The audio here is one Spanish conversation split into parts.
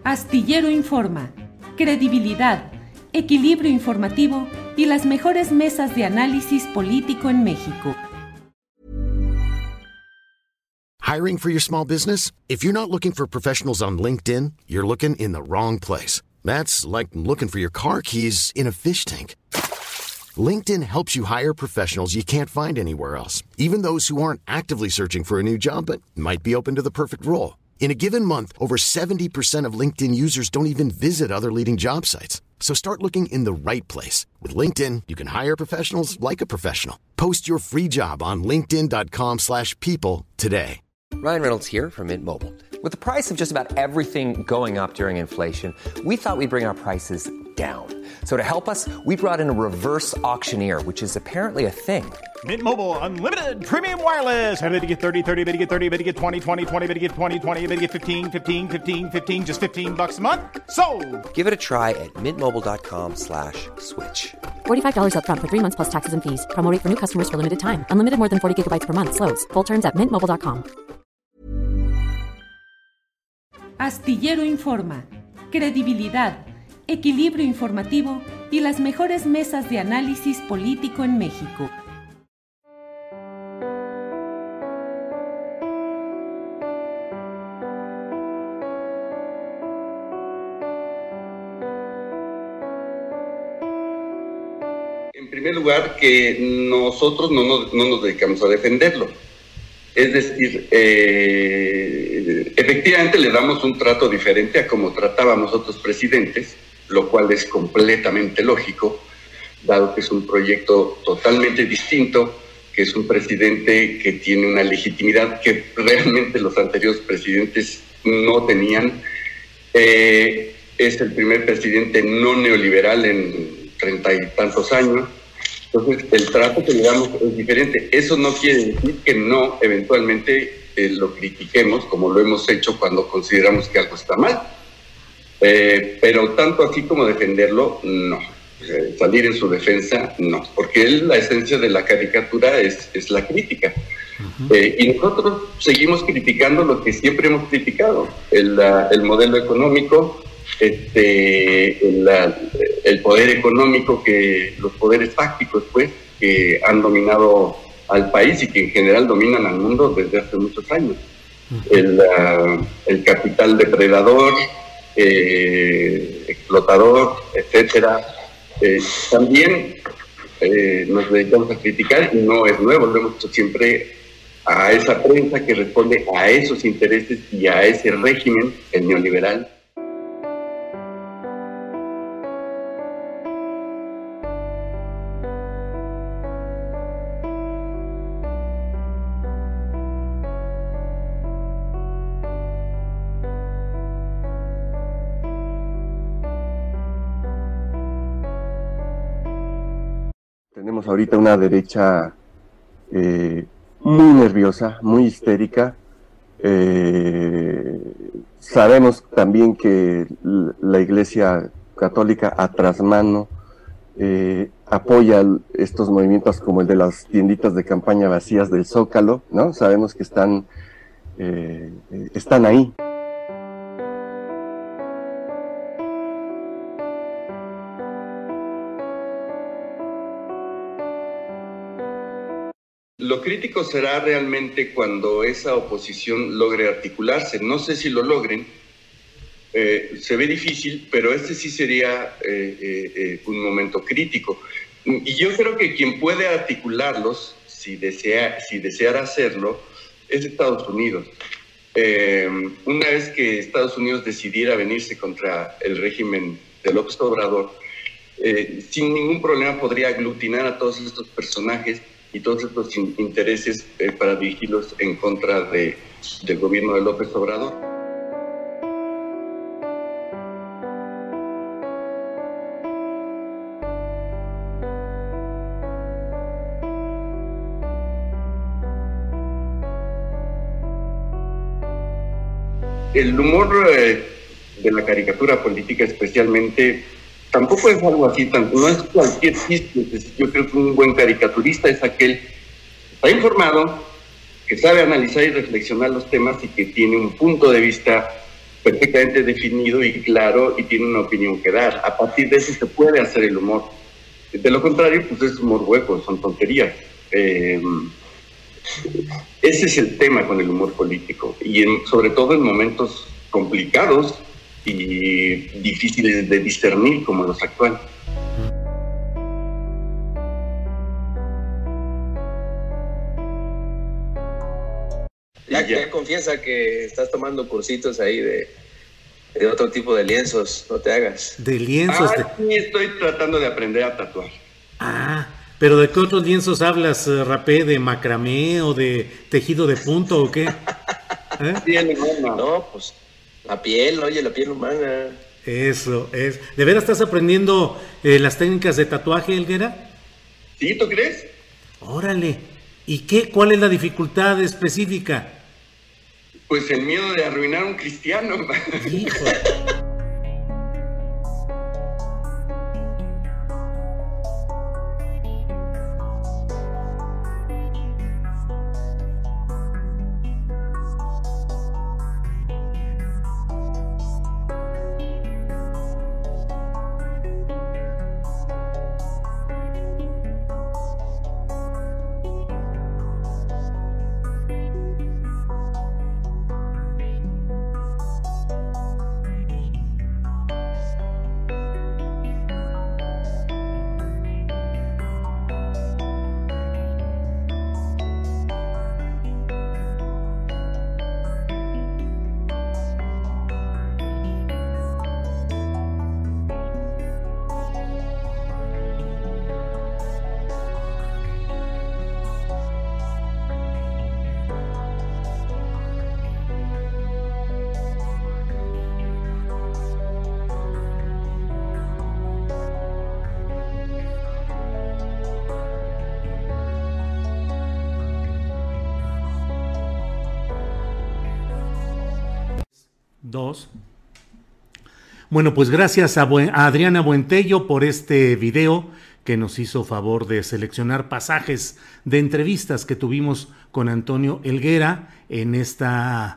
Astillero Informa, credibilidad, equilibrio informativo y las mejores mesas de análisis político en México. Hiring for your small business? If you're not looking for professionals on LinkedIn, you're looking in the wrong place. That's like looking for your car keys in a fish tank. LinkedIn helps you hire professionals you can't find anywhere else, even those who aren't actively searching for a new job but might be open to the perfect role. In a given month, over 70% of LinkedIn users don't even visit other leading job sites. So start looking in the right place. With LinkedIn, you can hire professionals like a professional. Post your free job on linkedin.com/people today. Ryan Reynolds here from Mint Mobile. With the price of just about everything going up during inflation, we thought we'd bring our prices down. So to help us, we brought in a reverse auctioneer, which is apparently a thing. Mint Mobile Unlimited Premium Wireless. How to get 30, 30, how to get 30, how to get 20, 20, 20, how to get 20, 20, how to get 15, 15, 15, 15, just $15 a month? Sold! Give it a try at mintmobile.com/switch. $45 up front for 3 months plus taxes and fees. Promo rate for new customers for limited time. Unlimited more than 40 gigabytes per month. Slows full terms at mintmobile.com. Astillero Informa, credibilidad, equilibrio informativo y las mejores mesas de análisis político en México. En primer lugar, que nosotros no nos dedicamos a defenderlo. Es decir, efectivamente le damos un trato diferente a como tratábamos otros presidentes, lo cual es completamente lógico, dado que es un proyecto totalmente distinto, que es un presidente que tiene una legitimidad que realmente los anteriores presidentes no tenían. Es el primer presidente no neoliberal en 30 y tantos años. Entonces, el trato que le damos es diferente. Eso no quiere decir que no, eventualmente, lo critiquemos, como lo hemos hecho cuando consideramos que algo está mal. Pero tanto así como defenderlo, no. Salir en su defensa, no. Porque la esencia de la caricatura es la crítica. Y nosotros seguimos criticando lo que siempre hemos criticado. El modelo económico, el poder económico, los poderes fácticos, pues, que han dominado al país y que en general dominan al mundo desde hace muchos años. El capital depredador, explotador, etcétera. También nos dedicamos a criticar, y no es nuevo, lo hemos hecho siempre, a esa prensa que responde a esos intereses y a ese régimen, el neoliberal. Tenemos ahorita una derecha muy nerviosa, muy histérica. Sabemos también que la Iglesia Católica a trasmano apoya estos movimientos como el de las tienditas de campaña vacías del Zócalo, ¿no? Sabemos que están ahí. Lo crítico será realmente cuando esa oposición logre articularse. No sé si lo logren, se ve difícil, pero este sí sería un momento crítico. Y yo creo que quien puede articularlos, si deseara hacerlo, es Estados Unidos. Una vez que Estados Unidos decidiera venirse contra el régimen de López Obrador, sin ningún problema podría aglutinar a todos estos personajes y todos estos intereses para dirigirlos en contra del gobierno de López Obrador. El humor de la caricatura política especialmente tampoco es algo así, no es cualquier chiste. Yo creo que un buen caricaturista es aquel que está informado, que sabe analizar y reflexionar los temas y que tiene un punto de vista perfectamente definido y claro y tiene una opinión que dar. A partir de eso se puede hacer el humor. De lo contrario, pues es humor hueco, son tonterías. Ese es el tema con el humor político y sobre todo en momentos complicados y difíciles de discernir como los actuales. Ya confiesa que estás tomando cursitos ahí de otro tipo de lienzos, no te hagas. ¿De lienzos? Sí, estoy tratando de aprender a tatuar. ¿Pero de qué otros lienzos hablas, Rapé? ¿De macramé o de tejido de punto o qué? Piel humana. No, pues la piel humana. Eso es. ¿De veras estás aprendiendo las técnicas de tatuaje, Helguera? ¿Sí, tú crees? Órale. ¿Y cuál es la dificultad específica? Pues el miedo de arruinar a un cristiano. Hijo. Bueno, pues gracias a Adriana Buentello por este video que nos hizo favor de seleccionar pasajes de entrevistas que tuvimos con Antonio Helguera en este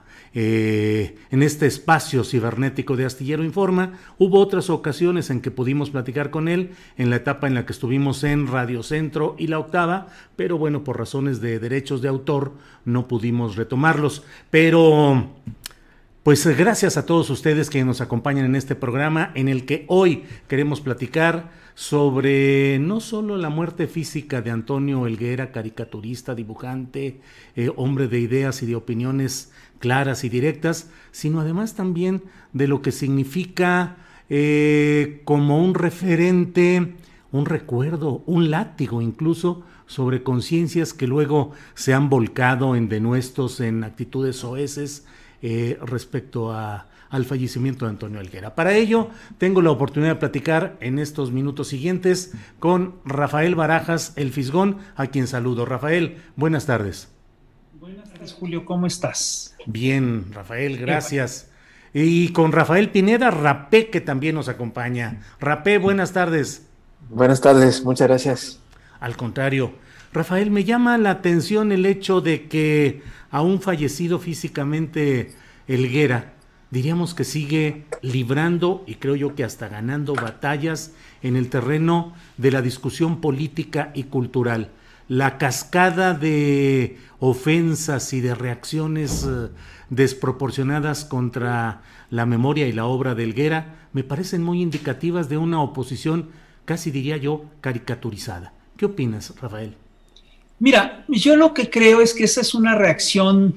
espacio cibernético de Astillero Informa. Hubo otras ocasiones en que pudimos platicar con él en la etapa en la que estuvimos en Radio Centro y La Octava, pero bueno, por razones de derechos de autor no pudimos retomarlos. Pero pues gracias a todos ustedes que nos acompañan en este programa en el que hoy queremos platicar sobre no solo la muerte física de Antonio Helguera, caricaturista, dibujante, hombre de ideas y de opiniones claras y directas, sino además también de lo que significa como un referente, un recuerdo, un látigo incluso sobre conciencias que luego se han volcado en denuestos, en actitudes soeces, respecto al fallecimiento de Antonio Helguera. Para ello, tengo la oportunidad de platicar en estos minutos siguientes con Rafael Barajas, el Fisgón, a quien saludo. Rafael, buenas tardes. Buenas tardes, Julio, ¿cómo estás? Bien, Rafael, gracias. Y con Rafael Pineda, Rapé, que también nos acompaña. Rapé, buenas tardes. Buenas tardes, muchas gracias. Al contrario, Rafael, me llama la atención el hecho de que aún fallecido físicamente Helguera, diríamos que sigue librando y creo yo que hasta ganando batallas en el terreno de la discusión política y cultural. La cascada de ofensas y de reacciones desproporcionadas contra la memoria y la obra de Helguera me parecen muy indicativas de una oposición, casi diría yo, caricaturizada. ¿Qué opinas, Rafael? Mira, yo lo que creo es que esa es una reacción,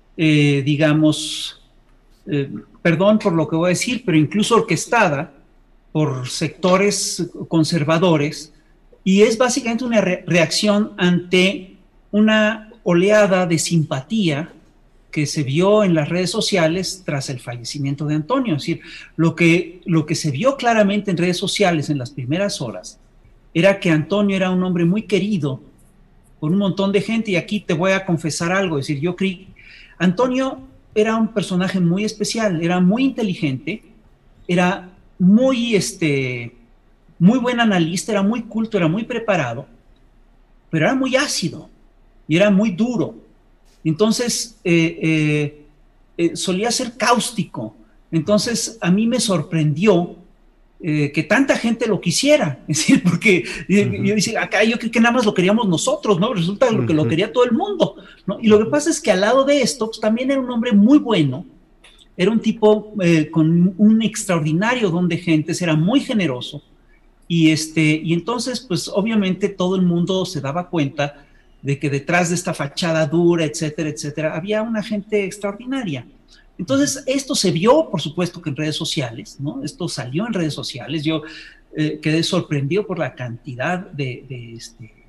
perdón por lo que voy a decir, pero incluso orquestada por sectores conservadores, y es básicamente una reacción ante una oleada de simpatía que se vio en las redes sociales tras el fallecimiento de Antonio. Es decir, lo que se vio claramente en redes sociales en las primeras horas era que Antonio era un hombre muy querido por un montón de gente, y aquí te voy a confesar algo. Es decir, yo creí, Antonio era un personaje muy especial, era muy inteligente, era muy buen analista, era muy culto, era muy preparado, pero era muy ácido y era muy duro. Entonces solía ser cáustico, Entonces, a mí me sorprendió que tanta gente lo quisiera, es decir, porque yo decía, acá yo creo que nada más lo queríamos nosotros, ¿no? Resulta que lo quería todo el mundo, ¿no? Y lo que pasa es que al lado de esto, pues también era un hombre muy bueno, era un tipo con un extraordinario don de gentes, era muy generoso, y entonces, pues obviamente todo el mundo se daba cuenta de que detrás de esta fachada dura, etcétera, etcétera, había una gente extraordinaria. Entonces, esto se vio, por supuesto, que en redes sociales, ¿no? Esto salió en redes sociales. Yo quedé sorprendido por la cantidad de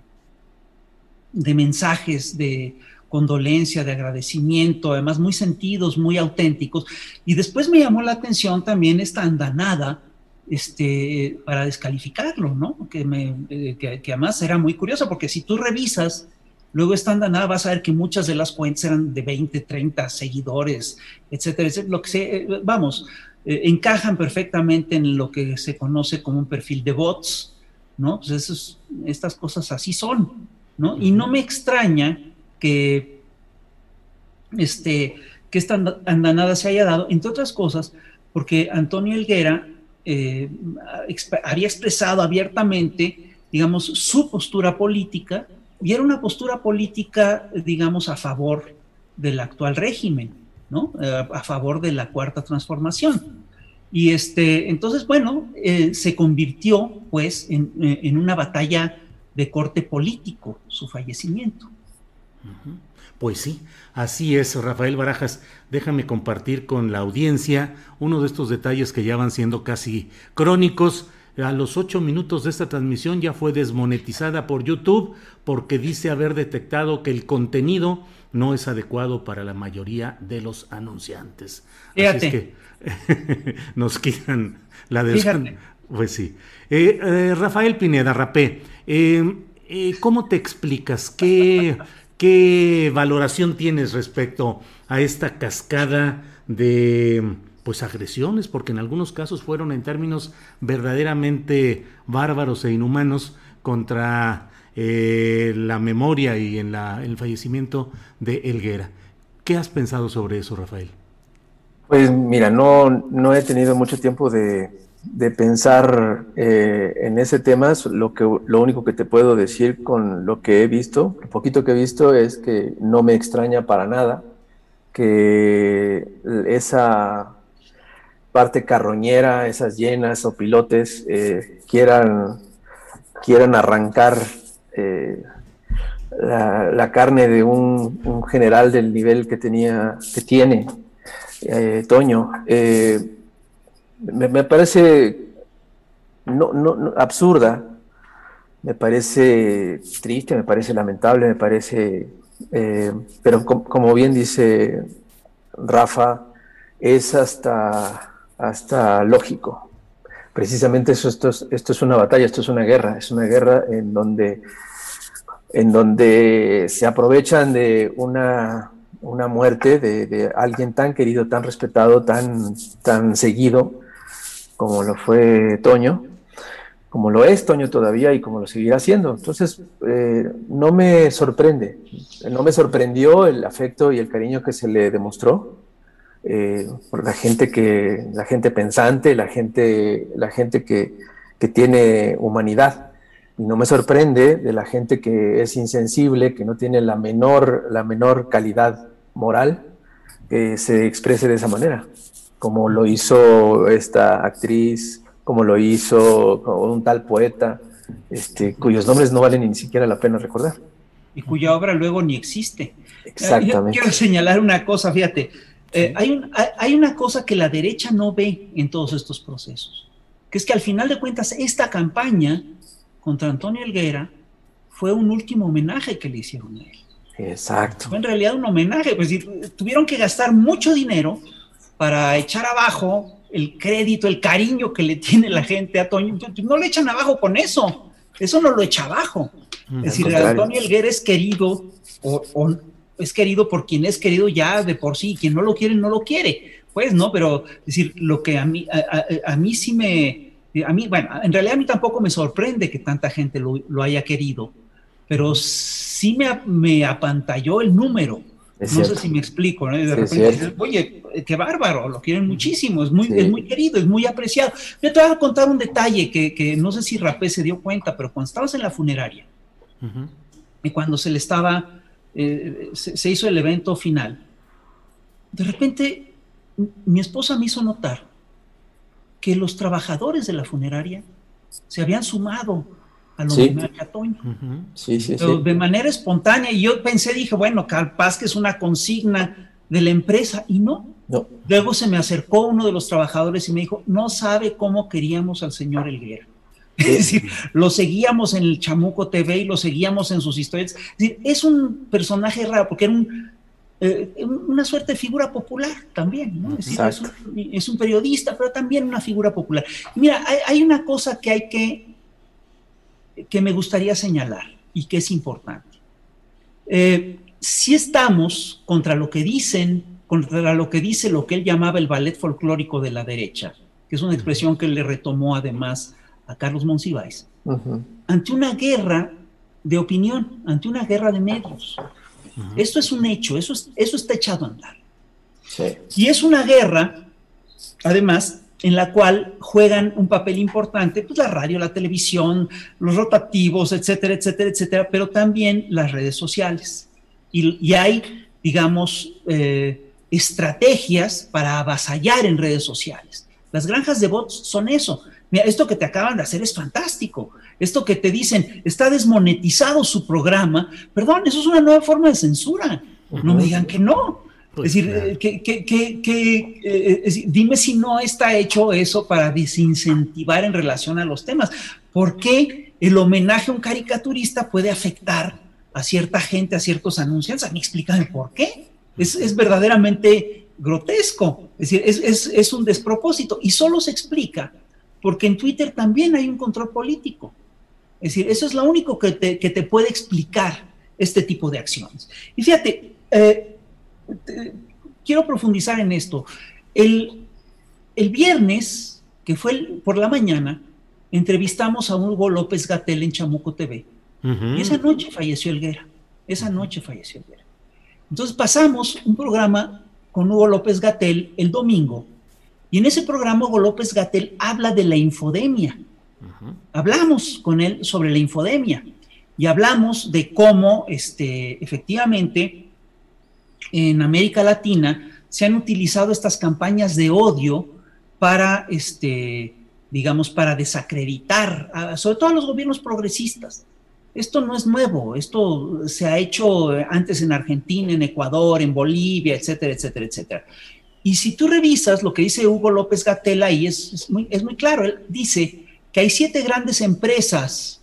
mensajes de condolencia, de agradecimiento, además muy sentidos, muy auténticos. Y después me llamó la atención también esta andanada para descalificarlo, ¿no? Que además era muy curioso, porque si tú revisas luego esta andanada, vas a ver que muchas de las cuentas eran de 20, 30 seguidores, etcétera, etcétera. Lo que encajan perfectamente en lo que se conoce como un perfil de bots, ¿no? Pues estas cosas así son, ¿no? Y no me extraña que esta andanada se haya dado, entre otras cosas, porque Antonio Helguera había expresado abiertamente, digamos, su postura política, y era una postura política, digamos, a favor del actual régimen, ¿no? A favor de la Cuarta Transformación. Y entonces, bueno, se convirtió, pues, en una batalla de corte político, su fallecimiento. Pues sí, así es, Rafael Barajas. Déjame compartir con la audiencia uno de estos detalles que ya van siendo casi crónicos. A los 8 minutos de esta transmisión ya fue desmonetizada por YouTube porque dice haber detectado que el contenido no es adecuado para la mayoría de los anunciantes. Fíjate. Así es que nos quitan la Pues sí. Rafael Pineda, Rapé, ¿cómo te explicas? ¿Qué valoración tienes respecto a esta cascada de agresiones? Porque en algunos casos fueron en términos verdaderamente bárbaros e inhumanos contra la memoria y en el fallecimiento de Helguera. ¿Qué has pensado sobre eso, Rafael? Pues mira, no he tenido mucho tiempo de pensar en ese tema. Lo único que te puedo decir con lo que he visto, lo poquito que he visto, es que no me extraña para nada que esa parte carroñera, esas llenas o pilotes quieran arrancar la carne de un general del nivel que tiene Toño. Me parece no absurda, me parece triste, me parece lamentable, me parece, pero como bien dice Rafa, es hasta lógico. Precisamente esto es una batalla, esto es una guerra en donde se aprovechan de una muerte de alguien tan querido, tan respetado, tan seguido como lo fue Toño, como lo es Toño todavía y como lo seguirá siendo. Entonces, no me sorprendió el afecto y el cariño que se le demostró por la gente pensante, la gente que tiene humanidad. Y no me sorprende de la gente que es insensible, que no tiene la menor calidad moral, que se exprese de esa manera, como lo hizo esta actriz, como lo hizo un tal poeta, cuyos nombres no valen ni siquiera la pena recordar. Y cuya obra luego ni existe. Exactamente. Yo quiero señalar una cosa, fíjate. Sí. Hay una cosa que la derecha no ve en todos estos procesos, que es que al final de cuentas esta campaña contra Antonio Helguera fue un último homenaje que le hicieron a él. Exacto. Fue en realidad un homenaje, pues tuvieron que gastar mucho dinero para echar abajo el crédito, el cariño que le tiene la gente a Toño. No le echan abajo con eso no lo echa abajo. Es decir, Antonio Helguera es querido es querido por quien es querido ya de por sí, quien no lo quiere, no lo quiere, pues, ¿no? Pero, es decir, lo que a mí sí bueno, en realidad a mí tampoco me sorprende que tanta gente lo haya querido, pero sí me apantalló el número No sé si me explico, ¿no? Y de repente dices, oye, qué bárbaro, lo quieren muchísimo, es muy querido, es muy apreciado. Yo te voy a contar un detalle que no sé si Rapé se dio cuenta, pero cuando estabas en la funeraria, y cuando se le estaba, se hizo el evento final, de repente mi esposa me hizo notar que los trabajadores de la funeraria se habían sumado al homenaje a Toño. Pero de manera espontánea, y yo dije, bueno, capaz que es una consigna de la empresa, y no. Luego se me acercó uno de los trabajadores y me dijo, no sabe cómo queríamos al señor Helguera. Es decir, lo seguíamos en el Chamuco TV y lo seguíamos en sus historias. Es decir, es un personaje raro, porque era una suerte de figura popular también, ¿no? Es decir, es un periodista, pero también una figura popular. Y mira, hay una cosa que me gustaría señalar y que es importante. Si estamos contra lo que dice lo que él llamaba el ballet folclórico de la derecha, que es una expresión que le retomó además a Carlos Monsiváis, ante una guerra de opinión, ante una guerra de medios. Esto es un hecho, eso está echado a andar. Y es una guerra, además, en la cual juegan un papel importante, pues la radio, la televisión, los rotativos, etcétera, etcétera, etcétera, pero también las redes sociales. Y hay, digamos, estrategias para avasallar en redes sociales. Las granjas de bots son eso. Mira, esto que te acaban de hacer es fantástico. Esto que te dicen, está desmonetizado su programa. Perdón, eso es una nueva forma de censura. No me digan que no. Es decir, dime si no está hecho eso para desincentivar en relación a los temas. ¿Por qué el homenaje a un caricaturista puede afectar a cierta gente, a ciertos anunciantes? A mí explícame por qué. Es verdaderamente grotesco. Es decir, es un despropósito. Y solo se explica porque en Twitter también hay un control político. Es decir, eso es lo único que te puede explicar este tipo de acciones. Y fíjate, quiero profundizar en esto. El viernes, que fue por la mañana, entrevistamos a Hugo López-Gatell en Chamuco TV. Y esa noche falleció Helguera. Entonces pasamos un programa con Hugo López-Gatell el domingo, y en ese programa Hugo López-Gatell habla de la infodemia. Hablamos con él sobre la infodemia y hablamos de cómo efectivamente en América Latina se han utilizado estas campañas de odio para, digamos, para desacreditar, sobre todo a los gobiernos progresistas. Esto no es nuevo, esto se ha hecho antes en Argentina, en Ecuador, en Bolivia, etcétera, etcétera, etcétera. Y si tú revisas lo que dice Hugo López-Gatell ahí, es muy claro. Él dice que hay 7 grandes empresas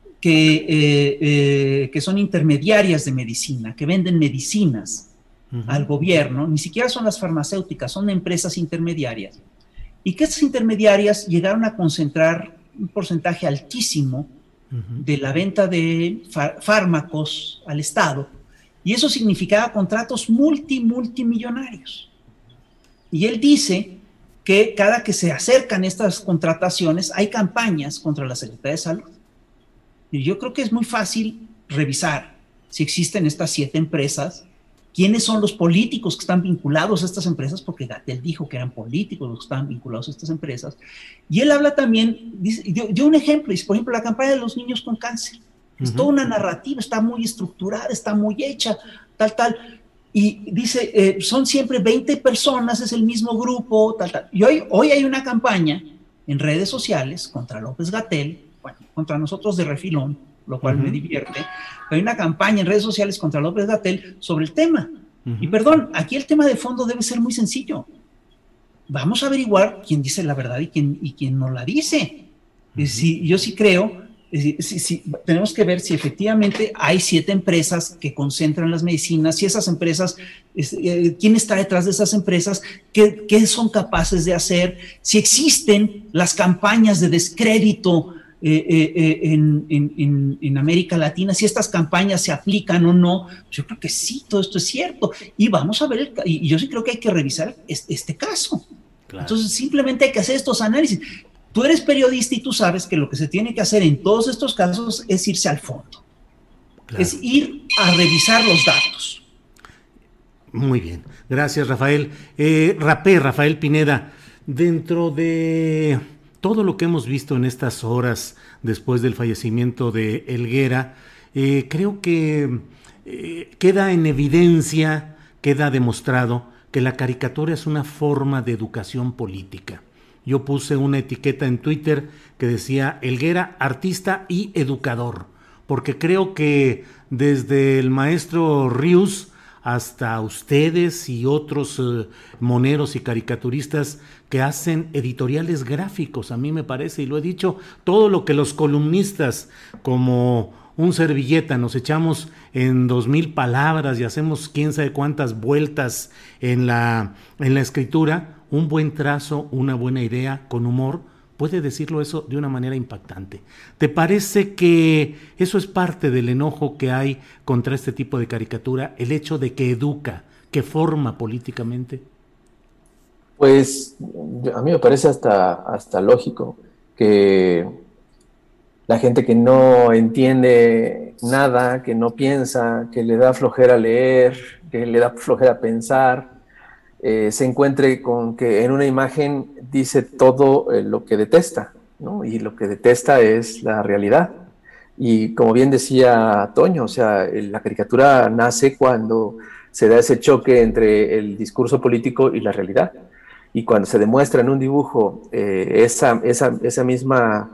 que son intermediarias de medicina, que venden medicinas al gobierno, ni siquiera son las farmacéuticas, son empresas intermediarias, y que estas intermediarias llegaron a concentrar un porcentaje altísimo de la venta de fármacos al Estado, y eso significaba contratos multimillonarios. Y él dice que cada que se acercan estas contrataciones hay campañas contra la Secretaría de Salud. Y yo creo que es muy fácil revisar si existen estas 7 empresas, quiénes son los políticos que están vinculados a estas empresas, porque Gatell dijo que eran políticos los que estaban vinculados a estas empresas. Y él habla también, dio un ejemplo, dice, por ejemplo, la campaña de los niños con cáncer. Es toda una narrativa, está muy estructurada, está muy hecha, tal. Y dice, son siempre 20 personas, es el mismo grupo, tal. Y hoy hay una campaña en redes sociales contra López-Gatell, bueno, contra nosotros de refilón, lo cual me divierte, pero hay una campaña en redes sociales contra López-Gatell sobre el tema. Y perdón, aquí el tema de fondo debe ser muy sencillo. Vamos a averiguar quién dice la verdad y quién no la dice. Yo sí creo... tenemos que ver si efectivamente hay 7 empresas que concentran las medicinas, si esas empresas, quién está detrás de esas empresas, qué son capaces de hacer, si existen las campañas de descrédito en América Latina, si estas campañas se aplican o no. Yo creo que sí, todo esto es cierto, y vamos a ver, y yo sí creo que hay que revisar este caso. Claro. Entonces simplemente hay que hacer estos análisis. Tú eres periodista y tú sabes que lo que se tiene que hacer en todos estos casos es irse al fondo. Claro. Es ir a revisar los datos. Muy bien, gracias Rafael. Rafael Pineda, dentro de todo lo que hemos visto en estas horas después del fallecimiento de Helguera, creo que queda en evidencia, queda demostrado que la caricatura es una forma de educación política. Yo puse una etiqueta en Twitter que decía Helguera, artista y educador, porque creo que desde el maestro Rius hasta ustedes y otros moneros y caricaturistas que hacen editoriales gráficos, a mí me parece, y lo he dicho, todo lo que los columnistas como un servilleta nos echamos en 2000 palabras y hacemos quién sabe cuántas vueltas en la escritura, un buen trazo, una buena idea con humor, puede decirlo eso de una manera impactante. ¿Te parece que eso es parte del enojo que hay contra este tipo de caricatura, el hecho de que educa, que forma políticamente? Pues a mí me parece hasta lógico que la gente que no entiende nada, que no piensa, que le da flojera leer, que le da flojera pensar, se encuentre con que en una imagen dice todo lo que detesta, ¿no? Y lo que detesta es la realidad. Y como bien decía Toño, o sea, la caricatura nace cuando se da ese choque entre el discurso político y la realidad. Y cuando se demuestra en un dibujo esa misma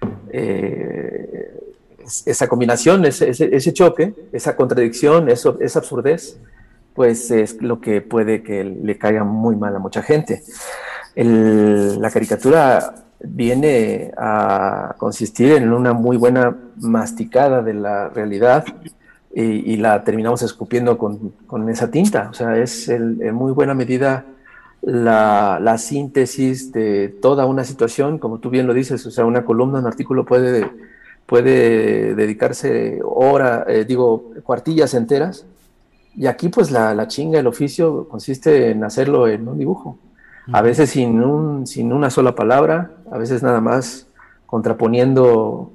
esa combinación, ese choque, esa contradicción, esa absurdez, pues es lo que puede que le caiga muy mal a mucha gente. La caricatura viene a consistir en una muy buena masticada de la realidad y la terminamos escupiendo con esa tinta. O sea, es en muy buena medida la síntesis de toda una situación, como tú bien lo dices. O sea, una columna, un artículo puede dedicarse cuartillas enteras. Y aquí pues la chinga, el oficio consiste en hacerlo en un dibujo, a veces sin una sola palabra, a veces nada más contraponiendo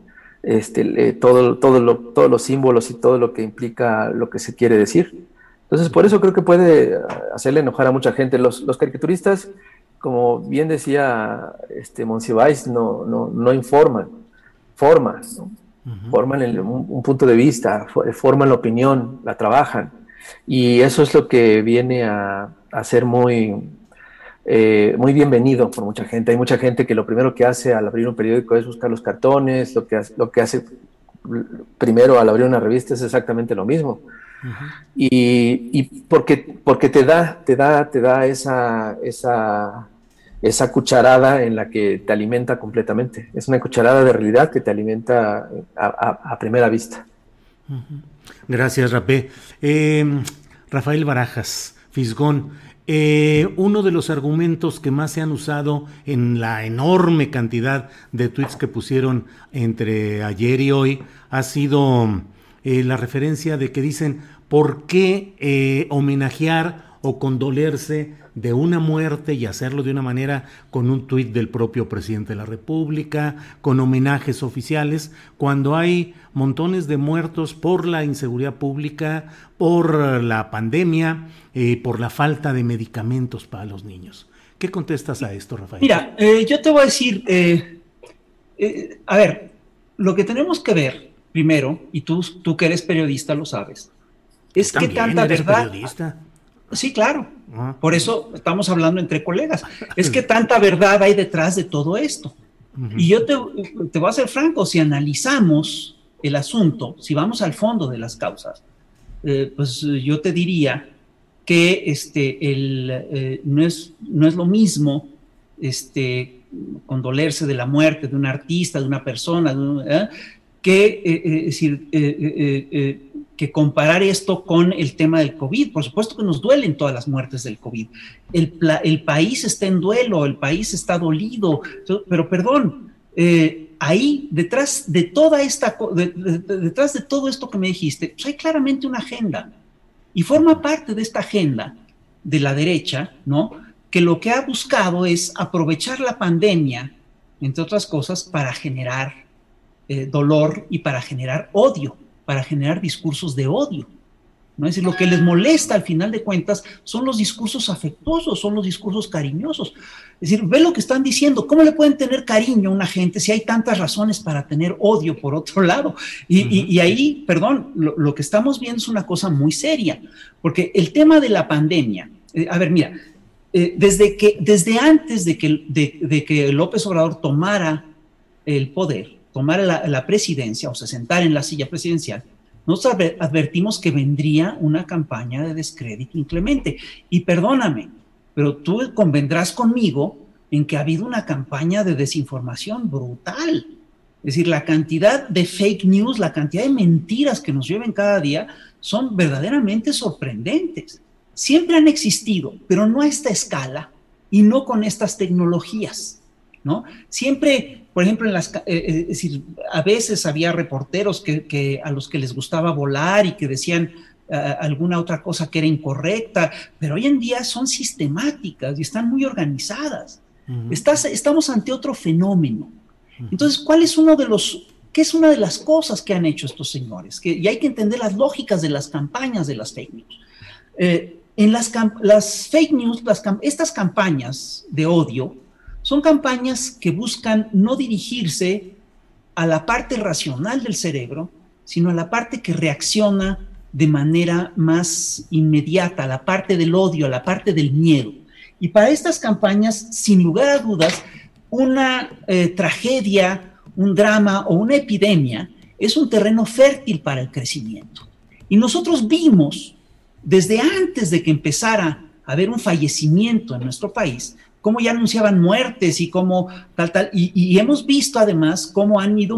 todos los símbolos y todo lo que implica lo que se quiere decir. Entonces por eso creo que puede hacerle enojar a mucha gente. Los caricaturistas, como bien decía Monsiváis, no informan, forman, ¿no? Forman un punto de vista, forman la opinión, la trabajan. Y eso es lo que viene a ser muy bienvenido por mucha gente. Hay mucha gente que lo primero que hace al abrir un periódico es buscar los cartones, lo que hace primero al abrir una revista es exactamente lo mismo. Y porque te da esa cucharada en la que te alimenta completamente. Es una cucharada de realidad que te alimenta a primera vista. Gracias, Rapé. Rafael Barajas, Fisgón, uno de los argumentos que más se han usado en la enorme cantidad de tweets que pusieron entre ayer y hoy ha sido la referencia de que dicen ¿por qué homenajear o condolerse de una muerte y hacerlo de una manera con un tuit del propio presidente de la República, con homenajes oficiales, cuando hay montones de muertos por la inseguridad pública, por la pandemia, por la falta de medicamentos para los niños? ¿Qué contestas a esto, Rafael? Mira, yo te voy a decir, a ver, lo que tenemos que ver primero, y tú que eres periodista lo sabes, es que tanta verdad... Periodista. Sí, claro. Por eso estamos hablando entre colegas. Es que tanta verdad hay detrás de todo esto. Y yo te voy a ser franco, si analizamos el asunto, si vamos al fondo de las causas, pues yo te diría que no es lo mismo condolerse de la muerte de un artista, de una persona, que comparar esto con el tema del COVID. Por supuesto que nos duelen todas las muertes del COVID. El país está en duelo, el país está dolido, pero perdón, ahí detrás de detrás de todo esto que me dijiste, pues hay claramente una agenda. Y forma parte de esta agenda de la derecha, ¿no? Que lo que ha buscado es aprovechar la pandemia, entre otras cosas, para generar dolor y para generar odio, para generar discursos de odio, ¿no? Es decir, lo que les molesta al final de cuentas son los discursos afectuosos, son los discursos cariñosos. Es decir, ve lo que están diciendo, ¿cómo le pueden tener cariño a una gente si hay tantas razones para tener odio por otro lado? Y ahí, perdón, lo que estamos viendo es una cosa muy seria, porque el tema de la pandemia, a ver, mira, desde antes de que López Obrador tomara el poder, tomara la presidencia o se sentara en la silla presidencial, nosotros advertimos que vendría una campaña de descrédito inclemente. Y perdóname, pero tú convendrás conmigo en que ha habido una campaña de desinformación brutal. Es decir, la cantidad de fake news, la cantidad de mentiras que nos lleven cada día son verdaderamente sorprendentes. Siempre han existido, pero no a esta escala y no con estas tecnologías, ¿no? Siempre, por ejemplo, es decir, a veces había reporteros a los que les gustaba volar y que decían alguna otra cosa que era incorrecta, pero hoy en día son sistemáticas y están muy organizadas. Estamos ante otro fenómeno. Entonces, ¿qué es una de las cosas que han hecho estos señores? Y hay que entender las lógicas de las campañas de las fake news. En las fake news, estas campañas de odio, son campañas que buscan no dirigirse a la parte racional del cerebro, sino a la parte que reacciona de manera más inmediata, a la parte del odio, a la parte del miedo. Y para estas campañas, sin lugar a dudas, una tragedia, un drama o una epidemia es un terreno fértil para el crecimiento. Y nosotros vimos, desde antes de que empezara a haber un fallecimiento en nuestro país, cómo ya anunciaban muertes y cómo tal, y hemos visto además cómo han ido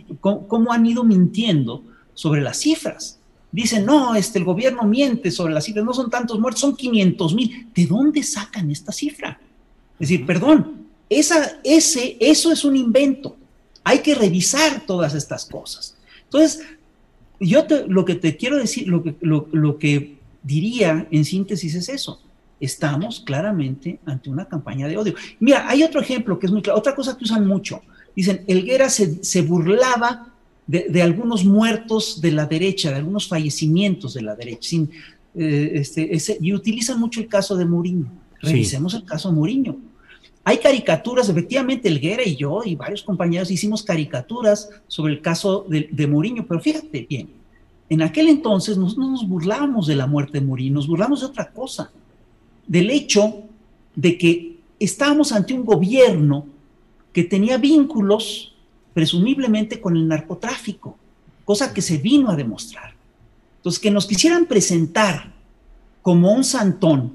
mintiendo sobre las cifras. Dicen, no, el gobierno miente sobre las cifras, no son tantos muertos, son 500,000. ¿De dónde sacan esta cifra? Es decir, perdón, eso es un invento. Hay que revisar todas estas cosas. Entonces, lo que te quiero decir, lo que diría en síntesis es eso. Estamos claramente ante una campaña de odio. Mira, hay otro ejemplo que es muy claro, otra cosa que usan mucho. Dicen, Helguera se burlaba de algunos muertos de la derecha, de algunos fallecimientos de la derecha, y utilizan mucho el caso de Muriño. Revisemos el caso de Muriño. Hay caricaturas, efectivamente, Helguera y yo y varios compañeros hicimos caricaturas sobre el caso de Muriño, pero fíjate bien, en aquel entonces no nos burlábamos de la muerte de Muriño, nos burlamos de otra cosa, del hecho de que estábamos ante un gobierno que tenía vínculos presumiblemente con el narcotráfico, cosa que se vino a demostrar. Entonces, que nos quisieran presentar como un santón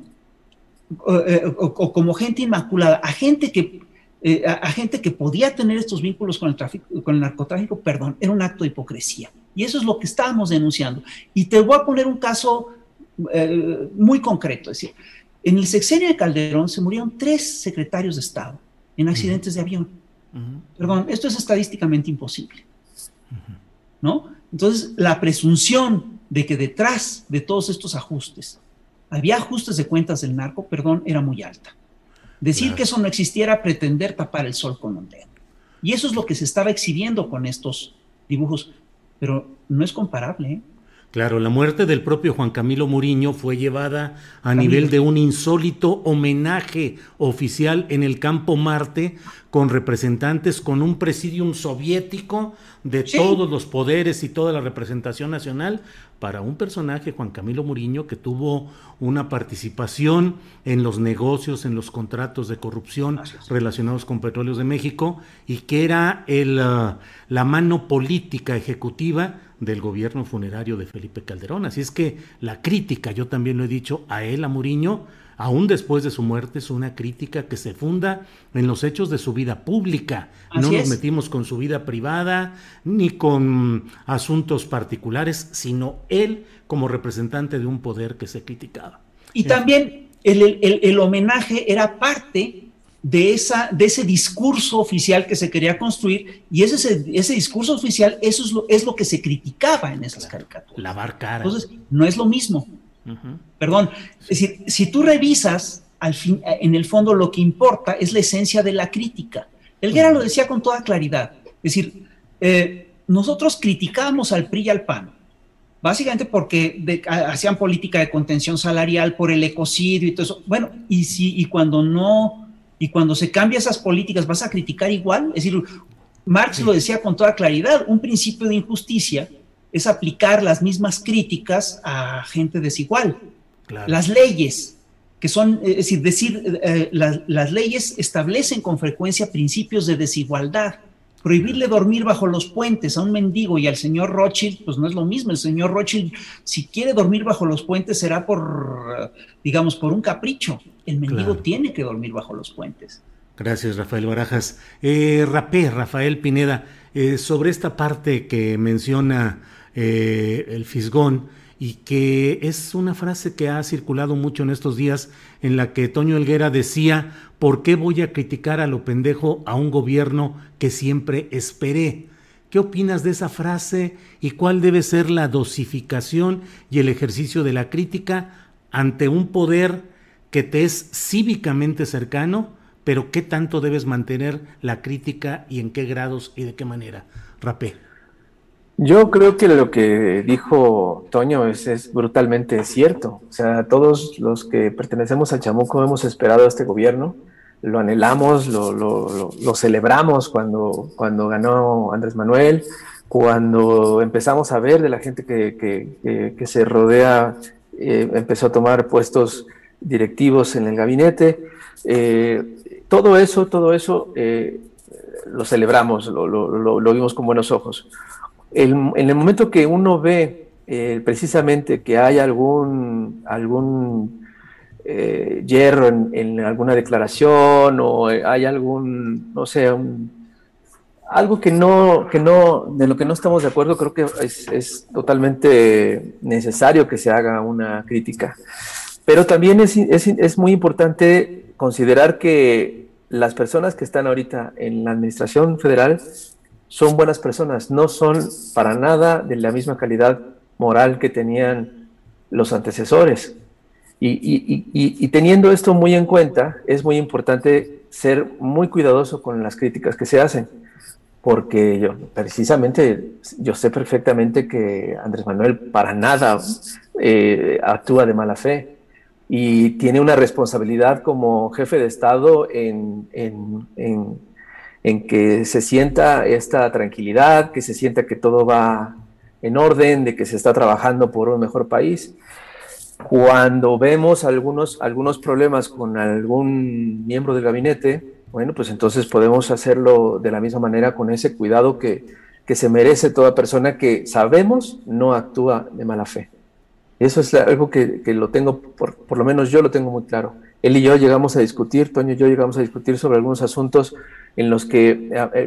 o como gente inmaculada, a gente que podía tener estos vínculos con el narcotráfico, perdón, era un acto de hipocresía. Y eso es lo que estábamos denunciando. Y te voy a poner un caso muy concreto, es decir, en el sexenio de Calderón se murieron 3 secretarios de Estado en accidentes de avión. Perdón, esto es estadísticamente imposible, ¿no? Entonces, la presunción de que detrás de todos estos ajustes había ajustes de cuentas del narco, perdón, era muy alta. Decir que eso no existiera era pretender tapar el sol con un dedo. Y eso es lo que se estaba exhibiendo con estos dibujos, pero no es comparable, ¿eh? Claro, la muerte del propio Juan Camilo Muriño fue llevada a nivel de un insólito homenaje oficial en el Campo Marte, con representantes, con un presidium soviético de todos los poderes y toda la representación nacional, para un personaje, Juan Camilo Muriño, que tuvo una participación en los negocios, en los contratos de corrupción relacionados con Petróleos de México, y que era la mano política ejecutiva del gobierno funerario de Felipe Calderón. Así es que la crítica, yo también lo he dicho, a él, a Muriño, aún después de su muerte, es una crítica que se funda en los hechos de su vida pública. No nos metimos con su vida privada ni con asuntos particulares, sino él como representante de un poder que se criticaba. Y también el homenaje era parte de ese discurso oficial que se quería construir, y ese discurso oficial, eso es lo que se criticaba en esas caricaturas. Lavar cara. Entonces, no es lo mismo. Perdón, es decir, si tú revisas, en el fondo lo que importa es la esencia de la crítica. Helguera lo decía con toda claridad. Es decir, nosotros criticábamos al PRI y al PAN básicamente porque hacían política de contención salarial por el ecocidio y todo eso. Bueno, y cuando se cambia esas políticas, ¿vas a criticar igual? Es decir, Marx lo decía con toda claridad, un principio de injusticia es aplicar las mismas críticas a gente desigual. Claro. Las leyes, que son, es decir, las leyes establecen con frecuencia principios de desigualdad. Prohibirle dormir bajo los puentes a un mendigo y al señor Rothschild, pues no es lo mismo. El señor Rothschild, si quiere dormir bajo los puentes, será por un capricho. El mendigo tiene que dormir bajo los puentes. Gracias, Rafael Barajas. Rafael Pineda, sobre esta parte que menciona el Fisgón, y que es una frase que ha circulado mucho en estos días, en la que Toño Helguera decía: ¿por qué voy a criticar a lo pendejo a un gobierno que siempre esperé? ¿Qué opinas de esa frase y cuál debe ser la dosificación y el ejercicio de la crítica ante un poder que te es cívicamente cercano, pero qué tanto debes mantener la crítica y en qué grados y de qué manera? Rapé. Yo creo que lo que dijo Toño es brutalmente cierto. O sea, todos los que pertenecemos al Chamuco hemos esperado a este gobierno, lo anhelamos, lo celebramos cuando ganó Andrés Manuel, cuando empezamos a ver de la gente que se rodea, empezó a tomar puestos directivos en el gabinete. Todo eso lo celebramos, lo vimos con buenos ojos. En el momento que uno ve precisamente que hay algún hierro en alguna declaración, o hay algún, no sé, algo que no, de lo que no estamos de acuerdo, creo que es totalmente necesario que se haga una crítica. Pero también es muy importante considerar que las personas que están ahorita en la administración federal son buenas personas, no son para nada de la misma calidad moral que tenían los antecesores. Y teniendo esto muy en cuenta, es muy importante ser muy cuidadoso con las críticas que se hacen, porque yo sé perfectamente que Andrés Manuel para nada actúa de mala fe, y tiene una responsabilidad como jefe de Estado en que se sienta esta tranquilidad, que se sienta que todo va en orden, de que se está trabajando por un mejor país. Cuando vemos algunos problemas con algún miembro del gabinete, bueno, pues entonces podemos hacerlo de la misma manera, con ese cuidado que se merece toda persona que sabemos no actúa de mala fe. Eso es algo que lo tengo, por lo menos yo lo tengo muy claro. Él y yo llegamos a discutir, Toño y yo llegamos a discutir sobre algunos asuntos en los que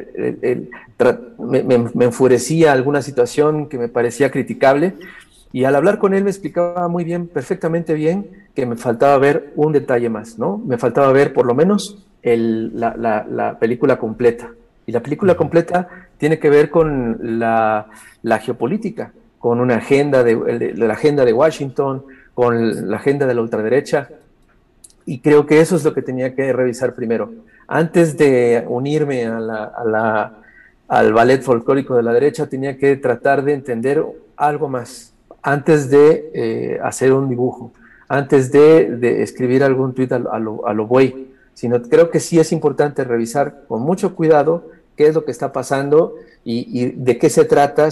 me enfurecía alguna situación que me parecía criticable, y al hablar con él me explicaba muy bien, perfectamente bien, que me faltaba ver un detalle más, ¿no? Me faltaba ver por lo menos la película completa. Y la película completa tiene que ver con la geopolítica, con una agenda la agenda de Washington, con la agenda de la ultraderecha. Y creo que eso es lo que tenía que revisar primero. Antes de unirme al ballet folclórico de la derecha, tenía que tratar de entender algo más. Antes de hacer un dibujo, antes de escribir algún tuit a lo buey. Sino creo que sí es importante revisar con mucho cuidado qué es lo que está pasando y de qué se trata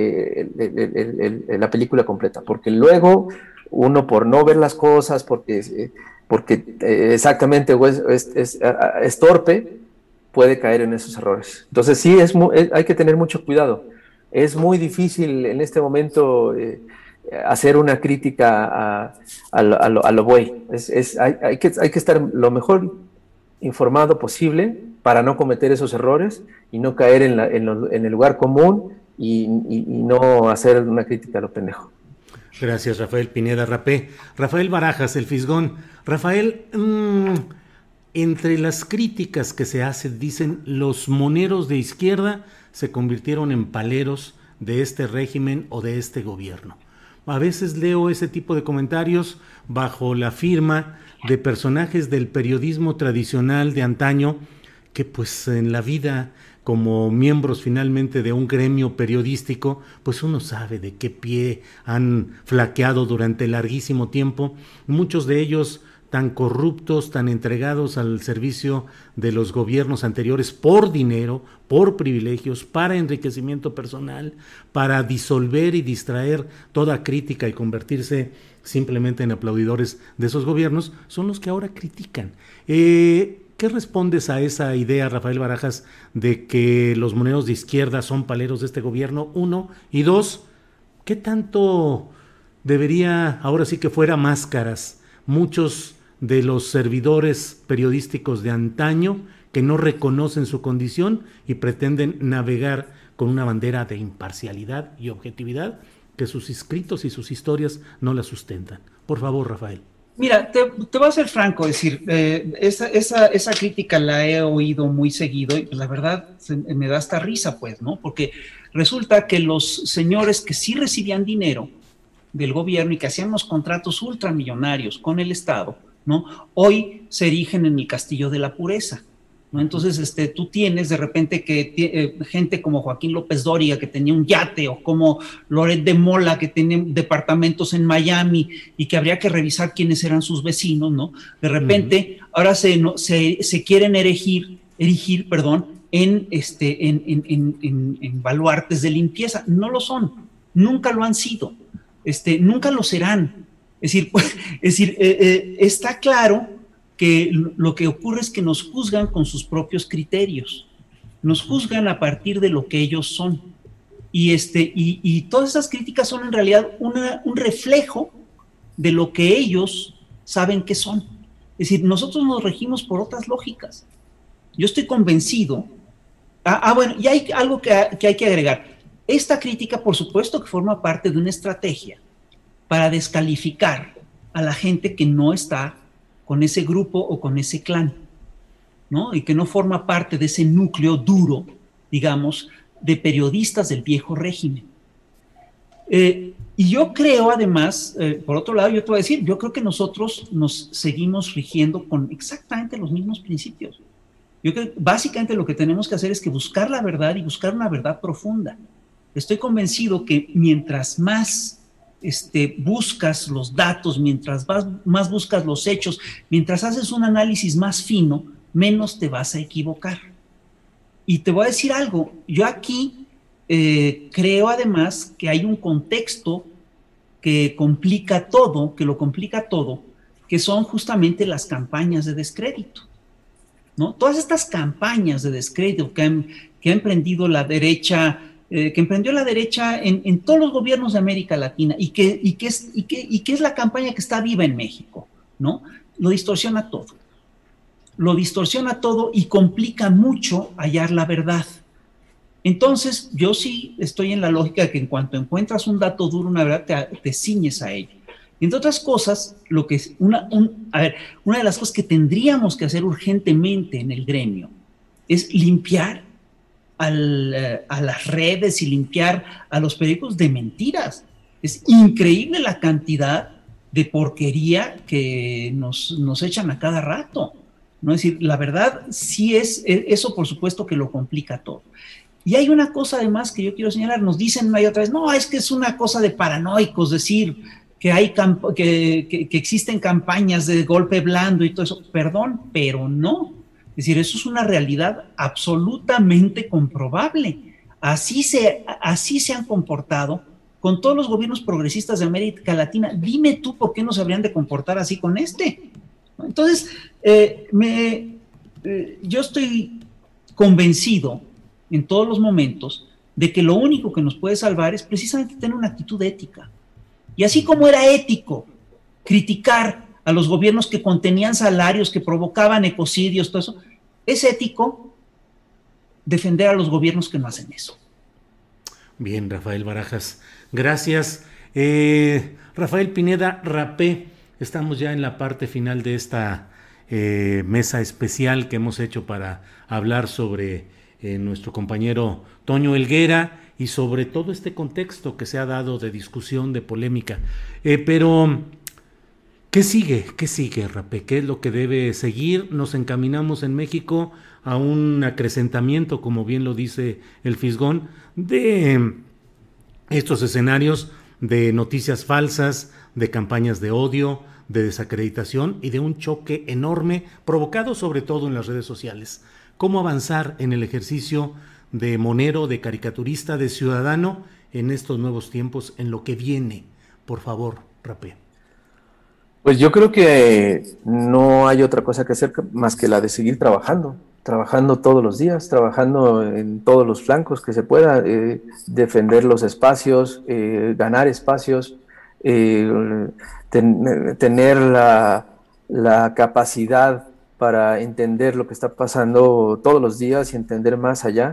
la película completa. Porque luego uno, por no ver las cosas, porque exactamente es torpe, puede caer en esos errores. Entonces sí, hay que tener mucho cuidado. Es muy difícil en este momento hacer una crítica a lo buey. Hay que estar lo mejor informado posible para no cometer esos errores y no caer en el lugar común y no hacer una crítica a lo pendejo. Gracias, Rafael Pineda Rapé. Rafael Barajas, el Fisgón. Rafael, entre las críticas que se hacen, dicen, los moneros de izquierda se convirtieron en paleros de este régimen o de este gobierno. A veces leo ese tipo de comentarios bajo la firma de personajes del periodismo tradicional de antaño que pues en la vida como miembros finalmente de un gremio periodístico, pues uno sabe de qué pie han flaqueado durante larguísimo tiempo, muchos de ellos tan corruptos, tan entregados al servicio de los gobiernos anteriores por dinero, por privilegios, para enriquecimiento personal, para disolver y distraer toda crítica y convertirse simplemente en aplaudidores de esos gobiernos, son los que ahora critican. ¿Qué respondes a esa idea, Rafael Barajas, de que los moneros de izquierda son paleros de este gobierno? Uno, y dos, ¿qué tanto debería, ahora sí que fuera máscaras, muchos de los servidores periodísticos de antaño que no reconocen su condición y pretenden navegar con una bandera de imparcialidad y objetividad que sus escritos y sus historias no la sustentan? Por favor, Rafael. Mira, te voy a ser franco, es decir, esa crítica la he oído muy seguido y pues la verdad me da hasta risa, pues, ¿no? Porque resulta que los señores que sí recibían dinero del gobierno y que hacían unos contratos ultramillonarios con el Estado, ¿no? Hoy se erigen en el castillo de la pureza, ¿no? Entonces, tú tienes de repente que gente como Joaquín López Dóriga, que tenía un yate, o como Loret de Mola, que tenía departamentos en Miami y que habría que revisar quiénes eran sus vecinos, ¿no? De repente, ahora se quieren erigir, en baluartes de limpieza. No lo son, nunca lo han sido, nunca lo serán. Es decir, está claro que lo que ocurre es que nos juzgan con sus propios criterios, nos juzgan a partir de lo que ellos son. Y todas esas críticas son en realidad un reflejo de lo que ellos saben que son. Es decir, nosotros nos regimos por otras lógicas. Yo estoy convencido. Bueno, y hay algo que hay que agregar. Esta crítica, por supuesto, que forma parte de una estrategia para descalificar a la gente que no está con ese grupo o con ese clan, ¿no? Y que no forma parte de ese núcleo duro, digamos, de periodistas del viejo régimen. Y yo creo, además, por otro lado, yo te voy a decir, yo creo que nosotros nos seguimos rigiendo con exactamente los mismos principios. Yo creo que básicamente lo que tenemos que hacer es que buscar la verdad y buscar una verdad profunda. Estoy convencido que mientras más buscas los datos, mientras más buscas los hechos, mientras haces un análisis más fino, menos te vas a equivocar. Y te voy a decir algo, yo aquí creo además que hay un contexto que lo complica todo, que son justamente las campañas de descrédito, ¿no? Todas estas campañas de descrédito que ha emprendido la derecha, que emprendió la derecha en todos los gobiernos de América Latina y que es la campaña que está viva en México, ¿no? Lo distorsiona todo y complica mucho hallar la verdad. Entonces, yo sí estoy en la lógica de que en cuanto encuentras un dato duro, una verdad, te ciñes a ello. Entre otras cosas, una de las cosas que tendríamos que hacer urgentemente en el gremio es limpiar a las redes y limpiar a los periódicos de mentiras. Es increíble la cantidad de porquería que nos echan a cada rato, ¿no? Es decir, la verdad sí es eso, por supuesto que lo complica todo. Y hay una cosa además que yo quiero señalar, nos dicen una y otra vez, no, es que es una cosa de paranoicos decir que existen campañas de golpe blando y todo eso. Perdón, pero no. Es decir, eso es una realidad absolutamente comprobable. Así se han comportado con todos los gobiernos progresistas de América Latina. Dime tú por qué no se habrían de comportar así con este. Entonces, yo estoy convencido en todos los momentos de que lo único que nos puede salvar es precisamente tener una actitud ética. Y así como era ético criticar a los gobiernos que contenían salarios, que provocaban ecocidios, todo eso, es ético defender a los gobiernos que no hacen eso. Bien, Rafael Barajas, gracias. Rafael Pineda Rapé, estamos ya en la parte final de esta mesa especial que hemos hecho para hablar sobre nuestro compañero Toño Helguera y sobre todo este contexto que se ha dado de discusión, de polémica. Pero ¿Qué sigue? ¿Qué sigue, Rapé? ¿Qué es lo que debe seguir? Nos encaminamos en México a un acrecentamiento, como bien lo dice el Fisgón, de estos escenarios de noticias falsas, de campañas de odio, de desacreditación y de un choque enorme provocado sobre todo en las redes sociales. ¿Cómo avanzar en el ejercicio de monero, de caricaturista, de ciudadano en estos nuevos tiempos, en lo que viene? Por favor, Rapé. Pues yo creo que no hay otra cosa que hacer más que la de seguir trabajando todos los días, trabajando en todos los flancos que se pueda, defender los espacios, ganar espacios, tener la capacidad para entender lo que está pasando todos los días y entender más allá.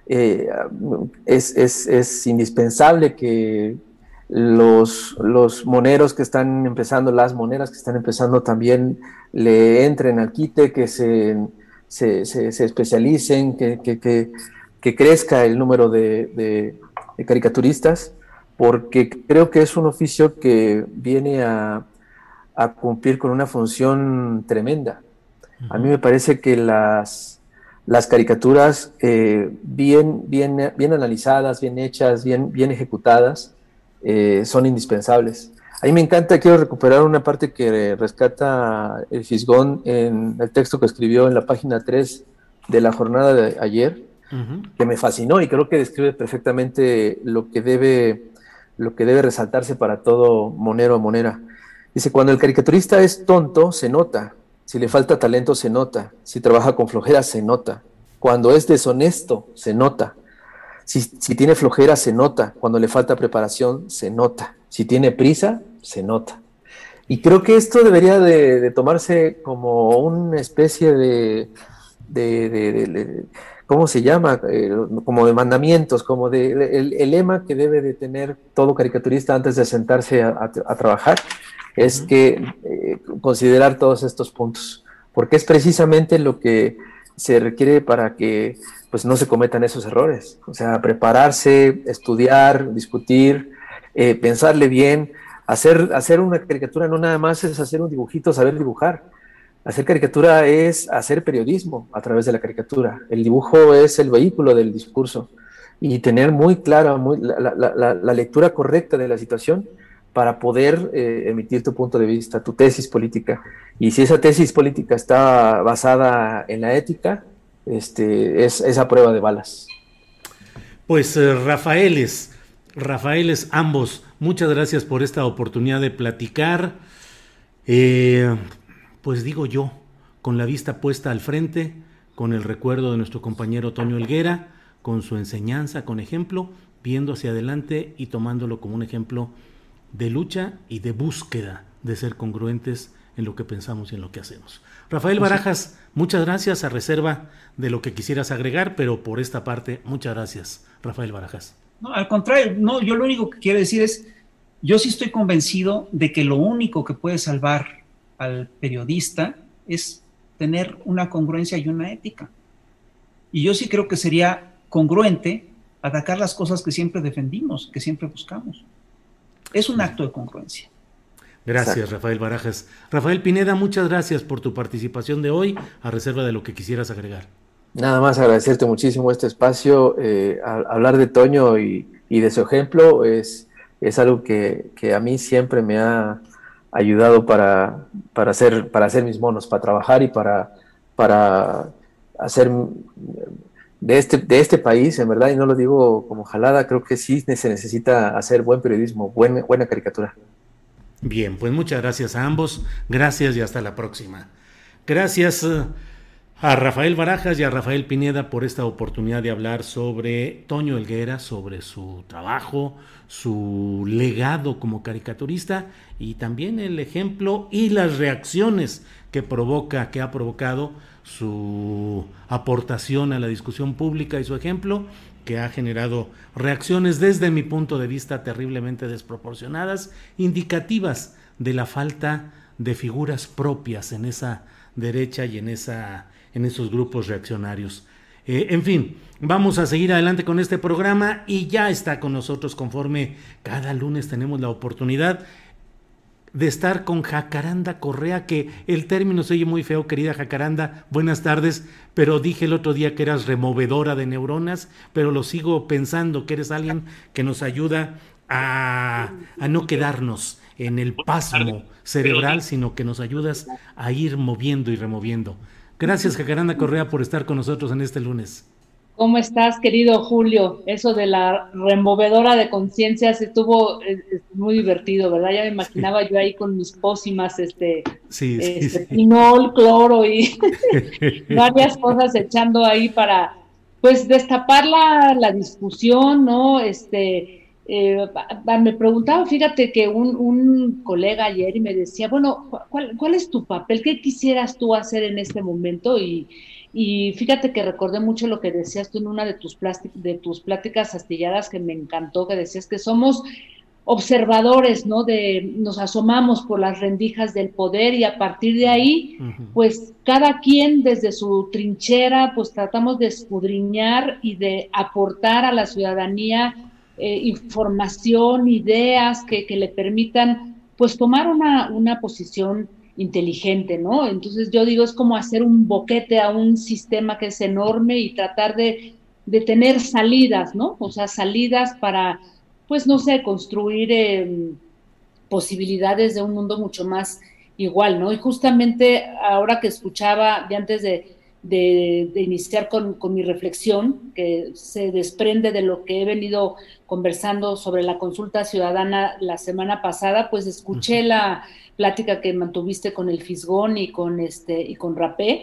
Es indispensable que los moneros que están empezando, las moneras que están empezando también le entren al quite, que se especialicen, que crezca el número de caricaturistas, porque creo que es un oficio que viene a cumplir con una función tremenda. A mí me parece que las caricaturas bien analizadas, bien hechas, bien ejecutadas, son indispensables. A mí me encanta, quiero recuperar una parte que rescata el Fisgón en el texto que escribió en la página 3 de la jornada de ayer, que me fascinó y creo que describe perfectamente lo que debe resaltarse para todo monero o monera. Dice: cuando el caricaturista es tonto, se nota. Si le falta talento, se nota. Si trabaja con flojera, se nota. Cuando es deshonesto, se nota. Si tiene flojera, se nota. Cuando le falta preparación, se nota. Si tiene prisa, se nota. Y creo que esto debería de tomarse como una especie de ¿cómo se llama? Como de mandamientos, como el lema que debe de tener todo caricaturista antes de sentarse a trabajar, es que considerar todos estos puntos, porque es precisamente lo que se requiere para que pues no se cometan esos errores. O sea, prepararse, estudiar, discutir, pensarle bien. Hacer una caricatura no nada más es hacer un dibujito, saber dibujar. Hacer caricatura es hacer periodismo a través de la caricatura. El dibujo es el vehículo del discurso, y tener muy clara la lectura correcta de la situación para poder emitir tu punto de vista, tu tesis política. Y si esa tesis política está basada en la ética, es a prueba de balas. Pues Rafaeles ambos, muchas gracias por esta oportunidad de platicar. Pues digo yo, con la vista puesta al frente, con el recuerdo de nuestro compañero Toño Helguera, con su enseñanza, con ejemplo, viendo hacia adelante y tomándolo como un ejemplo de lucha y de búsqueda de ser congruentes en lo que pensamos y en lo que hacemos. Rafael Barajas, muchas gracias, a reserva de lo que quisieras agregar, pero por esta parte, muchas gracias, Rafael Barajas. No, al contrario, no, yo lo único que quiero decir es, yo sí estoy convencido de que lo único que puede salvar al periodista es tener una congruencia y una ética. Y yo sí creo que sería congruente atacar las cosas que siempre defendimos, que siempre buscamos. Es un acto de congruencia. Gracias, Exacto. Rafael Barajas. Rafael Pineda, muchas gracias por tu participación de hoy, a reserva de lo que quisieras agregar. Nada más agradecerte muchísimo este espacio. Hablar de Toño y de su ejemplo es algo que a mí siempre me ha ayudado para hacer mis monos, para trabajar y para hacer de este país, en verdad, y no lo digo como jalada, creo que sí se necesita hacer buen periodismo, buena caricatura. Bien, pues muchas gracias a ambos, gracias y hasta la próxima. Gracias a Rafael Barajas y a Rafael Pineda por esta oportunidad de hablar sobre Toño Helguera, sobre su trabajo, su legado como caricaturista y también el ejemplo y las reacciones que ha provocado su aportación a la discusión pública y su ejemplo, que ha generado reacciones desde mi punto de vista terriblemente desproporcionadas, indicativas de la falta de figuras propias en esa derecha y en esos grupos reaccionarios. En fin, vamos a seguir adelante con este programa y ya está con nosotros, conforme cada lunes tenemos la oportunidad, de estar con Jacaranda Correa, que el término se oye muy feo, querida Jacaranda, buenas tardes, pero dije el otro día que eras removedora de neuronas, pero lo sigo pensando, que eres alguien que nos ayuda a no quedarnos en el pasmo cerebral, sino que nos ayudas a ir moviendo y removiendo. Gracias, Jacaranda Correa, por estar con nosotros en este lunes. ¿Cómo estás, querido Julio? Eso de la removedora de conciencias estuvo muy divertido, ¿verdad? Ya me imaginaba yo ahí con mis pócimas, pinol, cloro y varias cosas echando ahí para, pues, destapar la discusión, ¿no? Me preguntaba, fíjate que un colega ayer y me decía, bueno, ¿cuál es tu papel? ¿Qué quisieras tú hacer en este momento? Y fíjate que recordé mucho lo que decías tú en una de tus pláticas astilladas, que me encantó, que decías que somos observadores, ¿no? Nos asomamos por las rendijas del poder y a partir de ahí, pues cada quien desde su trinchera, pues tratamos de escudriñar y de aportar a la ciudadanía información, ideas que le permitan, pues tomar una posición inteligente, ¿no? Entonces yo digo, es como hacer un boquete a un sistema que es enorme y tratar de tener salidas, ¿no? O sea, salidas para, pues no sé, construir posibilidades de un mundo mucho más igual, ¿no? Y justamente ahora que escuchaba, ya antes de iniciar con mi reflexión, que se desprende de lo que he venido conversando sobre la consulta ciudadana la semana pasada, pues escuché la plática que mantuviste con el Fisgón y con Rapé,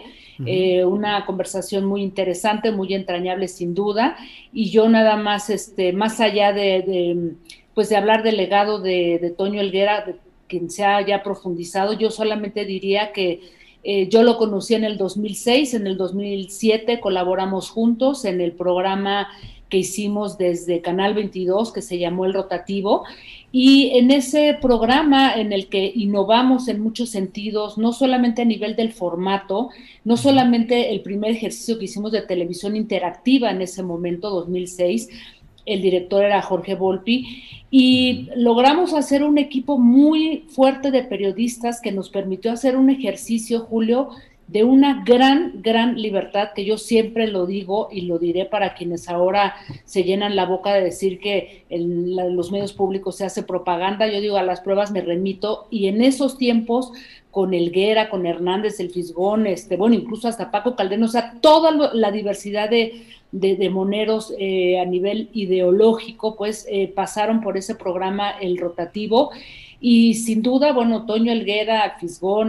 una conversación muy interesante, muy entrañable sin duda, y yo nada más, más allá de hablar del legado de Toño Helguera, de quien se ha ya profundizado, yo solamente diría que yo lo conocí en el 2006, en el 2007 colaboramos juntos en el programa que hicimos desde Canal 22, que se llamó El Rotativo, y en ese programa en el que innovamos en muchos sentidos, no solamente a nivel del formato, no solamente el primer ejercicio que hicimos de televisión interactiva en ese momento, 2006, el director era Jorge Volpi, y logramos hacer un equipo muy fuerte de periodistas que nos permitió hacer un ejercicio, Julio, de una gran libertad, que yo siempre lo digo y lo diré para quienes ahora se llenan la boca de decir que en los medios públicos se hace propaganda. Yo digo, a las pruebas me remito, y en esos tiempos, con Helguera, con Hernández, el Fisgón, incluso hasta Paco Calderón, o sea, toda la diversidad de moneros a nivel ideológico, pues pasaron por ese programa El Rotativo, y sin duda, bueno, Toño Helguera, Fisgón,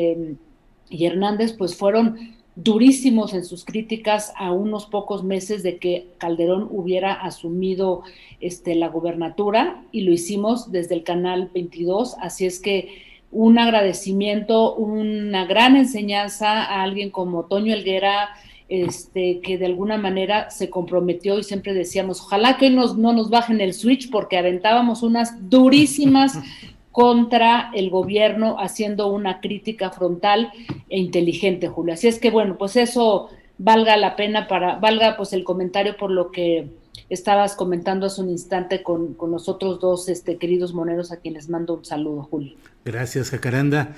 y Hernández, pues fueron durísimos en sus críticas a unos pocos meses de que Calderón hubiera asumido la gubernatura, y lo hicimos desde el Canal 22, así es que un agradecimiento, una gran enseñanza a alguien como Toño Helguera, que de alguna manera se comprometió, y siempre decíamos, ojalá que no nos bajen el switch, porque aventábamos unas durísimas contra el gobierno, haciendo una crítica frontal e inteligente, Julio. Así es que, bueno, pues eso valga pues el comentario por lo que estabas comentando hace un instante con los otros dos queridos moneros, a quienes mando un saludo, Julio. Gracias, Jacaranda.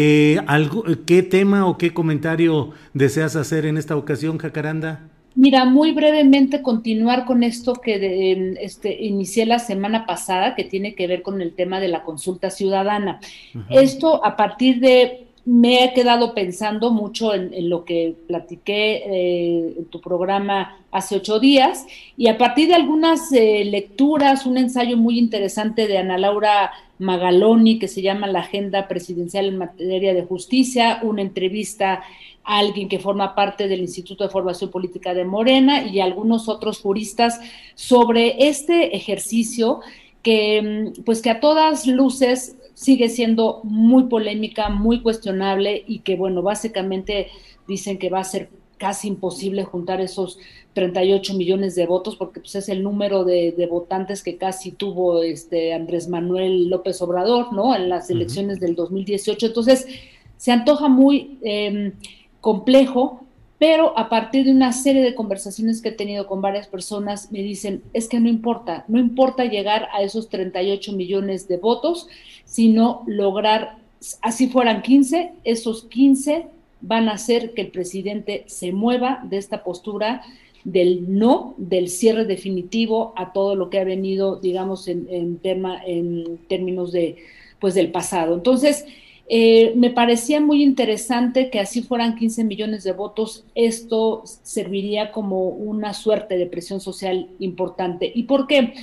¿Qué tema o qué comentario deseas hacer en esta ocasión, Jacaranda? Mira, muy brevemente continuar con esto que inicié la semana pasada, que tiene que ver con el tema de la consulta ciudadana. Esto a partir me he quedado pensando mucho en lo que platiqué en tu programa hace 8 días, y a partir de algunas lecturas, un ensayo muy interesante de Ana Laura Magaloni que se llama La Agenda Presidencial en Materia de Justicia, una entrevista a alguien que forma parte del Instituto de Formación Política de Morena y algunos otros juristas sobre este ejercicio que a todas luces sigue siendo muy polémica, muy cuestionable, y que, bueno, básicamente dicen que va a ser casi imposible juntar esos 38 millones de votos, porque pues es el número de votantes que casi tuvo Andrés Manuel López Obrador, ¿no?, en las elecciones del 2018. Entonces, se antoja muy complejo, pero a partir de una serie de conversaciones que he tenido con varias personas, me dicen, es que no importa llegar a esos 38 millones de votos, sino lograr, así fueran 15, esos 15 van a hacer que el presidente se mueva de esta postura del no, del cierre definitivo a todo lo que ha venido, digamos, en términos de, pues, del pasado. Entonces, me parecía muy interesante que así fueran 15 millones de votos, esto serviría como una suerte de presión social importante. ¿Y por qué?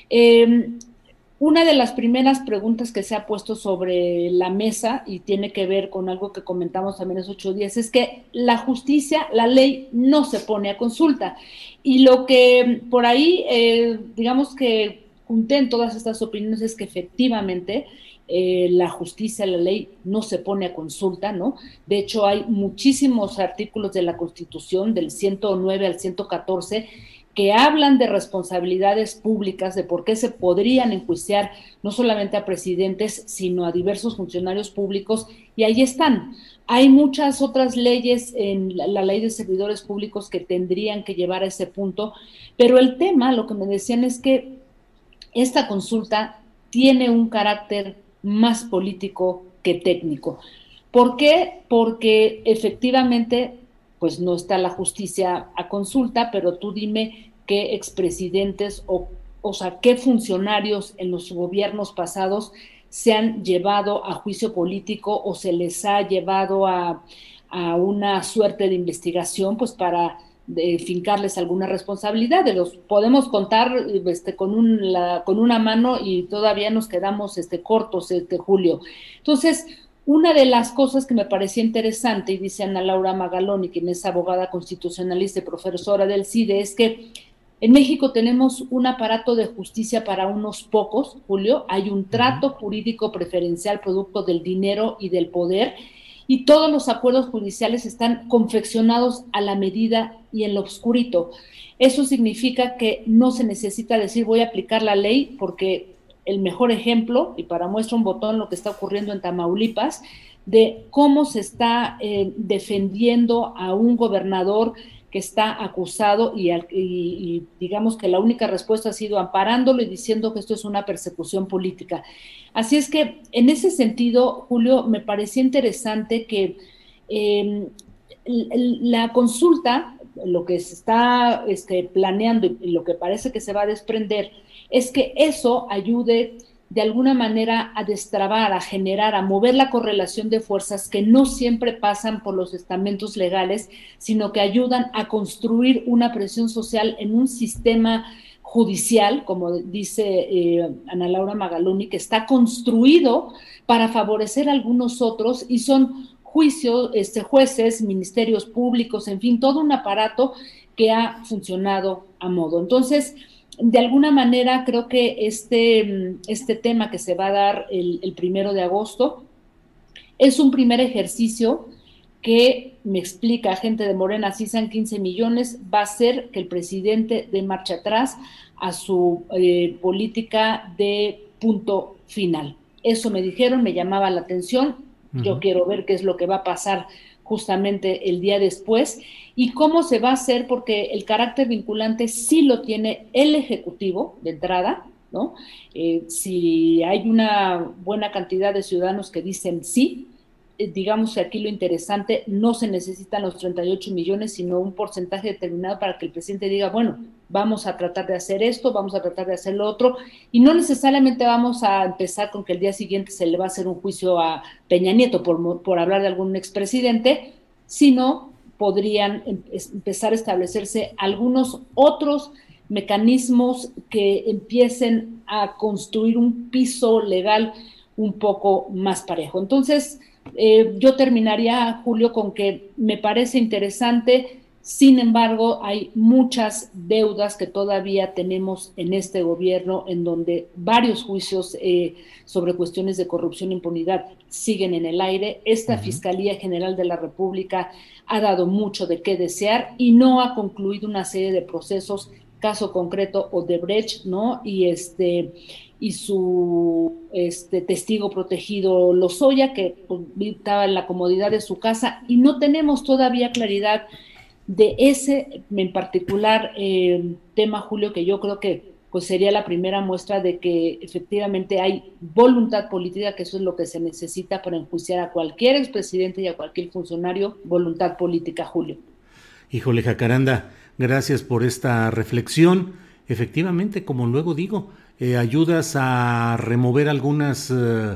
Una de las primeras preguntas que se ha puesto sobre la mesa, y tiene que ver con algo que comentamos también hace 8 días, es que la justicia, la ley, no se pone a consulta. Y lo que por ahí, digamos que junté en todas estas opiniones es que efectivamente la justicia, la ley no se pone a consulta, ¿no? De hecho, hay muchísimos artículos de la Constitución, del 109 al 114, que hablan de responsabilidades públicas, de por qué se podrían enjuiciar no solamente a presidentes, sino a diversos funcionarios públicos, y ahí están. Hay muchas otras leyes en la ley de servidores públicos que tendrían que llevar a ese punto, pero el tema, lo que me decían es que esta consulta tiene un carácter más político que técnico. ¿Por qué? Porque efectivamente pues no está la justicia a consulta, pero tú dime qué expresidentes o sea, qué funcionarios en los gobiernos pasados se han llevado a juicio político o se les ha llevado a una suerte de investigación, pues para fincarles alguna responsabilidad. Los podemos contar con una mano y todavía nos quedamos cortos, Julio. Entonces, una de las cosas que me parecía interesante, y dice Ana Laura Magaloni, quien es abogada constitucionalista y profesora del CIDE, es que en México tenemos un aparato de justicia para unos pocos, Julio. Hay un trato jurídico preferencial producto del dinero y del poder, y todos los acuerdos judiciales están confeccionados a la medida y en lo oscurito. Eso significa que no se necesita decir voy a aplicar la ley, porque el mejor ejemplo, y para muestra un botón lo que está ocurriendo en Tamaulipas, de cómo se está defendiendo a un gobernador que está acusado y digamos que la única respuesta ha sido amparándolo y diciendo que esto es una persecución política. Así es que en ese sentido, Julio, me parecía interesante que la consulta, lo que se está planeando y lo que parece que se va a desprender, es que eso ayude de alguna manera a destrabar, a generar, a mover la correlación de fuerzas que no siempre pasan por los estamentos legales, sino que ayudan a construir una presión social en un sistema judicial, como dice Ana Laura Magaloni, que está construido para favorecer a algunos otros, y son jueces, ministerios públicos, en fin, todo un aparato que ha funcionado a modo. Entonces, de alguna manera creo que este tema que se va a dar el 1 de agosto es un primer ejercicio que me explica gente de Morena, si sean 15 millones, va a hacer que el presidente dé marcha atrás a su política de punto final. Eso me dijeron, me llamaba la atención. Yo quiero ver qué es lo que va a pasar justamente el día después y cómo se va a hacer, porque el carácter vinculante sí lo tiene el Ejecutivo de entrada, ¿no? Si hay una buena cantidad de ciudadanos que dicen sí, digamos que aquí lo interesante, no se necesitan los 38 millones, sino un porcentaje determinado para que el presidente diga, bueno, vamos a tratar de hacer esto, vamos a tratar de hacer lo otro, y no necesariamente vamos a empezar con que el día siguiente se le va a hacer un juicio a Peña Nieto por hablar de algún expresidente, sino podrían empezar a establecerse algunos otros mecanismos que empiecen a construir un piso legal un poco más parejo. Entonces, yo terminaría, Julio, con que me parece interesante. Sin embargo, hay muchas deudas que todavía tenemos en este gobierno, en donde varios juicios sobre cuestiones de corrupción e impunidad siguen en el aire. Esta Fiscalía General de la República ha dado mucho de qué desear y no ha concluido una serie de procesos, caso concreto Odebrecht, ¿no? Y su testigo protegido Lozoya, que pues, estaba en la comodidad de su casa, y no tenemos todavía claridad de ese en particular tema, Julio, que yo creo que pues sería la primera muestra de que efectivamente hay voluntad política, que eso es lo que se necesita para enjuiciar a cualquier expresidente y a cualquier funcionario, voluntad política, Julio. Híjole, Jacaranda, gracias por esta reflexión. Efectivamente, como luego digo, ayudas a remover algunas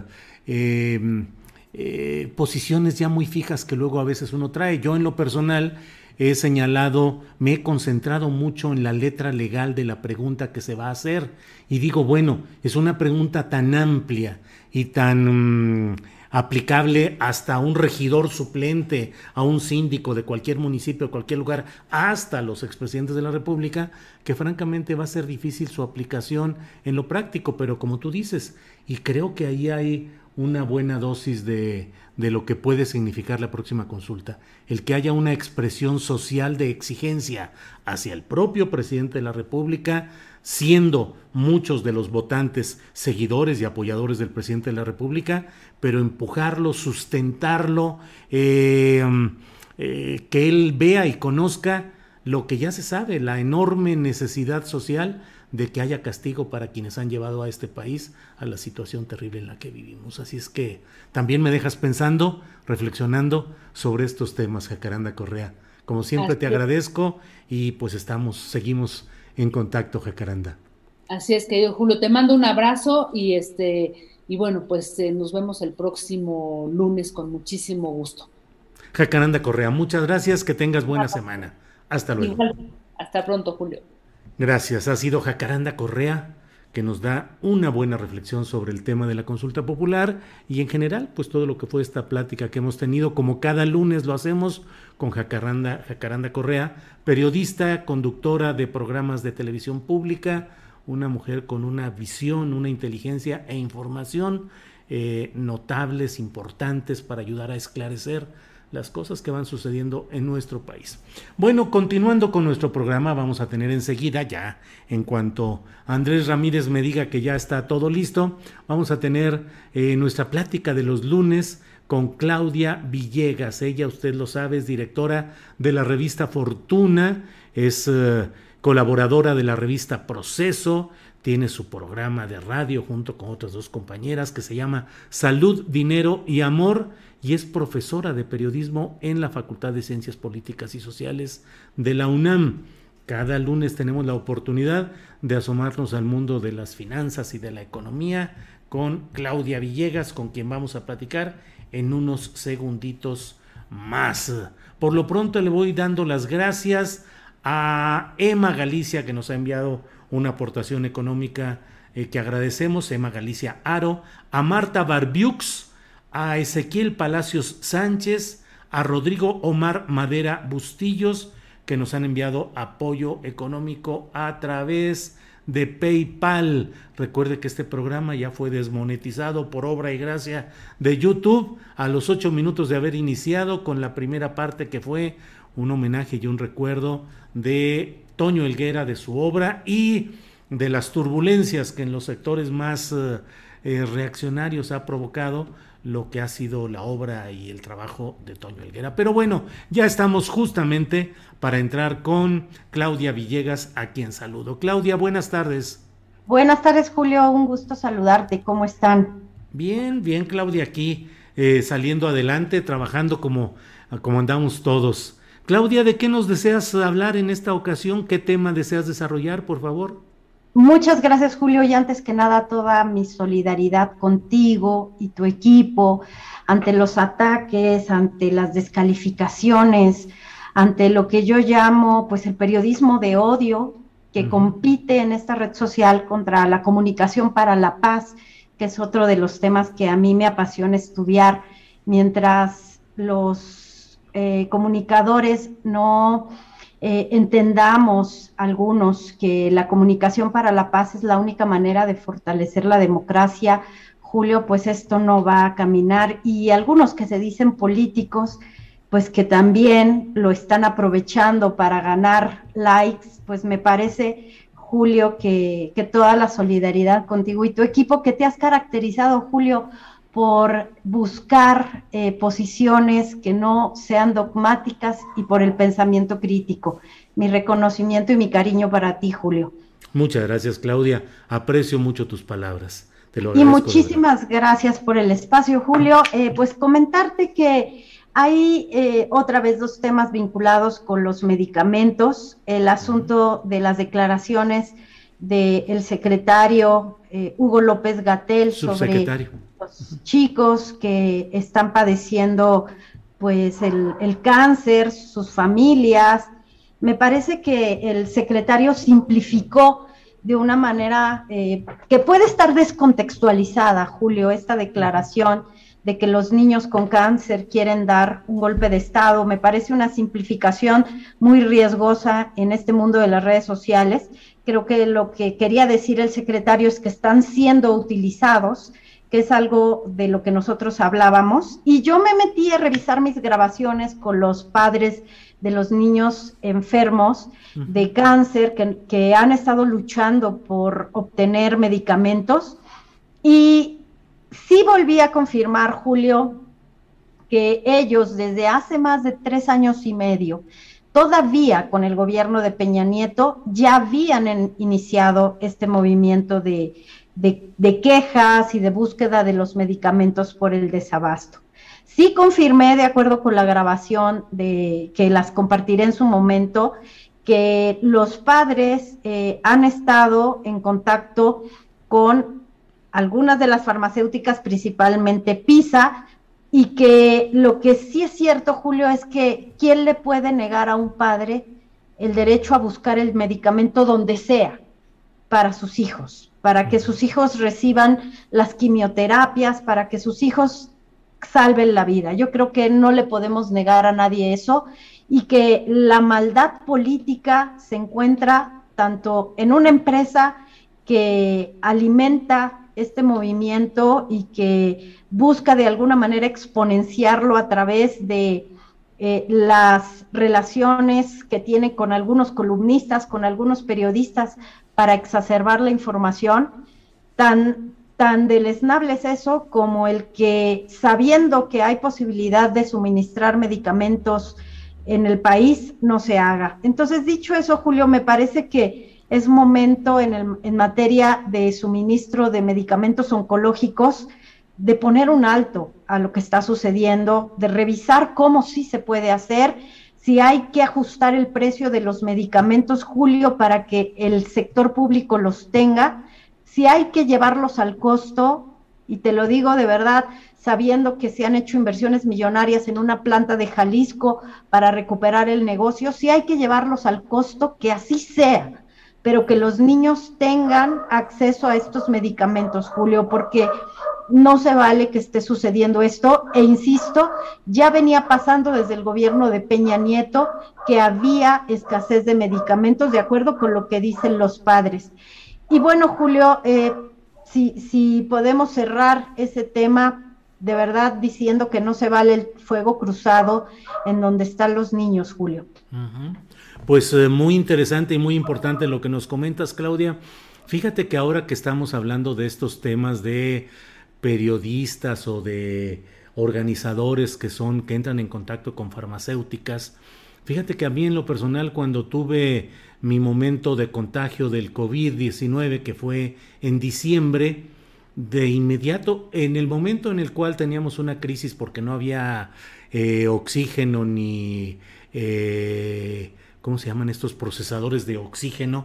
posiciones ya muy fijas que luego a veces uno trae. Yo en lo personal he señalado, me he concentrado mucho en la letra legal de la pregunta que se va a hacer y digo, bueno, es una pregunta tan amplia y tan aplicable hasta a un regidor suplente, a un síndico de cualquier municipio, de cualquier lugar, hasta los expresidentes de la República, que francamente va a ser difícil su aplicación en lo práctico, pero como tú dices, y creo que ahí hay una buena dosis de lo que puede significar la próxima consulta, el que haya una expresión social de exigencia hacia el propio presidente de la República, siendo muchos de los votantes seguidores y apoyadores del presidente de la República, pero empujarlo, sustentarlo, que él vea y conozca lo que ya se sabe, la enorme necesidad social de que haya castigo para quienes han llevado a este país a la situación terrible en la que vivimos. Así es que también me dejas pensando, reflexionando sobre estos temas, Jacaranda Correa. Como siempre te agradezco y pues seguimos en contacto, Jacaranda. Así es, querido Julio, te mando un abrazo y bueno, pues nos vemos el próximo lunes con muchísimo gusto. Jacaranda Correa, muchas gracias, que tengas buena semana. Hasta luego. Hasta pronto, Julio. Gracias, ha sido Jacaranda Correa, que nos da una buena reflexión sobre el tema de la consulta popular y en general, pues todo lo que fue esta plática que hemos tenido, como cada lunes lo hacemos con Jacaranda Correa, periodista, conductora de programas de televisión pública, una mujer con una visión, una inteligencia e información notables, importantes para ayudar a esclarecer las cosas que van sucediendo en nuestro país. Bueno, continuando con nuestro programa, vamos a tener enseguida, ya en cuanto Andrés Ramírez me diga que ya está todo listo, vamos a tener nuestra plática de los lunes con Claudia Villegas. Ella, usted lo sabe, es directora de la revista Fortuna, es colaboradora de la revista Proceso, tiene su programa de radio junto con otras dos compañeras que se llama Salud, Dinero y Amor, y es profesora de periodismo en la Facultad de Ciencias Políticas y Sociales de la UNAM. Cada lunes tenemos la oportunidad de asomarnos al mundo de las finanzas y de la economía con Claudia Villegas, con quien vamos a platicar en unos segunditos más. Por lo pronto le voy dando las gracias a Emma Galicia, que nos ha enviado una aportación económica que agradecemos, Emma Galicia Aro, a Marta Barbiux, a Ezequiel Palacios Sánchez, a Rodrigo Omar Madera Bustillos, que nos han enviado apoyo económico a través de PayPal. Recuerde que este programa ya fue desmonetizado por obra y gracia de YouTube a los 8 minutos de haber iniciado con la primera parte, que fue un homenaje y un recuerdo de Toño Helguera, de su obra y de las turbulencias que en los sectores más reaccionarios ha provocado lo que ha sido la obra y el trabajo de Toño Helguera. Pero bueno, ya estamos justamente para entrar con Claudia Villegas, a quien saludo. Claudia, buenas tardes. Buenas tardes, Julio, un gusto saludarte. ¿Cómo están? Bien, bien, Claudia, aquí saliendo adelante, trabajando como andamos todos. Claudia, ¿de qué nos deseas hablar en esta ocasión? ¿Qué tema deseas desarrollar, por favor? Muchas gracias, Julio, y antes que nada toda mi solidaridad contigo y tu equipo ante los ataques, ante las descalificaciones, ante lo que yo llamo pues el periodismo de odio que compite en esta red social contra la comunicación para la paz, que es otro de los temas que a mí me apasiona estudiar, mientras los comunicadores no entendamos algunos que la comunicación para la paz es la única manera de fortalecer la democracia, Julio, pues esto no va a caminar, y algunos que se dicen políticos, pues que también lo están aprovechando para ganar likes, pues me parece, Julio, que toda la solidaridad contigo y tu equipo, que te has caracterizado, Julio, por buscar posiciones que no sean dogmáticas y por el pensamiento crítico. Mi reconocimiento y mi cariño para ti, Julio. Muchas gracias, Claudia. Aprecio mucho tus palabras. Te lo Y agradezco. muchísimas gracias por el espacio, Julio. Pues comentarte que hay otra vez dos temas vinculados con los medicamentos. El asunto de las declaraciones del secretario Hugo López-Gatell sobre los chicos que están padeciendo pues el cáncer, sus familias. Me parece que el secretario simplificó de una manera que puede estar descontextualizada, Julio, esta declaración de que los niños con cáncer quieren dar un golpe de Estado. Me parece una simplificación muy riesgosa en este mundo de las redes sociales. Creo que lo que quería decir el secretario es que están siendo utilizados, que es algo de lo que nosotros hablábamos. Y yo me metí a revisar mis grabaciones con los padres de los niños enfermos de cáncer que han estado luchando por obtener medicamentos. Y sí volví a confirmar, Julio, que ellos desde hace más de 3 años y medio, todavía con el gobierno de Peña Nieto, ya habían iniciado este movimiento de quejas y de búsqueda de los medicamentos por el desabasto. Sí confirmé, de acuerdo con la grabación que las compartiré en su momento, que los padres han estado en contacto con algunas de las farmacéuticas, principalmente PISA, y que lo que sí es cierto, Julio, es que ¿quién le puede negar a un padre el derecho a buscar el medicamento donde sea para sus hijos, para que sus hijos reciban las quimioterapias, para que sus hijos salven la vida? Yo creo que no le podemos negar a nadie eso, y que la maldad política se encuentra tanto en una empresa que alimenta este movimiento y que busca de alguna manera exponenciarlo a través de las relaciones que tiene con algunos columnistas, con algunos periodistas, para exacerbar la información. Tan deleznable es eso como el que, sabiendo que hay posibilidad de suministrar medicamentos en el país, no se haga. Entonces, dicho eso, Julio, me parece que es momento en materia de suministro de medicamentos oncológicos de poner un alto a lo que está sucediendo, de revisar cómo sí se puede hacer, si hay que ajustar el precio de los medicamentos, Julio, para que el sector público los tenga, si hay que llevarlos al costo, y te lo digo de verdad, sabiendo que se han hecho inversiones millonarias en una planta de Jalisco para recuperar el negocio, si hay que llevarlos al costo, que así sea, pero que los niños tengan acceso a estos medicamentos, Julio, porque no se vale que esté sucediendo esto, e insisto, ya venía pasando desde el gobierno de Peña Nieto que había escasez de medicamentos, de acuerdo con lo que dicen los padres. Y bueno, Julio, si podemos cerrar ese tema, de verdad, diciendo que no se vale el fuego cruzado en donde están los niños, Julio. Pues muy interesante y muy importante lo que nos comentas, Claudia. Fíjate que ahora que estamos hablando de estos temas de periodistas o de organizadores que entran en contacto con farmacéuticas, fíjate que a mí en lo personal, cuando tuve mi momento de contagio del COVID-19, que fue en diciembre, de inmediato, en el momento en el cual teníamos una crisis porque no había oxígeno ni ¿cómo se llaman estos procesadores de oxígeno?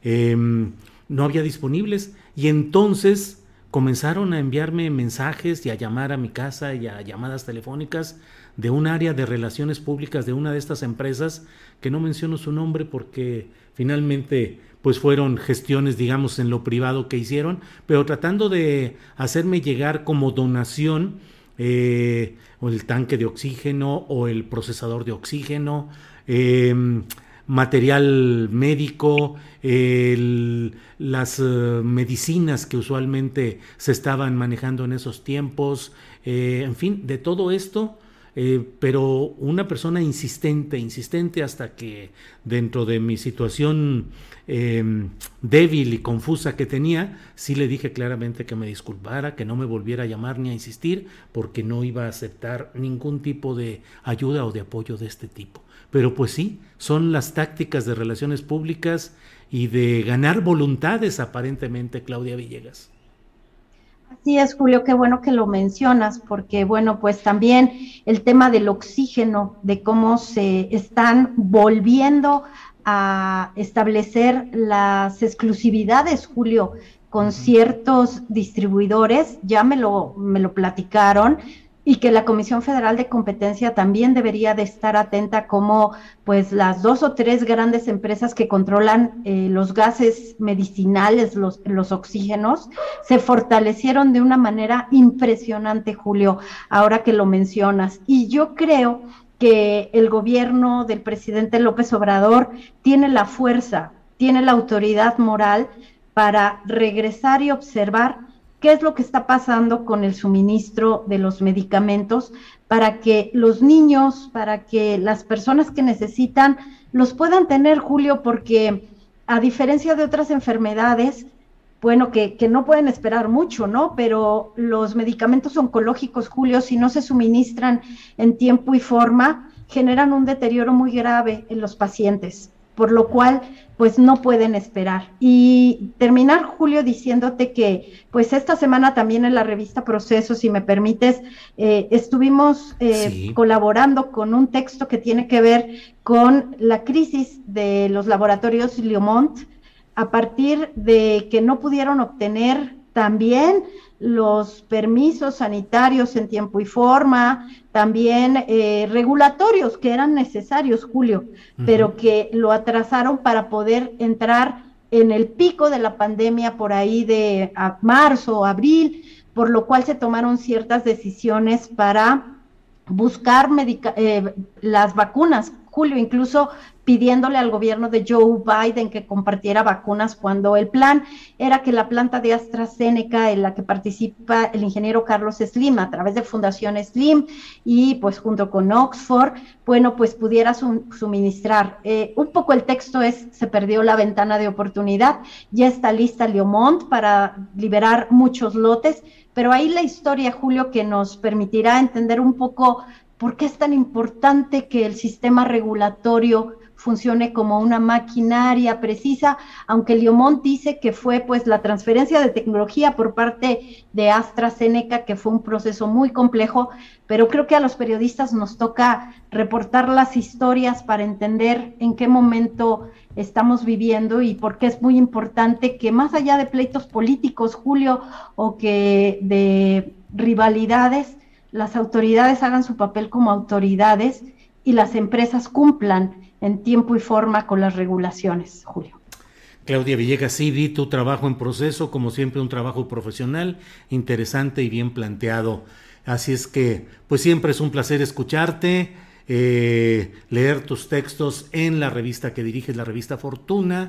No había disponibles, y entonces comenzaron a enviarme mensajes y a llamar a mi casa y a llamadas telefónicas de un área de relaciones públicas de una de estas empresas, que no menciono su nombre porque finalmente pues fueron gestiones, digamos, en lo privado que hicieron, pero tratando de hacerme llegar como donación o el tanque de oxígeno o el procesador de oxígeno, material médico, las medicinas que usualmente se estaban manejando en esos tiempos, en fin, de todo esto pero una persona insistente hasta que dentro de mi situación débil y confusa que tenía, sí le dije claramente que me disculpara, que no me volviera a llamar ni a insistir, porque no iba a aceptar ningún tipo de ayuda o de apoyo de este tipo. Pero pues sí, son las tácticas de relaciones públicas y de ganar voluntades aparentemente, Claudia Villegas. Así es, Julio, qué bueno que lo mencionas, porque bueno, pues también el tema del oxígeno, de cómo se están volviendo a establecer las exclusividades, Julio, con ciertos distribuidores, ya me lo platicaron, y que la Comisión Federal de Competencia también debería de estar atenta como pues las 2 o 3 grandes empresas que controlan los gases medicinales, los oxígenos, se fortalecieron de una manera impresionante, Julio, ahora que lo mencionas. Y yo creo que el gobierno del presidente López Obrador tiene la fuerza, tiene la autoridad moral para regresar y observar qué es lo que está pasando con el suministro de los medicamentos para que los niños, para que las personas que necesitan los puedan tener, Julio, porque a diferencia de otras enfermedades, bueno, que no pueden esperar mucho, ¿no? Pero los medicamentos oncológicos, Julio, si no se suministran en tiempo y forma, generan un deterioro muy grave en los pacientes, por lo cual pues no pueden esperar. Y terminar, Julio, diciéndote que pues esta semana también en la revista Proceso, si me permites, estuvimos colaborando con un texto que tiene que ver con la crisis de los laboratorios Liomont, a partir de que no pudieron obtener también los permisos sanitarios en tiempo y forma, también regulatorios que eran necesarios, Julio, pero que lo atrasaron para poder entrar en el pico de la pandemia por ahí de marzo o abril, por lo cual se tomaron ciertas decisiones para buscar las vacunas, Julio, incluso pidiéndole al gobierno de Joe Biden que compartiera vacunas, cuando el plan era que la planta de AstraZeneca, en la que participa el ingeniero Carlos Slim a través de Fundación Slim y pues junto con Oxford, bueno, pues pudiera suministrar. Un poco el texto se perdió la ventana de oportunidad, ya está lista Liomont para liberar muchos lotes, pero ahí la historia, Julio, que nos permitirá entender un poco por qué es tan importante que el sistema regulatorio funcione como una maquinaria precisa, aunque Liomont dice que fue pues la transferencia de tecnología por parte de AstraZeneca, que fue un proceso muy complejo, pero creo que a los periodistas nos toca reportar las historias para entender en qué momento estamos viviendo y por qué es muy importante que más allá de pleitos políticos, Julio, o que de rivalidades, las autoridades hagan su papel como autoridades y las empresas cumplan en tiempo y forma con las regulaciones, Julio. Claudia Villegas, sí, vi tu trabajo en Proceso, como siempre un trabajo profesional, interesante y bien planteado. Así es que, pues siempre es un placer escucharte, leer tus textos en la revista que diriges, la revista Fortuna,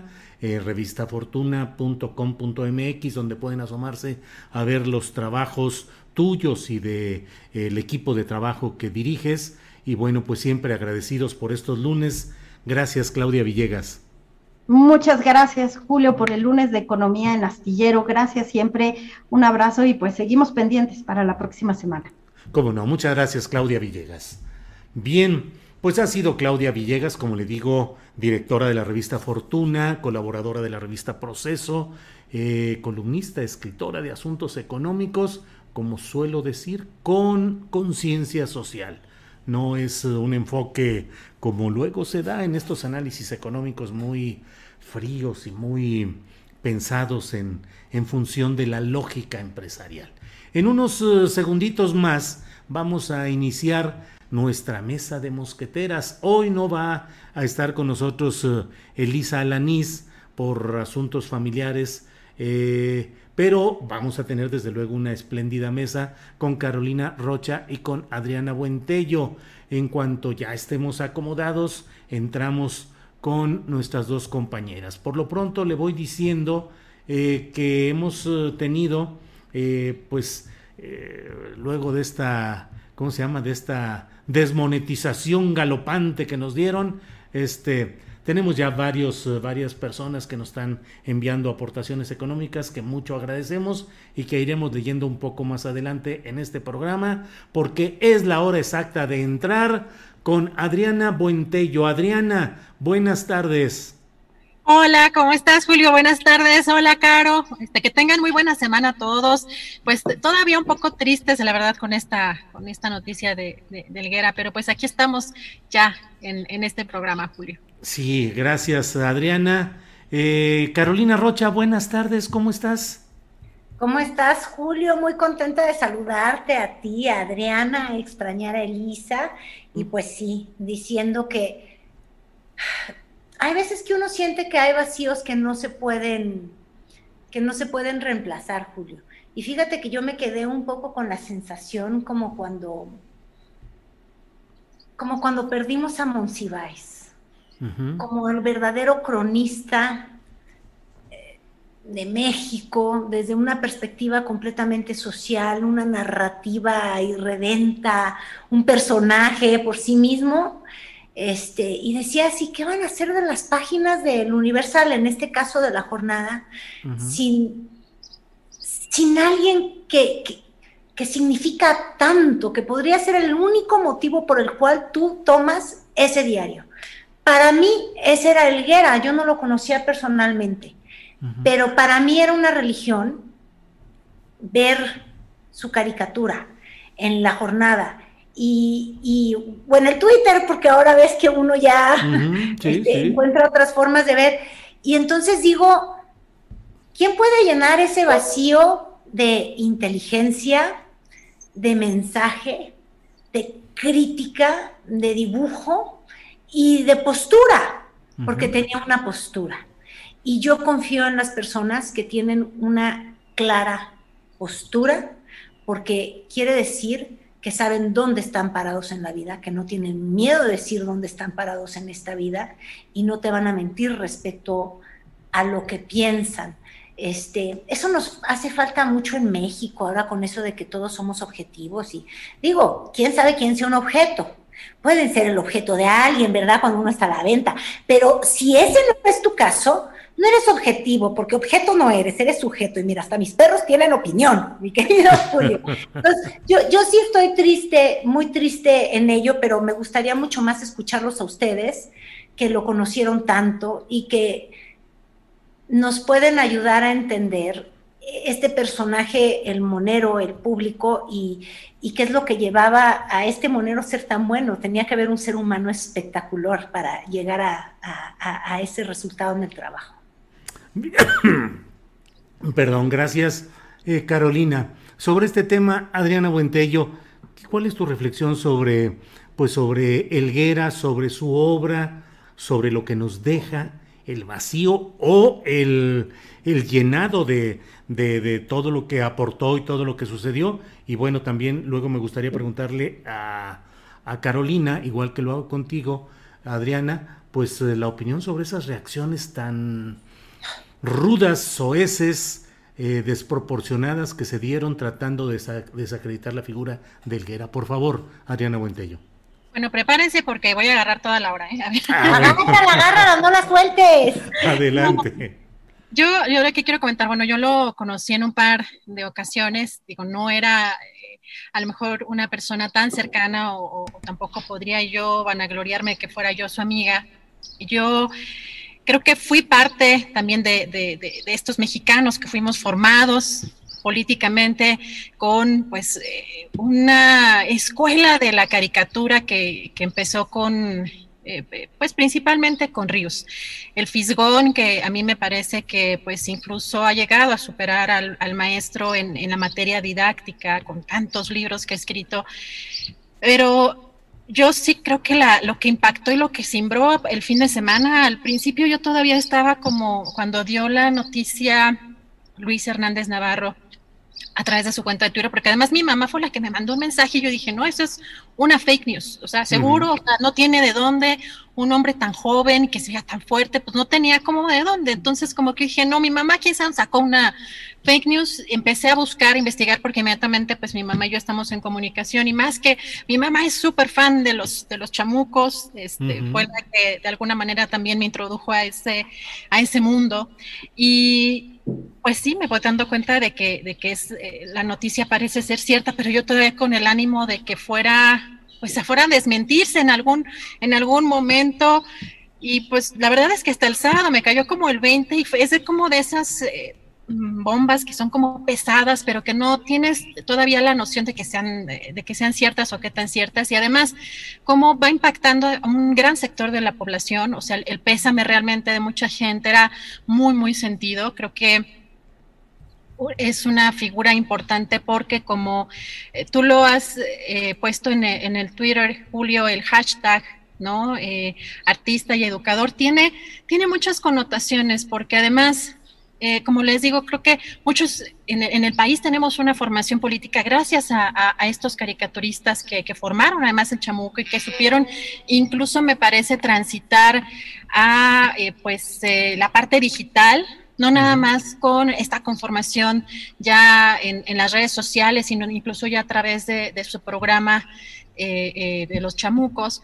revistafortuna.com.mx, donde pueden asomarse a ver los trabajos tuyos y de el equipo de trabajo que diriges. Y bueno, pues siempre agradecidos por estos lunes. Gracias, Claudia Villegas. Muchas gracias, Julio, por el lunes de Economía en Astillero. Gracias siempre, un abrazo y pues seguimos pendientes para la próxima semana. Cómo no, muchas gracias, Claudia Villegas. Bien, pues ha sido Claudia Villegas, como le digo, directora de la revista Fortuna, colaboradora de la revista Proceso, columnista, escritora de asuntos económicos, como suelo decir, con conciencia social. No es un enfoque como luego se da en estos análisis económicos muy fríos y muy pensados en función de la lógica empresarial. En unos segunditos más vamos a iniciar nuestra mesa de mosqueteras. Hoy no va a estar con nosotros Elisa Alanís por asuntos familiares, pero vamos a tener desde luego una espléndida mesa con Carolina Rocha y con Adriana Buentello. En cuanto ya estemos acomodados, entramos con nuestras dos compañeras. Por lo pronto le voy diciendo que hemos tenido, luego de esta ¿cómo se llama? De esta desmonetización galopante que nos dieron. Tenemos ya varias personas que nos están enviando aportaciones económicas que mucho agradecemos y que iremos leyendo un poco más adelante en este programa, porque es la hora exacta de entrar con Adriana Buentello. Adriana, buenas tardes. Hola, ¿cómo estás, Julio? Buenas tardes. Hola, Caro. Que tengan muy buena semana todos. Pues todavía un poco tristes, la verdad, con esta noticia de Helguera, pero pues aquí estamos ya en este programa, Julio. Sí, gracias, Adriana. Carolina Rocha, buenas tardes. ¿Cómo estás? ¿Cómo estás, Julio? Muy contenta de saludarte a ti, a Adriana, a extrañar a Elisa, y pues sí, diciendo que hay veces que uno siente que hay vacíos que no se pueden reemplazar, Julio. Y fíjate que yo me quedé un poco con la sensación como cuando perdimos a Monsiváis, como el verdadero cronista de México, desde una perspectiva completamente social, una narrativa irredenta, un personaje por sí mismo. Y decía así, ¿qué van a hacer de las páginas del Universal, en este caso de La Jornada, sin alguien que significa tanto, que podría ser el único motivo por el cual tú tomas ese diario? Para mí ese era Helguera, yo no lo conocía personalmente, pero para mí era una religión ver su caricatura en La Jornada. Y bueno, el Twitter, porque ahora ves que uno ya encuentra otras formas de ver. Y entonces digo, ¿quién puede llenar ese vacío de inteligencia, de mensaje, de crítica, de dibujo y de postura? Porque tenía una postura. Y yo confío en las personas que tienen una clara postura, porque quiere decir que saben dónde están parados en la vida, que no tienen miedo de decir dónde están parados en esta vida y no te van a mentir respecto a lo que piensan. Eso nos hace falta mucho en México, ahora con eso de que todos somos objetivos y digo, quién sabe quién sea un objeto. Pueden ser el objeto de alguien, ¿verdad? Cuando uno está a la venta, pero si ese no es tu caso, no eres objetivo, porque objeto no eres sujeto. Y mira, hasta mis perros tienen opinión, mi querido Julio. Entonces, yo sí estoy triste, muy triste en ello, pero me gustaría mucho más escucharlos a ustedes, que lo conocieron tanto y que nos pueden ayudar a entender este personaje, el monero, el público, y qué es lo que llevaba a este monero a ser tan bueno. Tenía que haber un ser humano espectacular para llegar a ese resultado en el trabajo. Perdón, gracias, Carolina. Sobre este tema, Adriana Buentello, ¿cuál es tu reflexión sobre Helguera, sobre su obra, sobre lo que nos deja, el vacío o el llenado de todo lo que aportó y todo lo que sucedió? Y bueno, también luego me gustaría preguntarle a Carolina, igual que lo hago contigo, Adriana, pues la opinión sobre esas reacciones tan rudas, soeces, desproporcionadas que se dieron tratando de desacreditar la figura de Helguera. Por favor, Adriana Buentello. Bueno, prepárense porque voy a agarrar toda la hora. Agárrala, no la sueltes. Adelante. Yo lo que quiero comentar, bueno, yo lo conocí en un par de ocasiones, digo, no era a lo mejor una persona tan cercana o tampoco podría yo vanagloriarme de que fuera yo su amiga. Yo creo que fui parte también de estos mexicanos que fuimos formados políticamente con pues una escuela de la caricatura que empezó con pues principalmente con Ríos. El Fisgón, que a mí me parece que pues incluso ha llegado a superar al maestro en la materia didáctica con tantos libros que ha escrito, pero yo sí creo que lo que impactó y lo que cimbró el fin de semana, al principio yo todavía estaba como cuando dio la noticia Luis Hernández Navarro a través de su cuenta de Twitter, porque además mi mamá fue la que me mandó un mensaje y yo dije, no, eso es una fake news, o sea, seguro, o sea, no tiene de dónde un hombre tan joven y que sea tan fuerte, pues no tenía como de dónde. Entonces como que dije, no, mi mamá quizás sacó una fake news, empecé a investigar, porque inmediatamente pues mi mamá y yo estamos en comunicación, y más que mi mamá es súper fan de los chamucos, fue la que de alguna manera también me introdujo a ese mundo, y pues sí, me voy dando cuenta de que la noticia parece ser cierta, pero yo todavía con el ánimo de que fuera a desmentirse en algún momento. Y pues la verdad es que hasta el sábado me cayó como el 20, y es como de esas bombas que son como pesadas, pero que no tienes todavía la noción de que sean ciertas o qué tan ciertas, y además cómo va impactando a un gran sector de la población. O sea, el pésame realmente de mucha gente era muy, muy sentido. Creo que es una figura importante porque, como tú lo has puesto en el Twitter, Julio, el hashtag, ¿no? Artista y educador, tiene muchas connotaciones, porque además, como les digo, creo que muchos en el país tenemos una formación política gracias a estos caricaturistas que formaron además el chamuco, y que supieron, incluso me parece, transitar a la parte digital, no nada más con esta conformación ya en las redes sociales, sino incluso ya a través de su programa de los chamucos.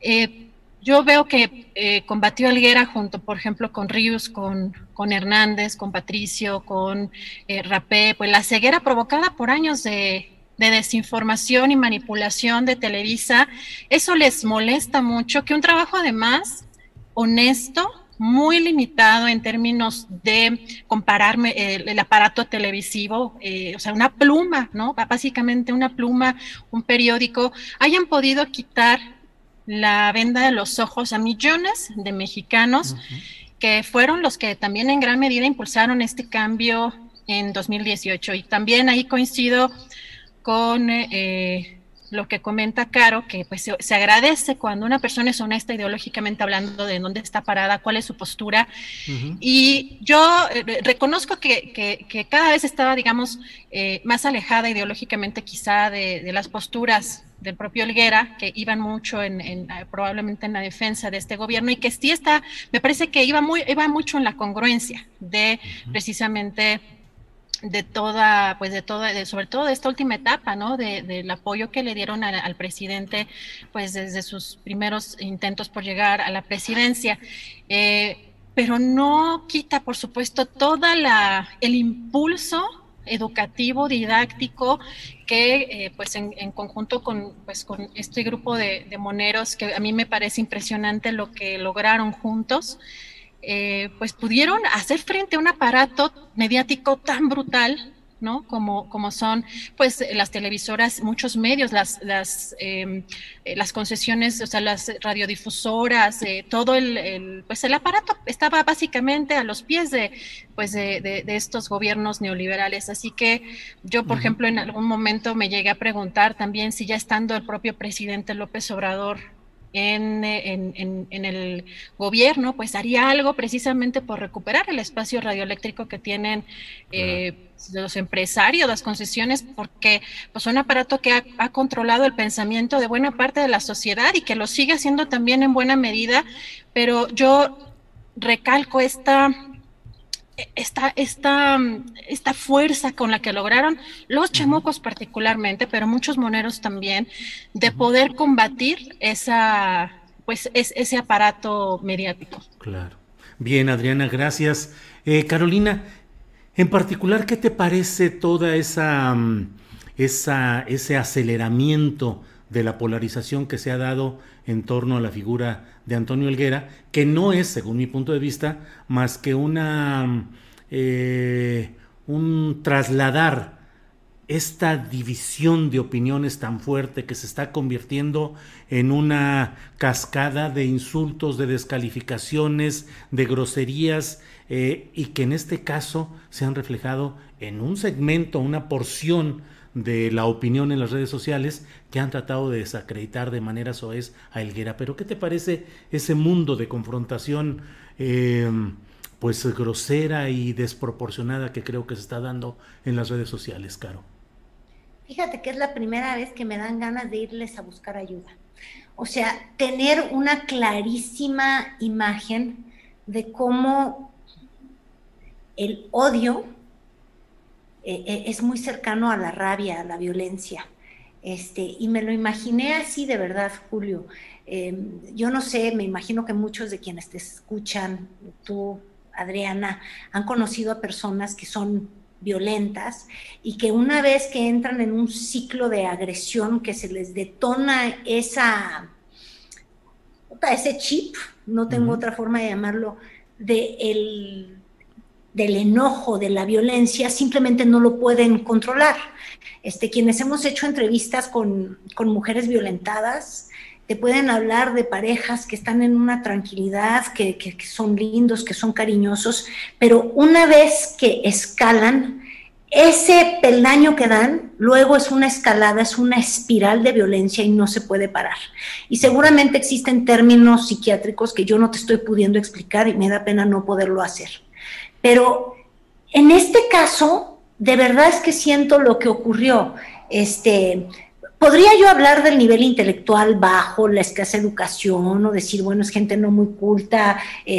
Yo veo que combatió a Helguera junto, por ejemplo, con Ríos, con Hernández, con Patricio, con Rapé, pues la ceguera provocada por años de desinformación y manipulación de Televisa. Eso les molesta mucho, que un trabajo además honesto, muy limitado en términos de compararme el aparato televisivo, o sea, una pluma, ¿no? Básicamente una pluma, un periódico, hayan podido quitar la venda de los ojos a millones de mexicanos, que fueron los que también en gran medida impulsaron este cambio en 2018. Y también ahí coincido con lo que comenta Caro, que pues se agradece cuando una persona es honesta ideológicamente hablando de dónde está parada, cuál es su postura. Y yo reconozco que cada vez estaba, digamos, más alejada ideológicamente quizá de las posturas del propio Helguera, que iban mucho probablemente en la defensa de este gobierno, y que sí me parece que iba mucho en la congruencia de precisamente sobre todo de esta última etapa, ¿no? Del apoyo que le dieron al presidente, pues desde sus primeros intentos por llegar a la presidencia. Pero no quita, por supuesto, el impulso educativo, didáctico, que pues en conjunto con este grupo de moneros, que a mí me parece impresionante lo que lograron juntos, pues pudieron hacer frente a un aparato mediático tan brutal, ¿no? Como son pues las televisoras, muchos medios, las concesiones, o sea, las radiodifusoras, todo el aparato estaba básicamente a los pies de estos gobiernos neoliberales. Así que yo, por ejemplo, en algún momento me llegué a preguntar también si, ya estando el propio presidente López Obrador en el gobierno, pues haría algo precisamente por recuperar el espacio radioeléctrico que tienen los empresarios, las concesiones, porque pues un aparato que ha controlado el pensamiento de buena parte de la sociedad y que lo sigue haciendo también en buena medida. Pero yo recalco esta fuerza con la que lograron los chamucos particularmente, pero muchos moneros también, de poder combatir ese aparato mediático. Claro. Bien, Adriana, gracias. Carolina, en particular, ¿qué te parece toda ese aceleramiento de la polarización que se ha dado en torno a la figura de Antonio Helguera, que no es, según mi punto de vista, más que un trasladar esta división de opiniones tan fuerte que se está convirtiendo en una cascada de insultos, de descalificaciones, de groserías, y que en este caso se han reflejado en un segmento, una porción de la opinión en las redes sociales, que han tratado de desacreditar de manera soez a Helguera. Pero ¿qué te parece ese mundo de confrontación pues grosera y desproporcionada que creo que se está dando en las redes sociales, Caro? Fíjate que es la primera vez que me dan ganas de irles a buscar ayuda. O sea, tener una clarísima imagen de cómo el odio es muy cercano a la rabia, a la violencia. Y me lo imaginé así de verdad, Julio. Yo no sé, me imagino que muchos de quienes te escuchan, tú, Adriana, han conocido a personas que son violentas y que una vez que entran en un ciclo de agresión, que se les detona ese chip, no tengo otra forma de llamarlo, del enojo, de la violencia, simplemente no lo pueden controlar. Quienes hemos hecho entrevistas con mujeres violentadas, te pueden hablar de parejas que están en una tranquilidad, que son lindos, que son cariñosos, pero una vez que escalan, ese peldaño que dan, luego es una escalada, es una espiral de violencia y no se puede parar. Y seguramente existen términos psiquiátricos que yo no te estoy pudiendo explicar y me da pena no poderlo hacer. Pero en este caso, de verdad es que siento lo que ocurrió. Podría yo hablar del nivel intelectual bajo, la escasa educación, o decir, bueno, es gente no muy culta,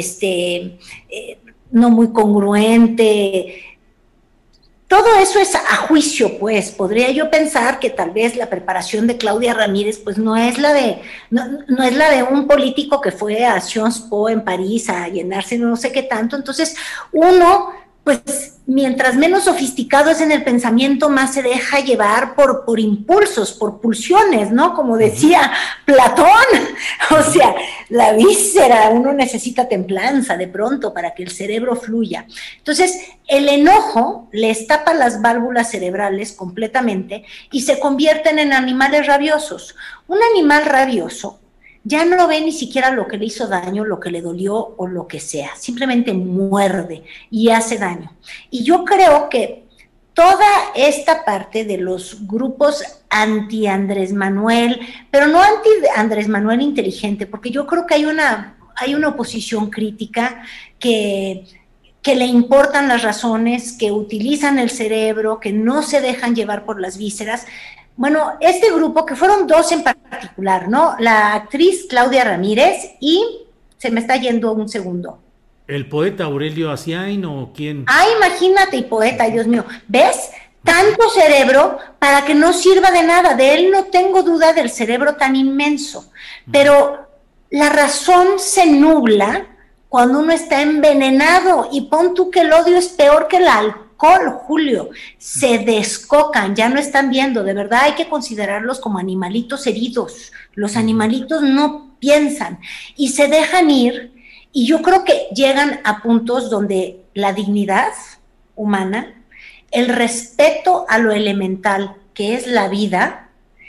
no muy congruente. Todo eso es a juicio, pues. Podría yo pensar que tal vez la preparación de Claudia Ramírez, pues no es la de un político que fue a Sciences Po en París a llenarse no sé qué tanto. Entonces, uno, pues, mientras menos sofisticado es en el pensamiento, más se deja llevar por impulsos, por pulsiones, ¿no? Como decía Platón, o sea, la víscera, uno necesita templanza de pronto para que el cerebro fluya. Entonces, el enojo les tapa las válvulas cerebrales completamente y se convierten en animales rabiosos. Un animal rabioso ya no ve ni siquiera lo que le hizo daño, lo que le dolió o lo que sea, simplemente muerde y hace daño. Y yo creo que toda esta parte de los grupos anti-Andrés Manuel, pero no anti-Andrés Manuel inteligente, porque yo creo que hay una oposición crítica que le importan las razones, que utilizan el cerebro, que no se dejan llevar por las vísceras. Bueno, este grupo, que fueron dos en particular, ¿no? La actriz Claudia Ramírez y, se me está yendo un segundo. ¿El poeta Aurelio Asiain o quién? Ah, imagínate, y poeta, Dios mío. ¿Ves? Tanto cerebro para que no sirva de nada. De él no tengo duda, del cerebro tan inmenso. Pero la razón se nubla cuando uno está envenenado. Y pon tú que el odio es peor que el alcohol, Julio. Se descocan, ya no están viendo. De verdad hay que considerarlos como animalitos heridos. Los animalitos no piensan y se dejan ir, y yo creo que llegan a puntos donde la dignidad humana, el respeto a lo elemental que es la vida,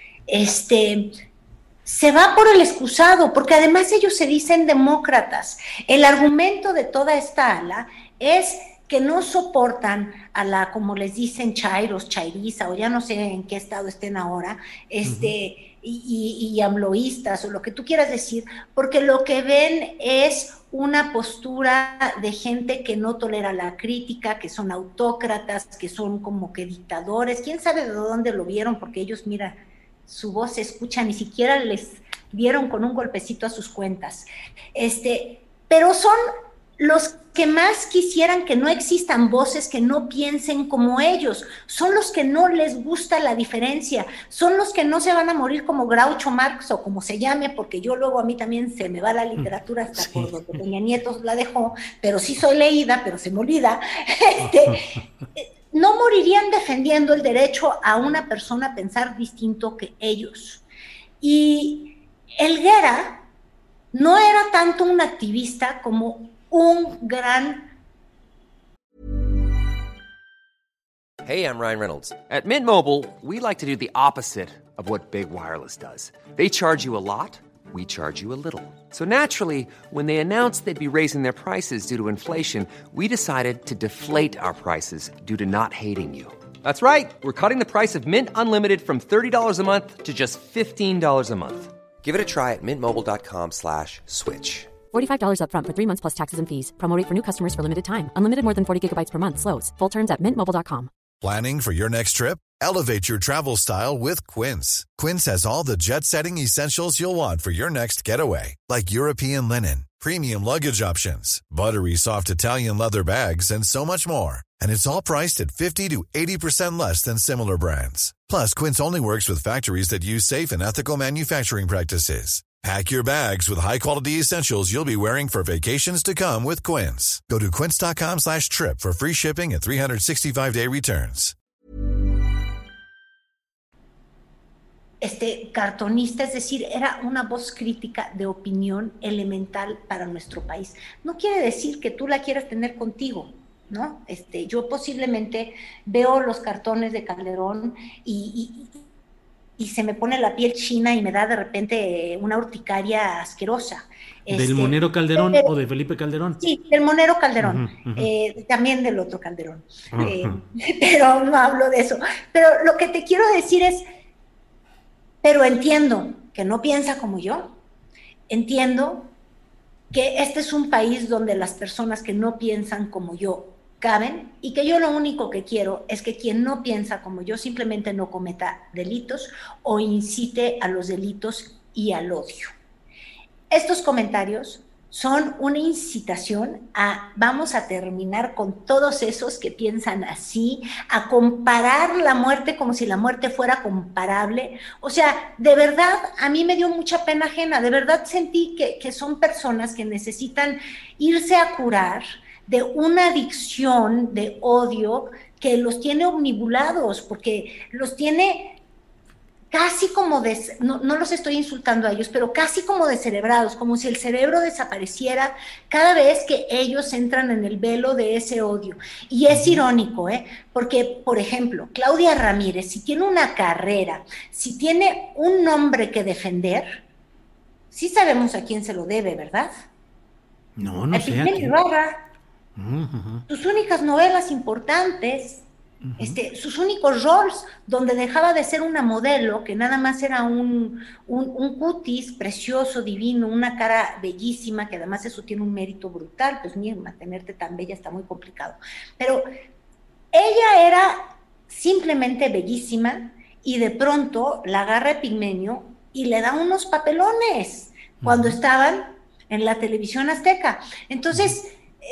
se va por el excusado, porque además ellos se dicen demócratas. El argumento de toda esta ala es que no soportan a la, como les dicen, chairos, chairiza, o ya no sé en qué estado estén ahora, y amloístas, o lo que tú quieras decir, porque lo que ven es una postura de gente que no tolera la crítica, que son autócratas, que son como que dictadores. ¿Quién sabe de dónde lo vieron? Porque ellos, mira, su voz se escucha, ni siquiera les dieron con un golpecito a sus cuentas. Pero son los que más quisieran que no existan voces que no piensen como ellos, son los que no les gusta la diferencia, son los que no se van a morir como Groucho Marx o como se llame, porque yo luego a mí también se me va la literatura hasta por lo que Peña Nieto la dejó, pero sí soy leída, pero se me olvida. No morirían defendiendo el derecho a una persona a pensar distinto que ellos. Y Helguera no era tanto un activista como un gran... Hey, I'm Ryan Reynolds. At Mint Mobile, we like to do the opposite of what Big Wireless does. They charge you a lot, we charge you a little. So naturally, when they announced they'd be raising their prices due to inflation, we decided to deflate our prices due to not hating you. That's right. We're cutting the price of Mint Unlimited from $30 a month to just $15 a month. Give it a try at mintmobile.com/switch. $45 up front for 3 months plus taxes and fees. Promo rate for new customers for limited time. Unlimited more than 40 gigabytes per month. Slows full terms at mintmobile.com. Planning for your next trip? Elevate your travel style with Quince. Quince has all the jet-setting essentials you'll want for your next getaway, like European linen, premium luggage options, buttery soft Italian leather bags, and so much more. And it's all priced at 50 to 80% less than similar brands. Plus, Quince only works with factories that use safe and ethical manufacturing practices. Pack your bags with high-quality essentials you'll be wearing for vacations to come with Quince. Go to quince.com/trip for free shipping and 365-day returns. Cartonista, es decir, era una voz crítica de opinión elemental para nuestro país. No quiere decir que tú la quieras tener contigo, ¿no? Yo posiblemente veo los cartones de Calderón y se me pone la piel china y me da de repente una urticaria asquerosa. ¿Del Monero Calderón o de Felipe Calderón? Sí, del Monero Calderón, también del otro Calderón, pero no hablo de eso. Pero lo que te quiero decir es, pero entiendo que no piensa como yo, entiendo que este es un país donde las personas que no piensan como yo caben, y que yo lo único que quiero es que quien no piensa como yo simplemente no cometa delitos o incite a los delitos y al odio. Estos comentarios son una incitación a vamos a terminar con todos esos que piensan así, a comparar la muerte como si la muerte fuera comparable. O sea, de verdad, a mí me dio mucha pena ajena, de verdad sentí que son personas que necesitan irse a curar de una adicción de odio que los tiene omnibulados, porque los tiene casi como no los estoy insultando a ellos, pero casi como descerebrados, como si el cerebro desapareciera cada vez que ellos entran en el velo de ese odio. Y es irónico, porque, por ejemplo, Claudia Ramírez, si tiene una carrera, si tiene un nombre que defender, sí sabemos a quién se lo debe, ¿verdad? No sé a quién. Sus únicas novelas importantes, sus únicos roles, donde dejaba de ser una modelo, que nada más era un cutis precioso, divino, una cara bellísima, que además eso tiene un mérito brutal, pues mira, mantenerte tan bella está muy complicado. Pero ella era simplemente bellísima y de pronto la agarra Epigmenio y le da unos papelones cuando estaban en la televisión azteca. Entonces,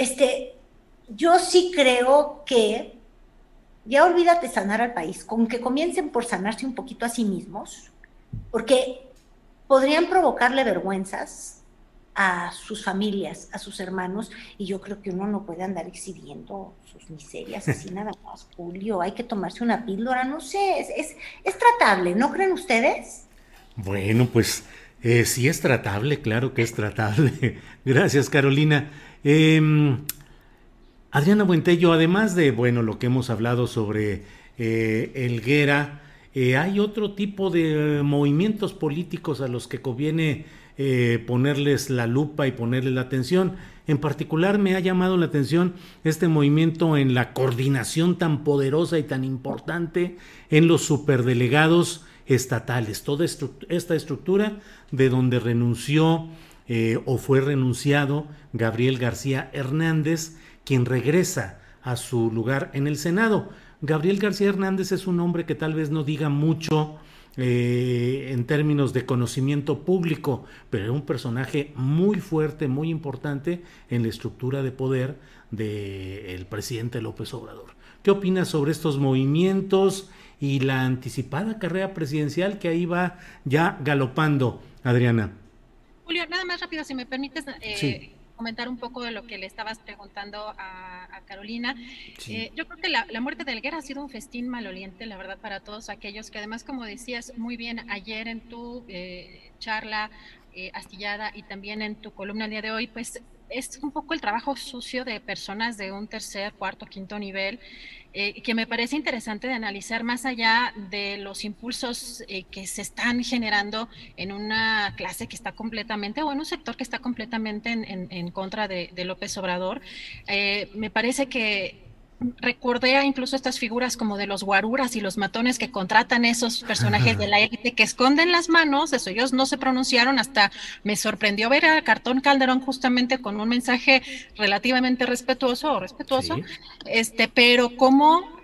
yo sí creo que ya olvídate sanar al país, con que comiencen por sanarse un poquito a sí mismos, porque podrían provocarle vergüenzas a sus familias, a sus hermanos, y yo creo que uno no puede andar exhibiendo sus miserias así nada más, Julio. Hay que tomarse una píldora, no sé, es tratable, ¿no creen ustedes? Bueno, pues sí es tratable, claro que es tratable. Gracias, Carolina. Adriana Buentello, además de, lo que hemos hablado sobre Helguera, hay otro tipo de movimientos políticos a los que conviene ponerles la lupa y ponerles la atención. En particular me ha llamado la atención este movimiento en la coordinación tan poderosa y tan importante en los superdelegados estatales, toda esta estructura de donde renunció o fue renunciado Gabriel García Hernández, quien regresa a su lugar en el Senado. Gabriel García Hernández es un hombre que tal vez no diga mucho en términos de conocimiento público, pero es un personaje muy fuerte, muy importante en la estructura de poder del presidente López Obrador. ¿Qué opinas sobre estos movimientos y la anticipada carrera presidencial que ahí va ya galopando, Adriana? Julio, nada más rápido, si me permites sí. Comentar un poco de lo que le estabas preguntando a Carolina. Sí. Yo creo que la muerte de Helguera ha sido un festín maloliente, la verdad, para todos aquellos que además, como decías muy bien ayer en tu charla astillada y también en tu columna el día de hoy, pues es un poco el trabajo sucio de personas de un tercer, cuarto, quinto nivel, que me parece interesante de analizar más allá de los impulsos que se están generando en una clase que está completamente, o en un sector que está completamente en contra de López Obrador. Me parece que recordé incluso estas figuras como de los guaruras y los matones que contratan esos personajes de la élite que esconden las manos, eso ellos no se pronunciaron, hasta me sorprendió ver a Cartón Calderón justamente con un mensaje relativamente respetuoso, sí. pero cómo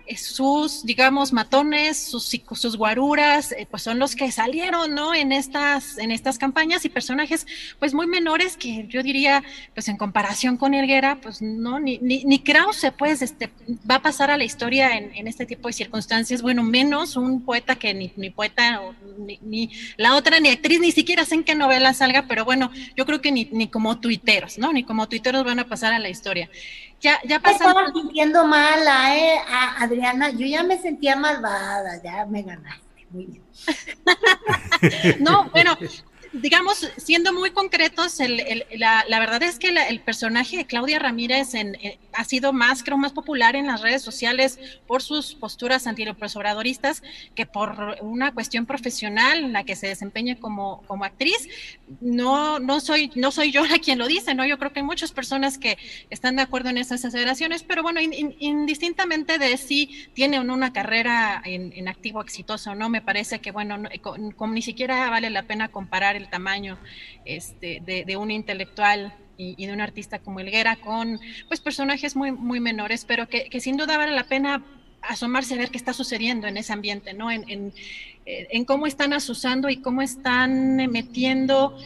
sus, digamos, matones, sus guaruras, pues son los que salieron, ¿no? En estas campañas, y personajes pues muy menores que yo diría, pues en comparación con Helguera, pues no, ni Krause, pues va a pasar a la historia en este tipo de circunstancias, bueno, menos un poeta que ni poeta, o ni la otra, ni actriz, ni siquiera sé en qué novela salga, pero bueno, yo creo que ni como tuiteros, ¿no? Ni como tuiteros van a pasar a la historia. Ya pasando. Estaba sintiendo mala, Adriana, yo ya me sentía malvada, ya me ganaste, muy bien. No, bueno, digamos, siendo muy concretos, la verdad es que el personaje de Claudia Ramírez ha sido más popular en las redes sociales por sus posturas antiobservadoristas que por una cuestión profesional en la que se desempeña como actriz. No soy yo la quien lo dice, ¿no? Yo creo que hay muchas personas que están de acuerdo en esas aseveraciones, pero bueno, indistintamente de si tiene o no una carrera en activo exitosa o no, me parece que, bueno, como ni siquiera vale la pena comparar el tamaño de un intelectual y de un artista como Helguera con pues personajes muy menores, pero que sin duda vale la pena asomarse a ver qué está sucediendo en ese ambiente, ¿no? En cómo están asusando y cómo están metiendo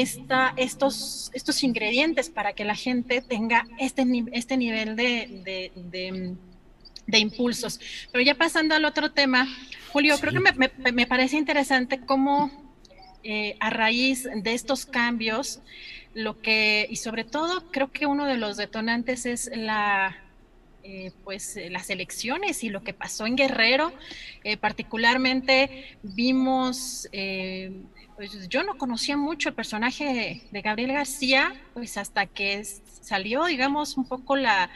estos ingredientes para que la gente tenga este nivel de impulsos. Pero ya pasando al otro tema, Julio, creo que me parece interesante cómo a raíz de estos cambios, y sobre todo creo que uno de los detonantes es las elecciones y lo que pasó en Guerrero. Particularmente vimos, pues yo no conocía mucho el personaje de Gabriel García, pues hasta que salió, digamos, un poco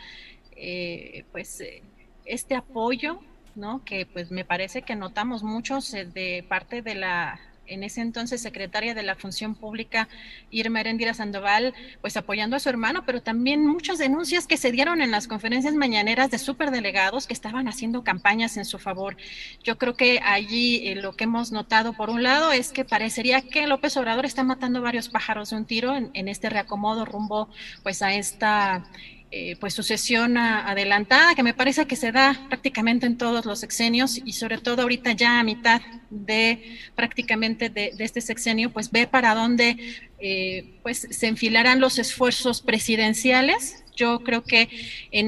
este apoyo, ¿no? Que pues me parece que notamos muchos de parte de en ese entonces secretaria de la Función Pública, Irma Heréndira Sandoval, pues apoyando a su hermano, pero también muchas denuncias que se dieron en las conferencias mañaneras de superdelegados que estaban haciendo campañas en su favor. Yo creo que allí lo que hemos notado, por un lado, es que parecería que López Obrador está matando varios pájaros de un tiro en este reacomodo rumbo pues a esta sucesión adelantada, que me parece que se da prácticamente en todos los sexenios, y sobre todo ahorita ya a mitad prácticamente de este sexenio, pues ve para dónde pues se enfilarán los esfuerzos presidenciales. Yo creo que en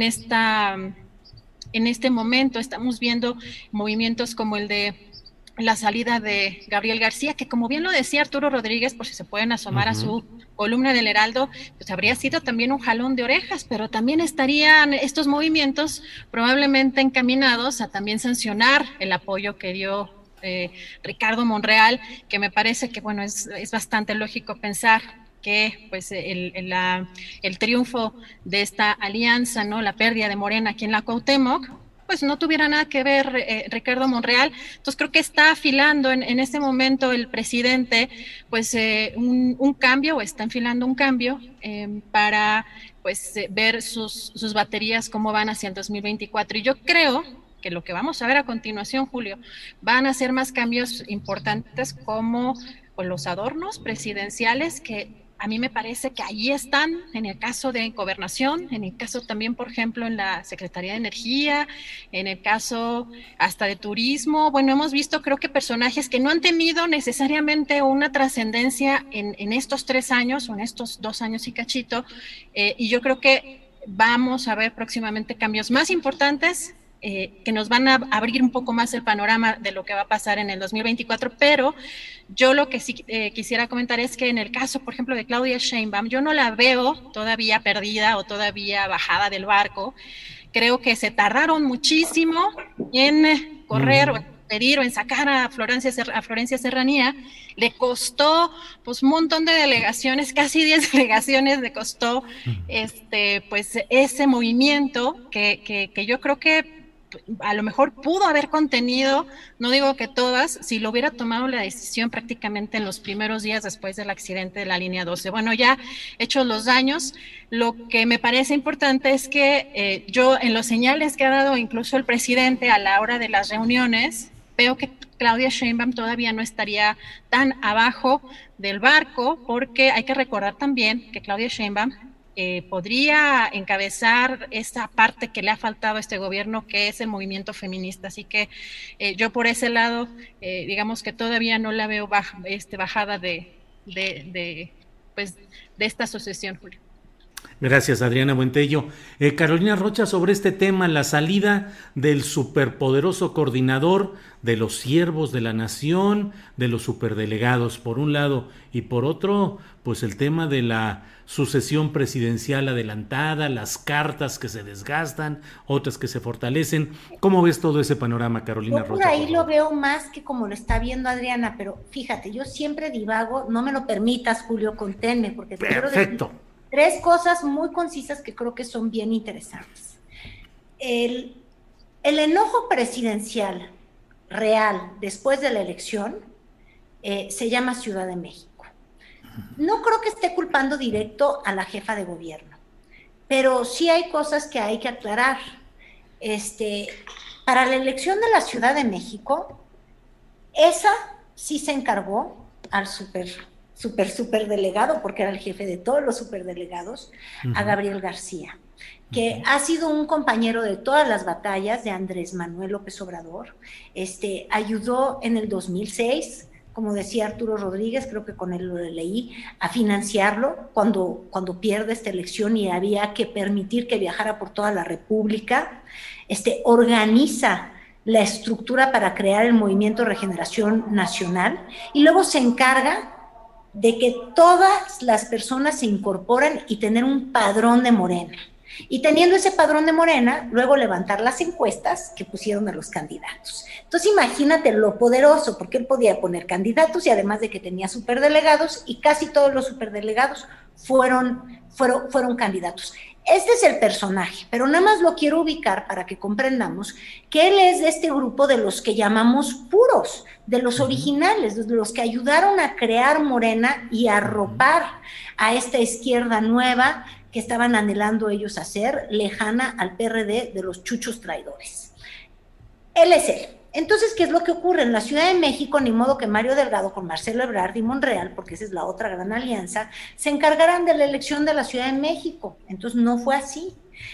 este momento estamos viendo movimientos como el de la salida de Gabriel García, que como bien lo decía Arturo Rodríguez, por si se pueden asomar a su columna del Heraldo, pues habría sido también un jalón de orejas, pero también estarían estos movimientos probablemente encaminados a también sancionar el apoyo que dio Ricardo Monreal, que me parece que, bueno, es bastante lógico pensar que pues el triunfo de esta alianza, ¿no? La pérdida de Morena aquí en la Cuauhtémoc, pues no tuviera nada que ver Ricardo Monreal. Entonces creo que está afilando en este momento el presidente pues un cambio, o está enfilando un cambio para pues ver sus baterías cómo van hacia el 2024. Y yo creo que lo que vamos a ver a continuación, Julio, van a ser más cambios importantes como pues, los adornos presidenciales, que a mí me parece que ahí están, en el caso de Gobernación, en el caso también, por ejemplo, en la Secretaría de Energía, en el caso hasta de Turismo. Bueno, hemos visto, creo que personajes que no han tenido necesariamente una trascendencia en estos 3 años, o en estos 2 años y cachito, y yo creo que vamos a ver próximamente cambios más importantes, que nos van a abrir un poco más el panorama de lo que va a pasar en el 2024, pero yo lo que sí quisiera comentar es que en el caso, por ejemplo, de Claudia Sheinbaum, yo no la veo todavía perdida o todavía bajada del barco. Creo que se tardaron muchísimo en correr o pedir o en sacar a Florencia Serranía. Le costó pues un montón de delegaciones, casi 10 delegaciones le costó pues ese movimiento que yo creo que a lo mejor pudo haber contenido, no digo que todas, si lo hubiera tomado la decisión prácticamente en los primeros días después del accidente de la línea 12. Bueno, ya hechos los daños, lo que me parece importante es que yo en los señales que ha dado incluso el presidente a la hora de las reuniones, veo que Claudia Sheinbaum todavía no estaría tan abajo del barco, porque hay que recordar también que Claudia Sheinbaum podría encabezar esta parte que le ha faltado a este gobierno, que es el movimiento feminista. Así que yo por ese lado, digamos que todavía no la veo bajada de esta asociación, Julio. Gracias, Adriana Buentello. Carolina Rocha, sobre este tema, la salida del superpoderoso coordinador de los siervos de la nación, de los superdelegados, por un lado, y por otro, pues el tema de la sucesión presidencial adelantada, las cartas que se desgastan, otras que se fortalecen. ¿Cómo ves todo ese panorama, Carolina Rocha? Por ahí lo veo más que como lo está viendo Adriana, pero fíjate, yo siempre divago, no me lo permitas, Julio, conténme, porque te quiero decir 3 cosas muy concisas que creo que son bien interesantes. El enojo presidencial real después de la elección se llama Ciudad de México. No creo que esté culpando directo a la jefa de gobierno, pero sí hay cosas que hay que aclarar. Para la elección de la Ciudad de México, esa sí se encargó al superdelegado, porque era el jefe de todos los superdelegados, a Gabriel García, que ha sido un compañero de todas las batallas de Andrés Manuel López Obrador. Ayudó en el 2006, como decía Arturo Rodríguez, creo que con él lo leí, a financiarlo cuando pierde esta elección y había que permitir que viajara por toda la República. Organiza la estructura para crear el Movimiento Regeneración Nacional y luego se encarga de que todas las personas se incorporan y tener un padrón de Morena. Y teniendo ese padrón de Morena, luego levantar las encuestas que pusieron a los candidatos. Entonces imagínate lo poderoso, porque él podía poner candidatos y además de que tenía superdelegados, y casi todos los superdelegados fueron candidatos. Este es el personaje, pero nada más lo quiero ubicar para que comprendamos que él es de este grupo de los que llamamos puros, de los originales, de los que ayudaron a crear Morena y a arropar a esta izquierda nueva que estaban anhelando ellos hacer, lejana al PRD de los chuchos traidores. Él es él. Entonces, ¿qué es lo que ocurre? En la Ciudad de México, ni modo que Mario Delgado con Marcelo Ebrard y Monreal, porque esa es la otra gran alianza, se encargarán de la elección de la Ciudad de México. Entonces, no fue así.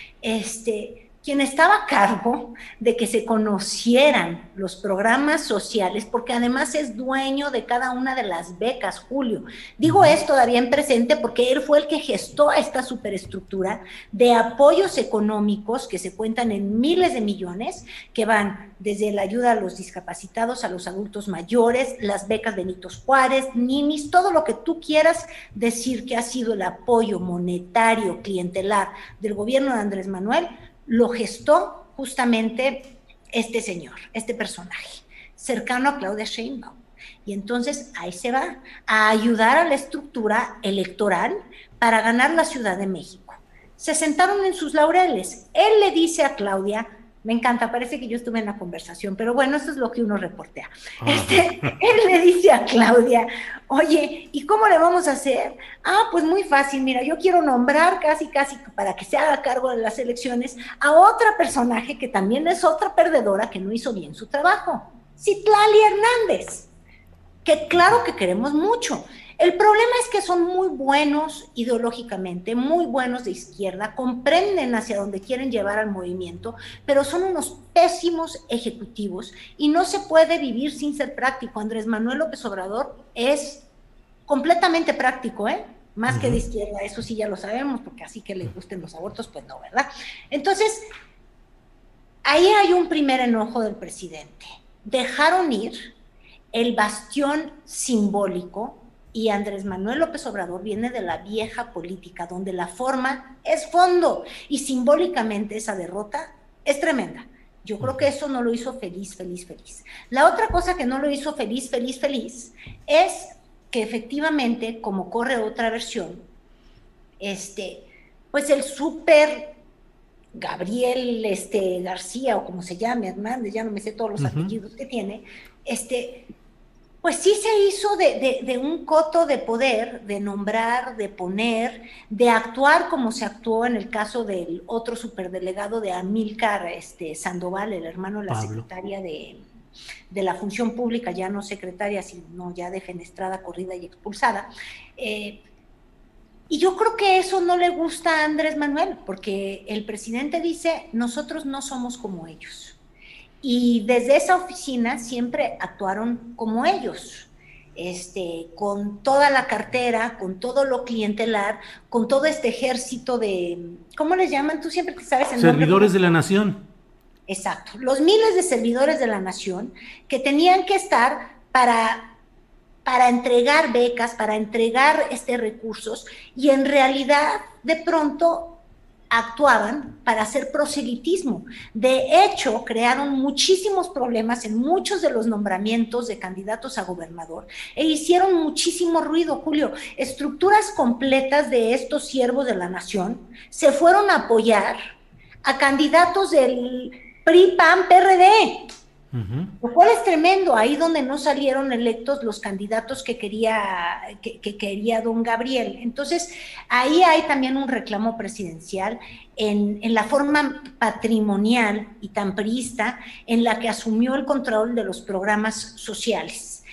Quien estaba a cargo de que se conocieran los programas sociales, porque además es dueño de cada una de las becas, Julio. Digo esto todavía en presente porque él fue el que gestó a esta superestructura de apoyos económicos que se cuentan en miles de millones, que van desde la ayuda a los discapacitados, a los adultos mayores, las becas Benito Juárez, ninis, todo lo que tú quieras decir que ha sido el apoyo monetario, clientelar del gobierno de Andrés Manuel, lo gestó justamente este señor, este personaje, cercano a Claudia Sheinbaum. Y entonces ahí se va a ayudar a la estructura electoral para ganar la Ciudad de México. Se sentaron en sus laureles. Él le dice a Claudia, me encanta, parece que yo estuve en la conversación, pero bueno, eso es lo que uno reportea. Él le dice a Claudia, oye, ¿y cómo le vamos a hacer? Pues muy fácil, mira, yo quiero nombrar casi para que se haga cargo de las elecciones a otra personaje que también es otra perdedora que no hizo bien su trabajo, Citlali Hernández, que claro que queremos mucho. El problema es que son muy buenos ideológicamente, muy buenos de izquierda, comprenden hacia dónde quieren llevar al movimiento, pero son unos pésimos ejecutivos y no se puede vivir sin ser práctico. Andrés Manuel López Obrador es completamente práctico, más que de izquierda, eso sí ya lo sabemos, porque así que le gusten los abortos, pues no, ¿verdad? Entonces, ahí hay un primer enojo del presidente. Dejaron ir el bastión simbólico. Y Andrés Manuel López Obrador viene de la vieja política, donde la forma es fondo, y simbólicamente esa derrota es tremenda. Yo creo que eso no lo hizo feliz. La otra cosa que no lo hizo feliz es que efectivamente, como corre otra versión, pues el super Gabriel García, o como se llame, Hernández, ya no me sé todos los apellidos que tiene, pues sí se hizo de un coto de poder, de nombrar, de poner, de actuar como se actuó en el caso del otro superdelegado de Amílcar Sandoval, el hermano de la secretaria de la Función Pública, ya no secretaria, sino ya defenestrada, corrida y expulsada. Y Y yo creo que eso no le gusta a Andrés Manuel, porque el presidente dice, nosotros no somos como ellos. Y desde esa oficina siempre actuaron como ellos, con toda la cartera, con todo lo clientelar, con todo este ejército de, ¿cómo les llaman? Tú siempre te sabes el nombre. Servidores de la nación. Exacto, los miles de servidores de la nación que tenían que estar para entregar becas, para entregar recursos, y en realidad de pronto actuaban para hacer proselitismo. De hecho, crearon muchísimos problemas en muchos de los nombramientos de candidatos a gobernador e hicieron muchísimo ruido, Julio. Estructuras completas de estos siervos de la nación se fueron a apoyar a candidatos del PRI, PAN, PRD. Lo cual es tremendo, ahí donde no salieron electos los candidatos que quería don Gabriel. Entonces, ahí hay también un reclamo presidencial en la forma patrimonial y tan priista en la que asumió el control de los programas sociales.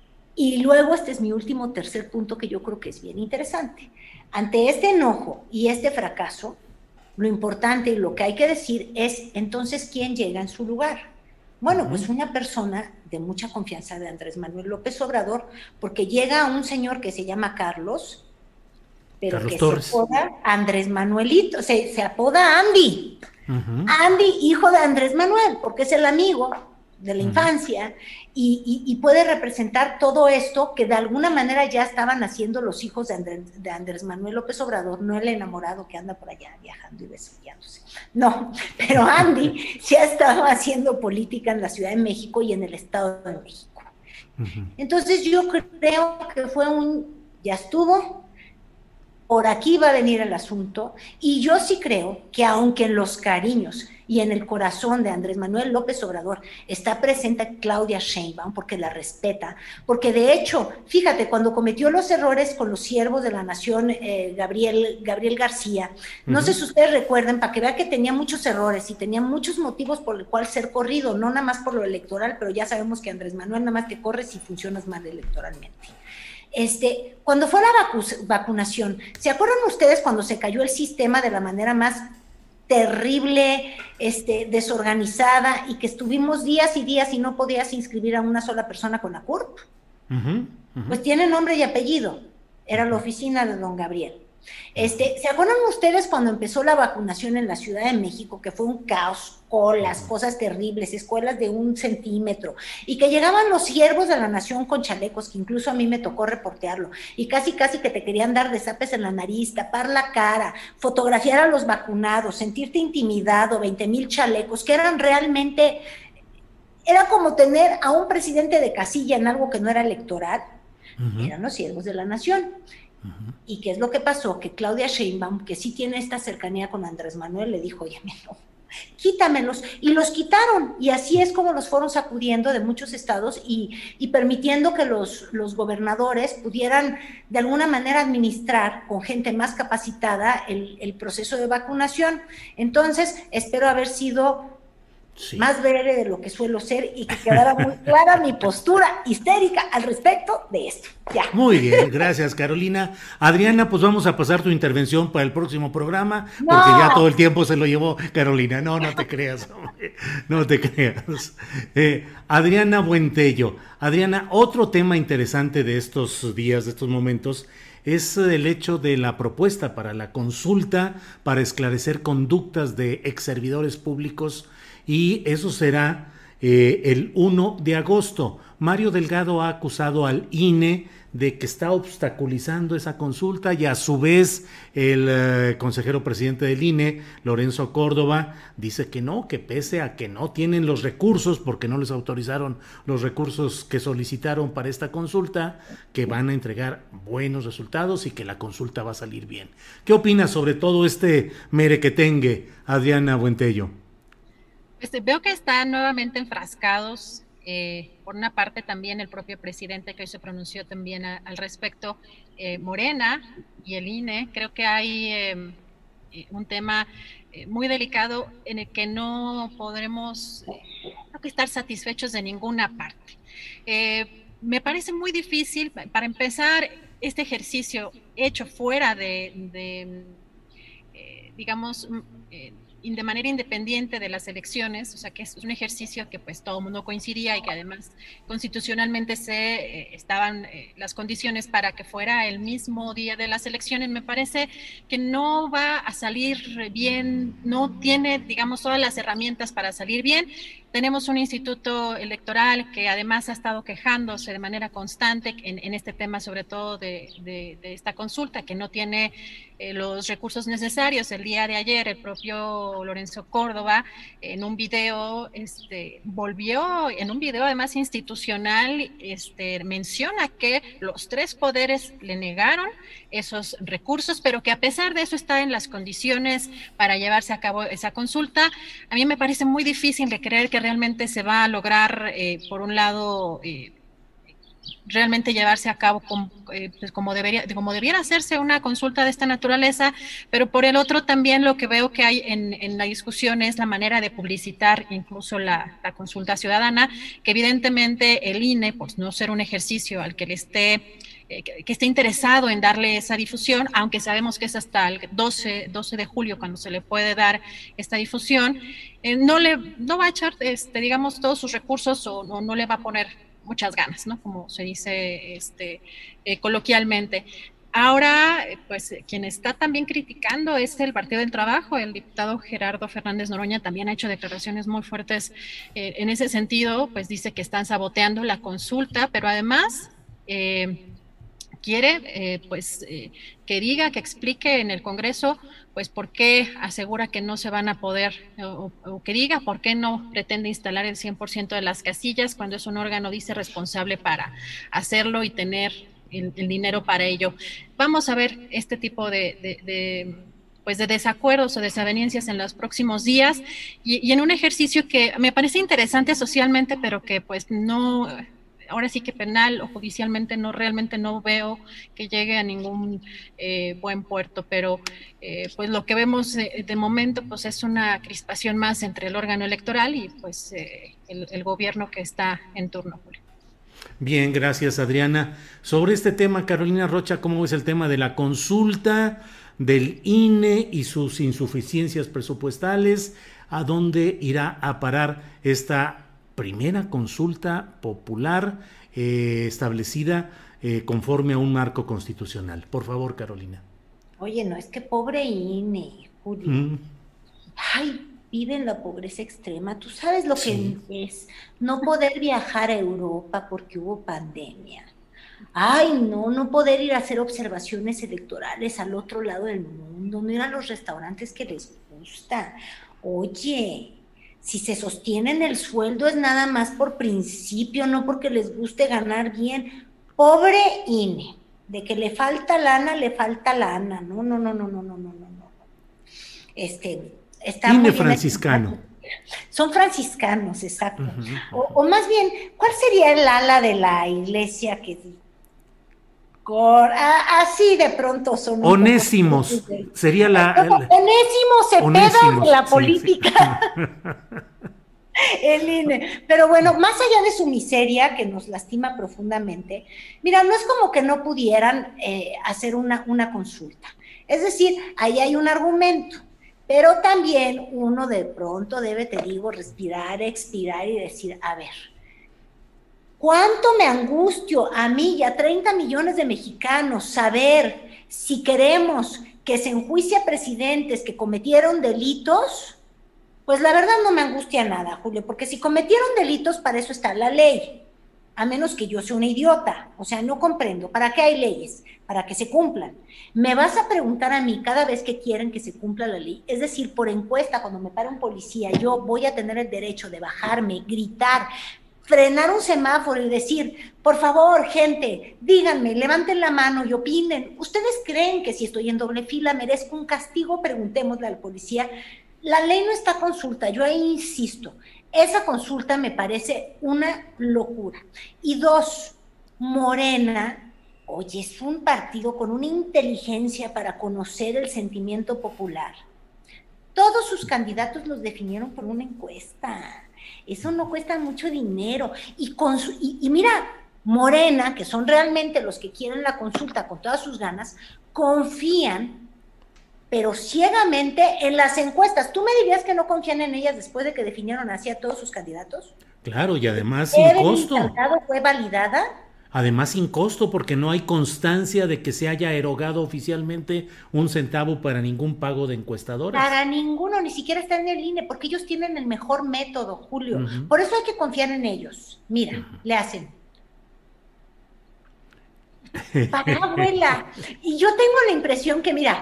Y luego, este es mi último tercer punto que yo creo que es bien interesante. Ante este enojo y este fracaso, lo importante y lo que hay que decir es, entonces, ¿quién llega en su lugar? Bueno, pues una persona de mucha confianza de Andrés Manuel López Obrador, porque llega un señor que se llama Carlos, pero Carlos que Torres. Se apoda Andrés Manuelito, se apoda Andy. Andy, hijo de Andrés Manuel, porque es el amigo de la infancia, y puede representar todo esto que de alguna manera ya estaban haciendo los hijos de Andrés Manuel López Obrador, no el enamorado que anda por allá viajando y besuqueándose. No, pero Andy sí ha estado haciendo política en la Ciudad de México y en el Estado de México. Entonces yo creo que fue ya estuvo, por aquí va a venir el asunto, y yo sí creo que aunque en los cariños y en el corazón de Andrés Manuel López Obrador está presente Claudia Sheinbaum, porque la respeta, porque de hecho, fíjate, cuando cometió los errores con los siervos de la nación, Gabriel García, no sé si ustedes recuerdan, para que vean que tenía muchos errores y tenía muchos motivos por el cual ser corrido, no nada más por lo electoral, pero ya sabemos que Andrés Manuel nada más te corre si funcionas mal electoralmente. Cuando fue la vacunación, ¿se acuerdan ustedes cuando se cayó el sistema de la manera más terrible, desorganizada, y que estuvimos días y días y no podías inscribir a una sola persona con la CURP? Pues tiene nombre y apellido, era la oficina de don Gabriel. ¿Se acuerdan ustedes cuando empezó la vacunación en la Ciudad de México, que fue un caos, colas, cosas terribles, escuelas de 1 centímetro, y que llegaban los siervos de la nación con chalecos, que incluso a mí me tocó reportearlo, y casi que te querían dar desapes en la nariz, tapar la cara, fotografiar a los vacunados, sentirte intimidado, 20,000 chalecos, que eran realmente, era como tener a un presidente de casilla en algo que no era electoral? Eran los siervos de la nación. ¿Y qué es lo que pasó? Que Claudia Sheinbaum, que sí tiene esta cercanía con Andrés Manuel, le dijo, oye, no, quítamelos, y los quitaron, y así es como los fueron sacudiendo de muchos estados y permitiendo que los gobernadores pudieran de alguna manera administrar con gente más capacitada el proceso de vacunación. Entonces, espero haber sido más breve de lo que suelo ser y que quedara muy clara mi postura histérica al respecto de esto. Ya. Muy bien, gracias, Carolina. Adriana, pues vamos a pasar tu intervención para el próximo programa, porque ya todo el tiempo se lo llevó Carolina. No te creas, hombre, no te creas. Adriana Buentello. Adriana, otro tema interesante de estos días, de estos momentos, es el hecho de la propuesta para la consulta para esclarecer conductas de exservidores públicos, y eso será el 1 de agosto. Mario Delgado ha acusado al INE de que está obstaculizando esa consulta, y a su vez el consejero presidente del INE, Lorenzo Córdoba, dice que no, que pese a que no tienen los recursos, porque no les autorizaron los recursos que solicitaron para esta consulta, que van a entregar buenos resultados y que la consulta va a salir bien. ¿Qué opinas sobre todo este merequetengue, Adriana Buentello? Veo que están nuevamente enfrascados, por una parte también el propio presidente, que hoy se pronunció también al respecto, Morena y el INE. Creo que hay un tema muy delicado en el que no podremos estar satisfechos de ninguna parte. Me parece muy difícil, para empezar, este ejercicio hecho fuera digamos, de manera independiente de las elecciones, o sea que es un ejercicio que pues todo el mundo coincidía y que además constitucionalmente estaban las condiciones para que fuera el mismo día de las elecciones, me parece que no va a salir bien, no tiene, digamos, todas las herramientas para salir bien. Tenemos un instituto electoral que además ha estado quejándose de manera constante en este tema, sobre todo de esta consulta, que no tiene los recursos necesarios. El día de ayer, el propio Lorenzo Córdoba, en un video, volvió, en un video además institucional, menciona que los tres poderes le negaron esos recursos, pero que a pesar de eso está en las condiciones para llevarse a cabo esa consulta. A mí me parece muy difícil de creer que realmente se va a lograr, por un lado, realmente llevarse a cabo pues como debiera hacerse una consulta de esta naturaleza, pero por el otro también lo que veo que hay en la discusión es la manera de publicitar incluso la consulta ciudadana, que evidentemente el INE, pues no ser un ejercicio al que le esté interesado en darle esa difusión, aunque sabemos que es hasta el 12 de julio cuando se le puede dar esta difusión, no va a echar, digamos, todos sus recursos o no le va a poner muchas ganas, ¿no? Como se dice coloquialmente. Ahora, pues quien está también criticando es el Partido del Trabajo. El diputado Gerardo Fernández Noroña también ha hecho declaraciones muy fuertes en ese sentido, pues dice que están saboteando la consulta, pero además quiere que diga, que explique en el Congreso pues por qué asegura que no se van a poder, o que diga por qué no pretende instalar el 100% de las casillas cuando es un órgano, dice, responsable para hacerlo y tener el dinero para ello. Vamos a ver este tipo de desacuerdos o desavenencias en los próximos días y en un ejercicio que me parece interesante socialmente, pero que pues no... Ahora sí que penal o judicialmente realmente no veo que llegue a ningún buen puerto, pero pues lo que vemos de momento pues es una crispación más entre el órgano electoral y pues el gobierno que está en turno, Julio. Bien, gracias, Adriana. Sobre este tema, Carolina Rocha, ¿cómo ves el tema de la consulta del INE y sus insuficiencias presupuestales? ¿A dónde irá a parar esta primera consulta popular establecida conforme a un marco constitucional? Por favor, Carolina. Oye, no, es que pobre INE, Julio. Ay, vive en la pobreza extrema. Tú sabes lo que es no poder viajar a Europa porque hubo pandemia. Ay, no poder ir a hacer observaciones electorales al otro lado del mundo, no ir a los restaurantes que les gusta. Oye, si se sostienen el sueldo es nada más por principio, no porque les guste ganar bien. Pobre INE, de que le falta lana. No. Está INE franciscano. Son franciscanos, exacto. O más bien, ¿cuál sería el ala de la iglesia que... así de pronto son... Onésimos, sería Onésimo Cepeda de la política. El INE. Pero bueno, más allá de su miseria, que nos lastima profundamente, mira, no es como que no pudieran hacer una consulta. Es decir, ahí hay un argumento, pero también uno de pronto debe, te digo, respirar, expirar y decir, a ver, ¿cuánto me angustio a mí y a 30 millones de mexicanos saber si queremos que se enjuicie a presidentes que cometieron delitos? Pues la verdad no me angustia nada, Julio, porque si cometieron delitos, para eso está la ley, a menos que yo sea una idiota. O sea, no comprendo. ¿Para qué hay leyes? Para que se cumplan. ¿Me vas a preguntar a mí cada vez que quieren que se cumpla la ley? Es decir, por encuesta, cuando me para un policía, yo voy a tener el derecho de bajarme, gritar, frenar un semáforo y decir, por favor, gente, díganme, levanten la mano y opinen. ¿Ustedes creen que si estoy en doble fila merezco un castigo? Preguntémosle al policía. La ley no está a consulta, yo ahí insisto. Esa consulta me parece una locura. Y dos, Morena, oye, es un partido con una inteligencia para conocer el sentimiento popular. Todos sus candidatos los definieron por una encuesta. Eso no cuesta mucho dinero. Y mira, Morena, que son realmente los que quieren la consulta con todas sus ganas, confían, pero ciegamente, en las encuestas. ¿Tú me dirías que no confían en ellas después de que definieron así a todos sus candidatos? Claro, y además sin costo. ¿Fue validada? Además sin costo, porque no hay constancia de que se haya erogado oficialmente un centavo para ningún pago de encuestadores. Para ninguno, ni siquiera está en el INE, porque ellos tienen el mejor método, Julio. Por eso hay que confiar en ellos. Mira, le hacen. Para abuela. Y yo tengo la impresión que, mira,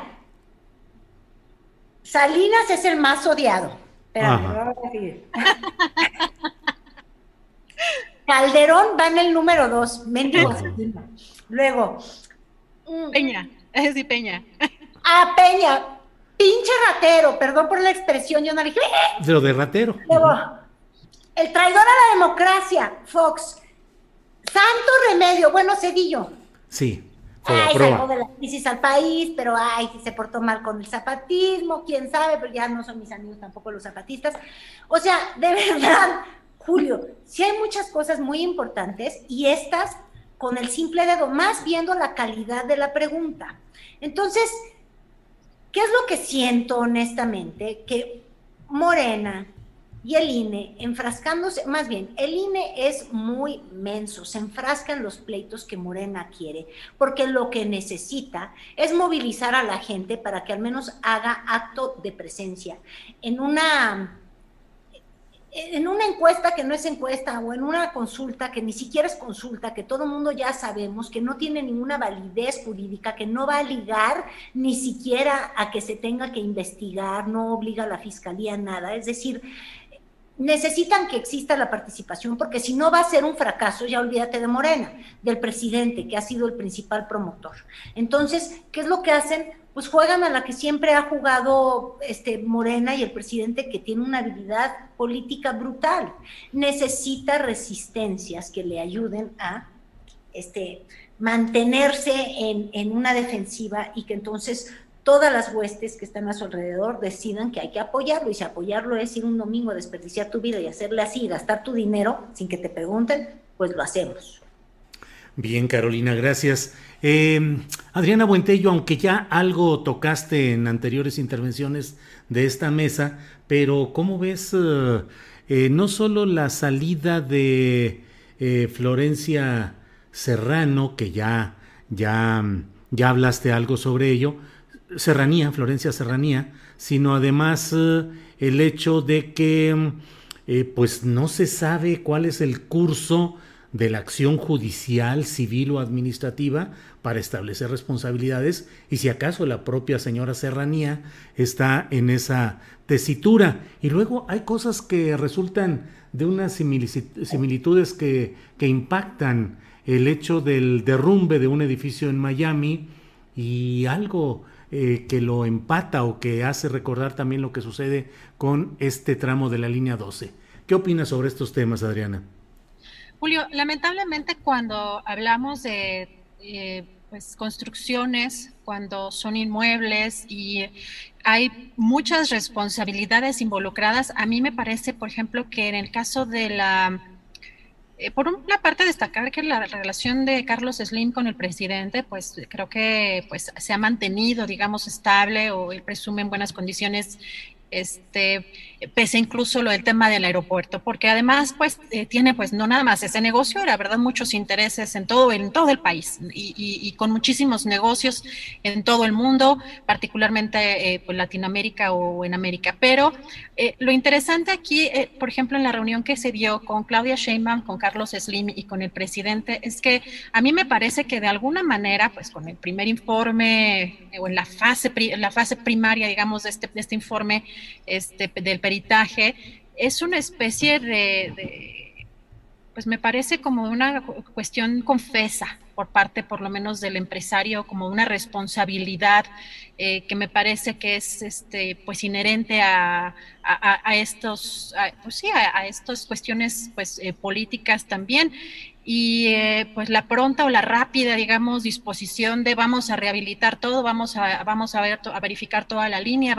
Salinas es el más odiado. Espérame, lo voy a decir. Calderón va en el número 2, mendigo. Luego Peña, es de Peña. Peña, pinche ratero, perdón por la expresión, yo no le dije. Pero de ratero. Luego, el traidor a la democracia, Fox. Santo Remedio, bueno, Cedillo. Sí. Sacó de la crisis al país, pero se portó mal con el zapatismo, quién sabe, pero ya no son mis amigos tampoco los zapatistas. O sea, de verdad, Julio, sí hay muchas cosas muy importantes y estas con el simple dedo, más viendo la calidad de la pregunta. Entonces, ¿qué es lo que siento honestamente? Que Morena y el INE enfrascándose, más bien, el INE es muy menso, se enfrasca en los pleitos que Morena quiere, porque lo que necesita es movilizar a la gente para que al menos haga acto de presencia en una encuesta que no es encuesta, o en una consulta que ni siquiera es consulta, que todo el mundo ya sabemos que no tiene ninguna validez jurídica, que no va a ligar ni siquiera a que se tenga que investigar, no obliga a la fiscalía a nada. Es decir, necesitan que exista la participación, porque si no va a ser un fracaso, ya olvídate de Morena, del presidente, que ha sido el principal promotor. Entonces, ¿qué es lo que hacen? Pues juegan a la que siempre ha jugado Morena y el presidente, que tiene una habilidad política brutal. Necesita resistencias que le ayuden a mantenerse en una defensiva, y que entonces todas las huestes que están a su alrededor decidan que hay que apoyarlo, y si apoyarlo es ir un domingo a desperdiciar tu vida y hacerle así, gastar tu dinero sin que te pregunten, pues lo hacemos. Bien, Carolina, gracias. Adriana Buentello, aunque ya algo tocaste en anteriores intervenciones de esta mesa, pero ¿cómo ves no solo la salida de Florencia Serrano, que ya hablaste algo sobre ello, Florencia Serranía, sino además el hecho de que pues no se sabe cuál es el curso de la acción judicial, civil o administrativa para establecer responsabilidades, y si acaso la propia señora Serranía está en esa tesitura. Y luego hay cosas que resultan de unas similitudes que impactan: el hecho del derrumbe de un edificio en Miami y algo que lo empata o que hace recordar también lo que sucede con este tramo de la línea 12. ¿Qué opinas sobre estos temas, Adriana? Julio, lamentablemente cuando hablamos de construcciones, cuando son inmuebles y hay muchas responsabilidades involucradas, a mí me parece, por ejemplo, que en el caso de por una parte destacar que la relación de Carlos Slim con el presidente, pues creo que pues se ha mantenido, digamos, estable, o él presume en buenas condiciones, pese incluso lo del tema del aeropuerto, porque además pues tiene pues no nada más ese negocio, la verdad muchos intereses en todo el país y con muchísimos negocios en todo el mundo, particularmente pues Latinoamérica o en América. Pero lo interesante aquí, por ejemplo, en la reunión que se dio con Claudia Sheinbaum, con Carlos Slim y con el presidente, es que a mí me parece que de alguna manera, pues con el primer informe o en la fase primaria, digamos, de este informe del peritaje, es una especie pues me parece como una cuestión confesa por parte, por lo menos, del empresario, como una responsabilidad que me parece que es pues inherente a estas cuestiones pues políticas también. Y pues la pronta o la rápida, digamos, disposición de vamos a rehabilitar todo, vamos a verificar toda la línea,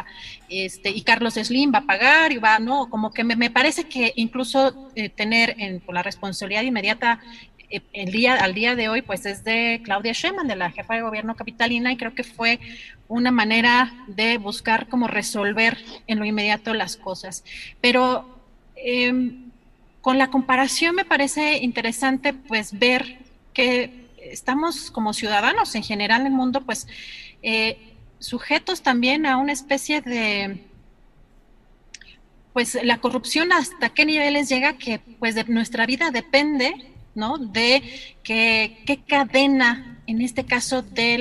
y Carlos Slim va a pagar, como que me parece que incluso tener por la responsabilidad inmediata al día de hoy pues es de Claudia Sheinbaum, de la jefa de gobierno capitalina, y creo que fue una manera de buscar cómo resolver en lo inmediato las cosas. Pero con la comparación me parece interesante pues ver que estamos como ciudadanos en general en el mundo pues sujetos también a una especie de pues la corrupción, hasta qué niveles llega, que pues de nuestra vida depende, ¿no? De qué cadena, en este caso de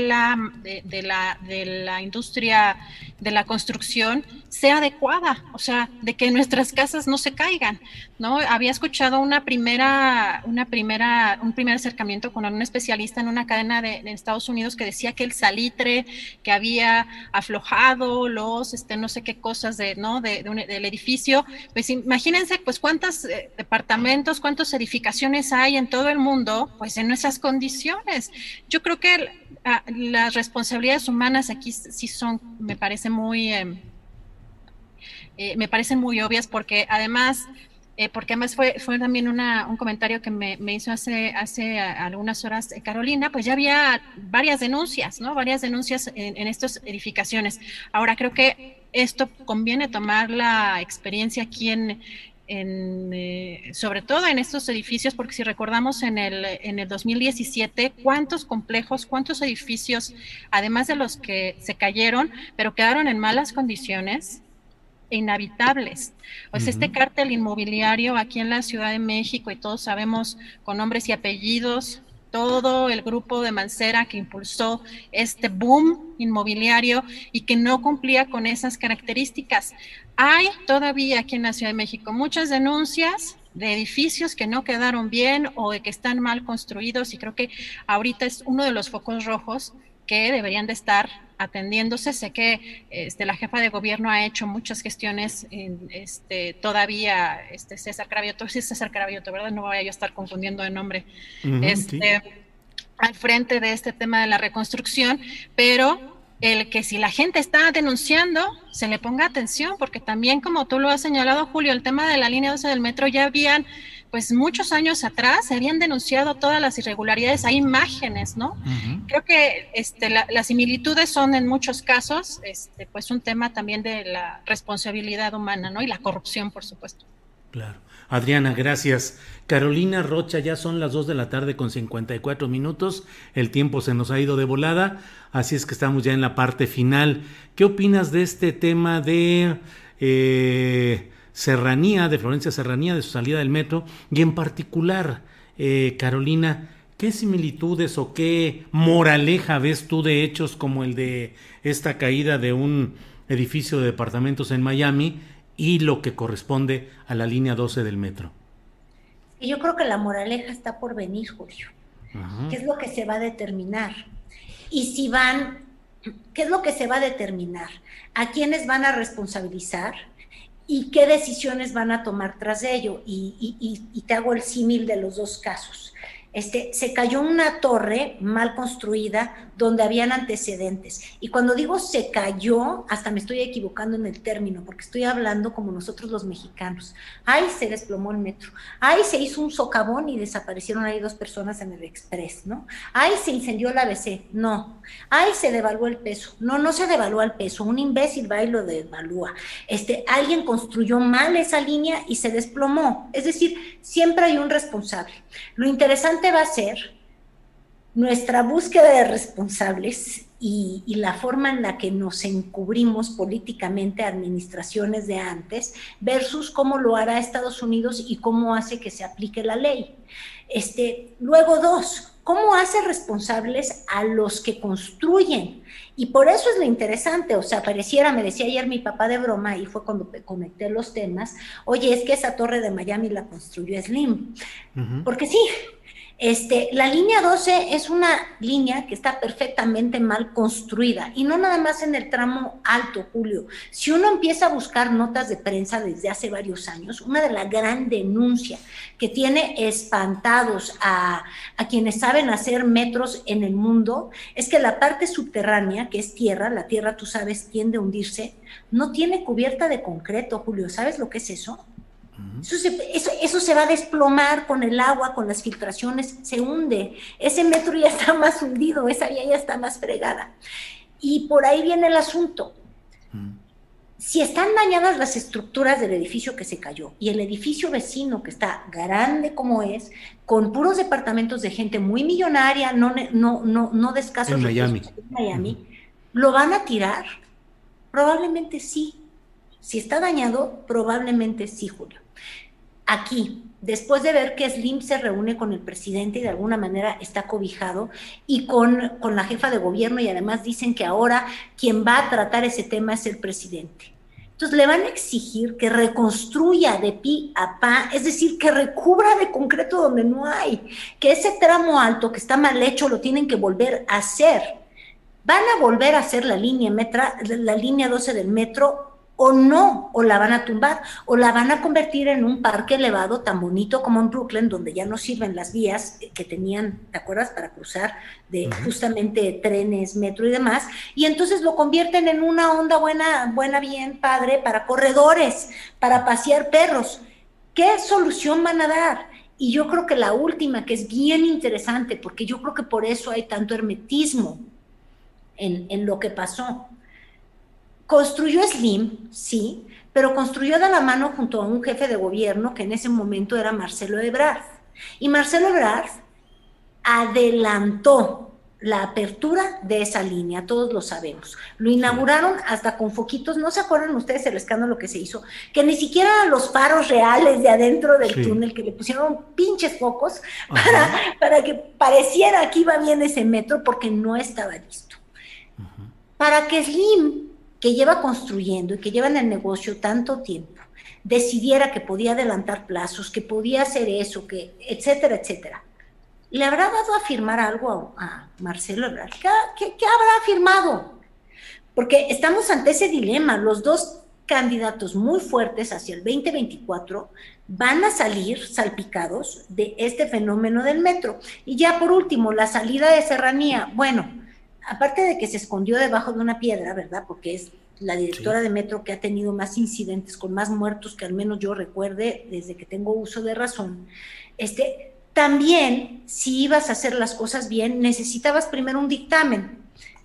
la industria de la construcción, sea adecuada, o sea, de que nuestras casas no se caigan, ¿no? Había escuchado un primer acercamiento con un especialista en una cadena de Estados Unidos que decía que el salitre que había aflojado los, no sé qué cosas del edificio, pues imagínense, pues cuántos departamentos, cuántas edificaciones hay en todo el mundo, pues en esas condiciones. Yo creo que las responsabilidades humanas aquí sí son, me parecen muy obvias, porque además fue también un comentario que me hizo hace algunas horas Carolina, pues ya había varias denuncias, ¿no? Varias denuncias en estas edificaciones. Ahora creo que esto conviene tomar la experiencia aquí sobre todo en estos edificios, porque si recordamos en el 2017, cuántos complejos, cuántos edificios, además de los que se cayeron, pero quedaron en malas condiciones, inhabitables. O sea, este cártel inmobiliario aquí en la Ciudad de México, y todos sabemos con nombres y apellidos, todo el grupo de Mancera que impulsó este boom inmobiliario y que no cumplía con esas características. Hay todavía aquí en la Ciudad de México muchas denuncias de edificios que no quedaron bien o de que están mal construidos, y creo que ahorita es uno de los focos rojos que deberían de estar atendiéndose. Sé que la jefa de gobierno ha hecho muchas gestiones todavía, César Cravioto, ¿verdad? No voy a yo estar confundiendo de nombre, sí, al frente de este tema de la reconstrucción, pero el que si la gente está denunciando, se le ponga atención, porque también, como tú lo has señalado, Julio, el tema de la línea 12 del metro, ya habían, pues muchos años atrás, se habían denunciado todas las irregularidades, hay imágenes, ¿no? Creo que las similitudes son en muchos casos, pues un tema también de la responsabilidad humana, ¿no? Y la corrupción, por supuesto. Claro. Adriana, gracias. Carolina Rocha, ya son las 2:54 p.m, el tiempo se nos ha ido de volada, así es que estamos ya en la parte final. ¿Qué opinas de este tema de Serranía, de Florencia Serranía, de su salida del metro? Y en particular, Carolina, ¿qué similitudes o qué moraleja ves tú de hechos como el de esta caída de un edificio de departamentos en Miami y lo que corresponde a la línea 12 del metro? Yo creo que la moraleja está por venir, Julio. ¿Qué es lo que se va a determinar? Y ¿qué es lo que se va a determinar? ¿A quiénes van a responsabilizar? ¿Y qué decisiones van a tomar tras de ello? Y te hago el símil de los dos casos. Se cayó una torre mal construida donde habían antecedentes. Y cuando digo se cayó, hasta me estoy equivocando en el término, porque estoy hablando como nosotros los mexicanos. Ahí se desplomó el metro. Ahí se hizo un socavón y desaparecieron ahí 2 personas en el Express, ¿no? Ahí se incendió el ABC. No. Ahí se devaluó el peso. No se devalúa el peso. Un imbécil va y lo devalúa. Alguien construyó mal esa línea y se desplomó. Es decir, siempre hay un responsable. Lo interesante va a ser nuestra búsqueda de responsables y la forma en la que nos encubrimos políticamente a administraciones de antes versus cómo lo hará Estados Unidos y cómo hace que se aplique la ley. Luego 2, ¿cómo hace responsables a los que construyen? Y por eso es lo interesante, o sea, me decía ayer mi papá de broma, y fue cuando conecté los temas, oye, es que esa torre de Miami la construyó Slim, porque sí. La línea 12 es una línea que está perfectamente mal construida, y no nada más en el tramo alto, Julio. Si uno empieza a buscar notas de prensa desde hace varios años, una de las gran denuncias que tiene espantados a quienes saben hacer metros en el mundo es que la parte subterránea, que es tierra, la tierra, tú sabes, tiende a hundirse, no tiene cubierta de concreto, Julio. ¿Sabes lo que es eso? Eso se va a desplomar con el agua, con las filtraciones, se hunde. Ese metro ya está más hundido, esa vía ya está más fregada. Y por ahí viene el asunto. Si están dañadas las estructuras del edificio que se cayó y el edificio vecino que está grande como es, con puros departamentos de gente muy millonaria, no de escasos en Miami, ¿lo van a tirar? Probablemente sí. Si está dañado, probablemente sí, Julio. Aquí, después de ver que Slim se reúne con el presidente y de alguna manera está cobijado, y con la jefa de gobierno, y además dicen que ahora quien va a tratar ese tema es el presidente. Entonces le van a exigir que reconstruya de pi a pa, es decir, que recubra de concreto donde no hay, que ese tramo alto que está mal hecho lo tienen que volver a hacer. ¿Van a volver a hacer la línea 12 del metro o no? ¿O la van a tumbar? ¿O la van a convertir en un parque elevado tan bonito como en Brooklyn, donde ya no sirven las vías que tenían, ¿te acuerdas?, para cruzar de justamente trenes, metro y demás? Y entonces lo convierten en una onda buena, bien padre, para corredores, para pasear perros. ¿Qué solución van a dar? Y yo creo que la última, que es bien interesante, porque yo creo que por eso hay tanto hermetismo en lo que pasó. Construyó Slim, sí, pero construyó de la mano junto a un jefe de gobierno que en ese momento era Marcelo Ebrard. Y Marcelo Ebrard adelantó la apertura de esa línea, todos lo sabemos. Lo inauguraron hasta con foquitos, ¿no se acuerdan ustedes el escándalo que se hizo? Que ni siquiera los faros reales de adentro del túnel, que le pusieron pinches focos para que pareciera que iba bien ese metro, porque no estaba listo. Para que Slim, que lleva construyendo y que lleva en el negocio tanto tiempo, decidiera que podía adelantar plazos, que podía hacer eso, que etcétera, etcétera, ¿le habrá dado a firmar algo a Marcelo Ebrard? ¿Qué habrá firmado? Porque estamos ante ese dilema. Los dos candidatos muy fuertes hacia el 2024 van a salir salpicados de este fenómeno del metro. Y ya por último, la salida de Serranía. Bueno, aparte de que se escondió debajo de una piedra, ¿verdad?, porque es la directora de metro que ha tenido más incidentes, con más muertos que al menos yo recuerde desde que tengo uso de razón. También, si ibas a hacer las cosas bien, necesitabas primero un dictamen.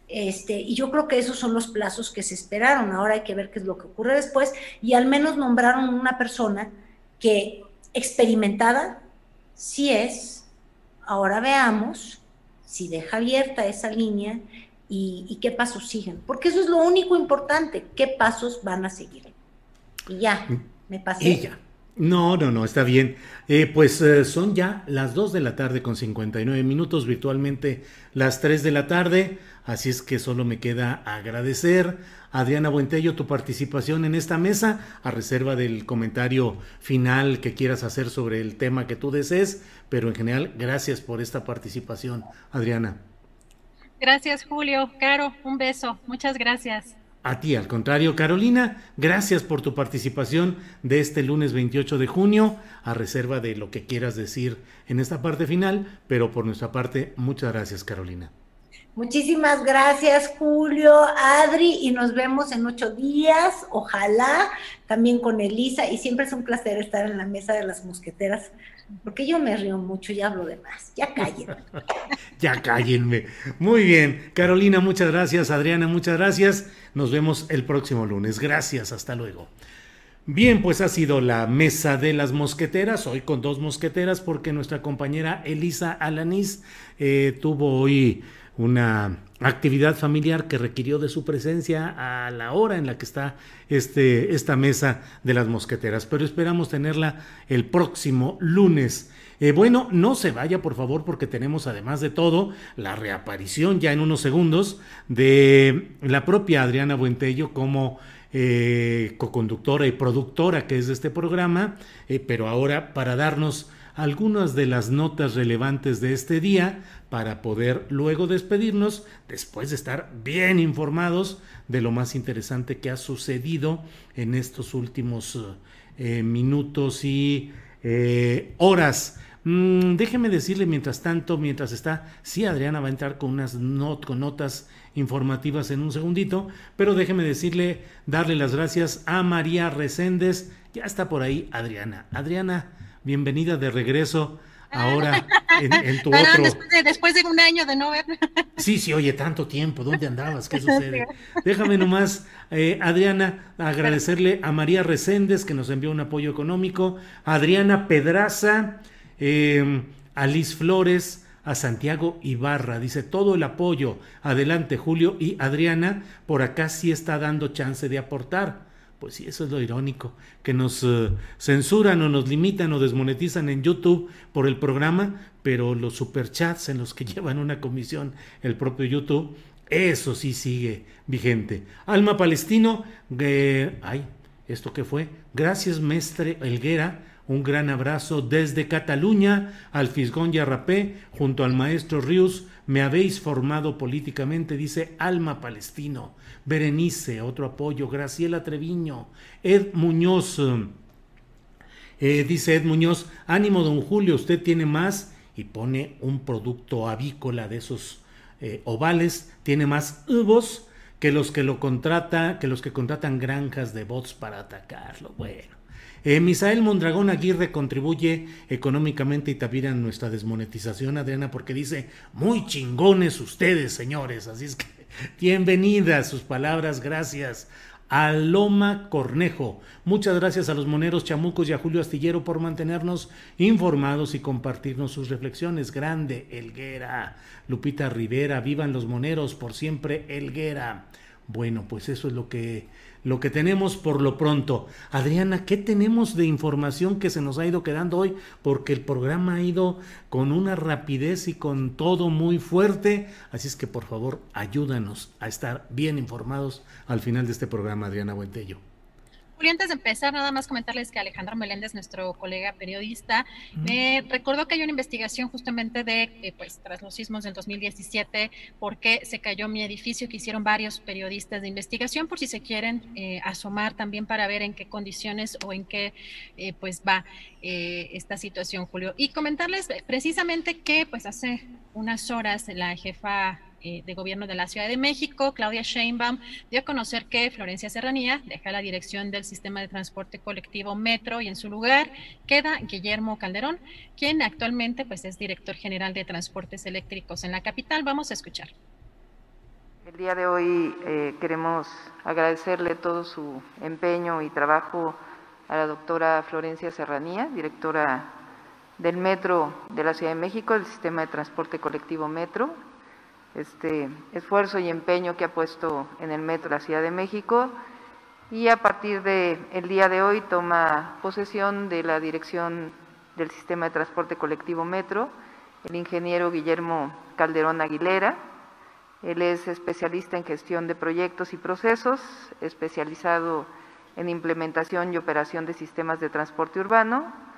Y yo creo que esos son los plazos que se esperaron. Ahora hay que ver qué es lo que ocurre después, y al menos nombraron una persona que experimentada sí es. Ahora veamos si deja abierta esa línea y qué pasos siguen, porque eso es lo único importante, qué pasos van a seguir. Y ya, me pasé. Ella. No, está bien. Son ya las 2 de la tarde con 59 minutos, virtualmente las 3 de la tarde, así es que solo me queda agradecer, Adriana Buentello, tu participación en esta mesa, a reserva del comentario final que quieras hacer sobre el tema que tú desees, pero en general, gracias por esta participación, Adriana. Gracias, Julio. Caro, un beso. Muchas gracias. A ti, al contrario, Carolina, gracias por tu participación de este lunes 28 de junio, a reserva de lo que quieras decir en esta parte final, pero por nuestra parte, muchas gracias, Carolina. Muchísimas gracias, Julio, Adri, y nos vemos en 8 días, ojalá, también con Elisa, y siempre es un placer estar en la mesa de las mosqueteras, porque yo me río mucho y hablo de más. Ya cállenme. Ya cállenme. Muy bien, Carolina, muchas gracias, Adriana, muchas gracias. Nos vemos el próximo lunes. Gracias, hasta luego. Bien, pues ha sido la mesa de las mosqueteras, hoy con 2 mosqueteras, porque nuestra compañera Elisa Alanís tuvo hoy una actividad familiar que requirió de su presencia a la hora en la que está esta mesa de las mosqueteras, pero esperamos tenerla el próximo lunes. Bueno, no se vaya, por favor, porque tenemos, además de todo, la reaparición ya en unos segundos de la propia Adriana Buentello como coconductora y productora que es de este programa, pero ahora para darnos algunas de las notas relevantes de este día, para poder luego despedirnos después de estar bien informados de lo más interesante que ha sucedido en estos últimos minutos y horas. Déjeme decirle mientras está, sí, Adriana va a entrar con unas notas informativas en un segundito, pero déjeme darle las gracias a María Reséndez Ya está por ahí Adriana. Adriana, bienvenida de regreso. Ahora en tu Perdón, otro... después de un año de no ver. Sí, oye, tanto tiempo, ¿dónde andabas? ¿Qué sucede? Déjame nomás, Adriana, agradecerle a María Reséndez, que nos envió un apoyo económico, a Adriana Pedraza, a Liz Flores, a Santiago Ibarra, dice todo el apoyo, adelante Julio y Adriana, por acá sí está dando chance de aportar. Pues sí, eso es lo irónico, que nos censuran o nos limitan o desmonetizan en YouTube por el programa, pero los superchats en los que llevan una comisión el propio YouTube, eso sí sigue vigente. Alma Palestino, ¿esto qué fue? Gracias, Mestre Helguera, un gran abrazo desde Cataluña, al Fisgón y a Rapé, junto al maestro Rius, me habéis formado políticamente, dice Alma Palestino. Berenice, otro apoyo, Graciela Treviño, Ed Muñoz, dice Ed Muñoz, ánimo don Julio, usted tiene más, y pone un producto avícola de esos ovales, tiene más huevos que los que contratan granjas de bots para atacarlo. Bueno, Misael Mondragón Aguirre contribuye económicamente y también a nuestra desmonetización, Adriana, porque dice, muy chingones ustedes, señores, así es que bienvenidas sus palabras, gracias. A Loma Cornejo, muchas gracias a los moneros chamucos y a Julio Astillero por mantenernos informados y compartirnos sus reflexiones. Grande Helguera. Lupita Rivera, vivan los moneros, por siempre Helguera. Bueno, pues eso es lo que tenemos por lo pronto. Adriana, ¿qué tenemos de información que se nos ha ido quedando hoy? Porque el programa ha ido con una rapidez y con todo muy fuerte, así es que por favor ayúdanos a estar bien informados al final de este programa, Adriana Buentello. Julio, antes de empezar, nada más comentarles que Alejandro Meléndez, nuestro colega periodista, me recordó que hay una investigación justamente de, tras los sismos del 2017, por qué se cayó mi edificio, que hicieron varios periodistas de investigación, por si se quieren asomar también para ver en qué condiciones o en qué va esta situación, Julio. Y comentarles precisamente que hace unas horas la jefa de gobierno de la Ciudad de México, Claudia Sheinbaum, dio a conocer que Florencia Serranía deja la dirección del sistema de transporte colectivo Metro y en su lugar queda Guillermo Calderón, quien actualmente es director general de transportes eléctricos en la capital. Vamos a escuchar. El día de hoy queremos agradecerle todo su empeño y trabajo a la doctora Florencia Serranía, directora del Metro de la Ciudad de México, del sistema de transporte colectivo Metro, este esfuerzo y empeño que ha puesto en el Metro de la Ciudad de México, y a partir del día de hoy toma posesión de la dirección del sistema de transporte colectivo Metro el ingeniero Guillermo Calderón Aguilera. Él es especialista en gestión de proyectos y procesos, especializado en implementación y operación de sistemas de transporte urbano.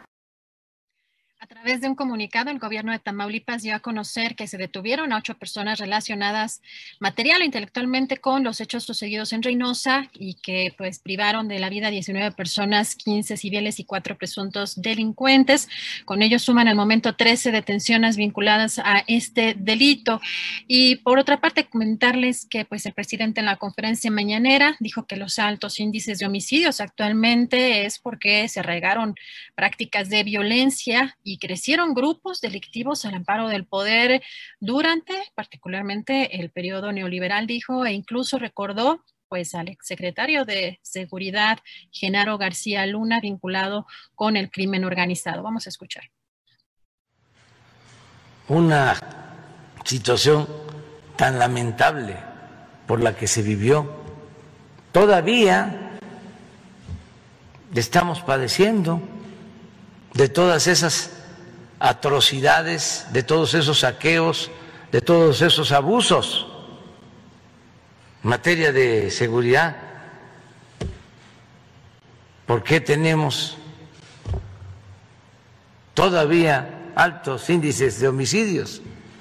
A través de un comunicado, el gobierno de Tamaulipas dio a conocer que se detuvieron a 8 personas relacionadas material o intelectualmente con los hechos sucedidos en Reynosa y que privaron de la vida a 19 personas, 15 civiles y 4 presuntos delincuentes. Con ellos suman al momento 13 detenciones vinculadas a este delito. Y por otra parte, comentarles que el presidente en la conferencia mañanera dijo que los altos índices de homicidios actualmente es porque se arraigaron prácticas de violencia y crecieron grupos delictivos al amparo del poder durante particularmente el periodo neoliberal, dijo, e incluso recordó al exsecretario de Seguridad, Genaro García Luna, vinculado con el crimen organizado. Vamos a escuchar. Una situación tan lamentable por la que se vivió, todavía estamos padeciendo de todas esas atrocidades, de todos esos saqueos, de todos esos abusos en materia de seguridad. ¿Por qué tenemos todavía altos índices de homicidios?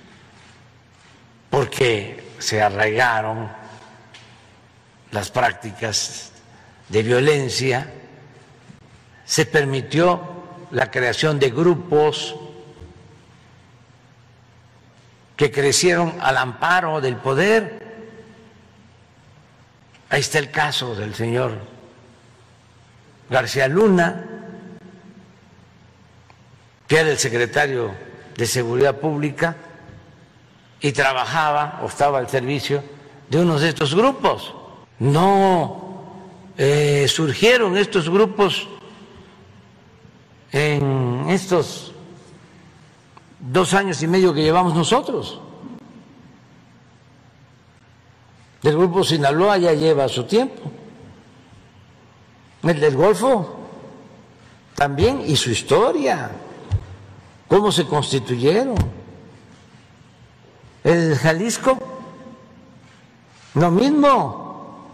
Porque se arraigaron las prácticas de violencia, se permitió la creación de grupos que crecieron al amparo del poder. Ahí está el caso del señor García Luna, que era el secretario de Seguridad Pública y trabajaba o estaba al servicio de uno de estos grupos. No surgieron estos grupos en estos 2 años y medio que llevamos nosotros. El Grupo Sinaloa ya lleva su tiempo. El del Golfo también, y su historia, cómo se constituyeron. El Jalisco, lo mismo.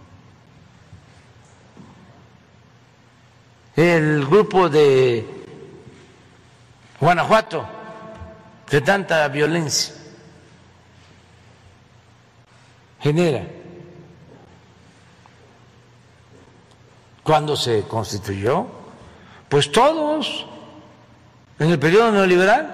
El grupo de Guanajuato, que tanta violencia genera. ¿Cuándo se constituyó? Pues todos, en el periodo neoliberal.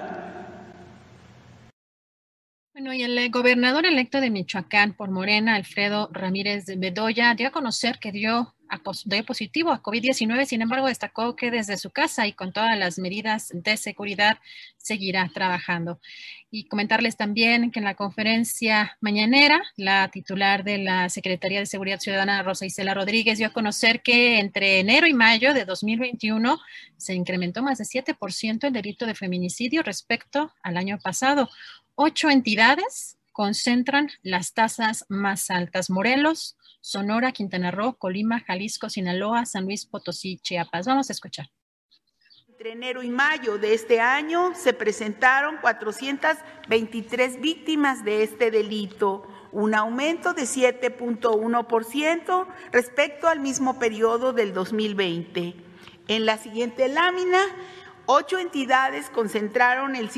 Bueno, y el gobernador electo de Michoacán por Morena, Alfredo Ramírez Bedoya, dio a conocer que dio positivo a COVID-19, sin embargo destacó que desde su casa y con todas las medidas de seguridad seguirá trabajando. Y comentarles también que en la conferencia mañanera, la titular de la Secretaría de Seguridad Ciudadana, Rosa Isela Rodríguez, dio a conocer que entre enero y mayo de 2021 se incrementó más de 7% el delito de feminicidio respecto al año pasado. 8 entidades concentran las tasas más altas: Morelos, Sonora, Quintana Roo, Colima, Jalisco, Sinaloa, San Luis Potosí, Chiapas. Vamos a escuchar. Entre enero y mayo de este año se presentaron 423 víctimas de este delito, un aumento de 7.1% respecto al mismo periodo del 2020. En la siguiente lámina, 8 entidades concentraron el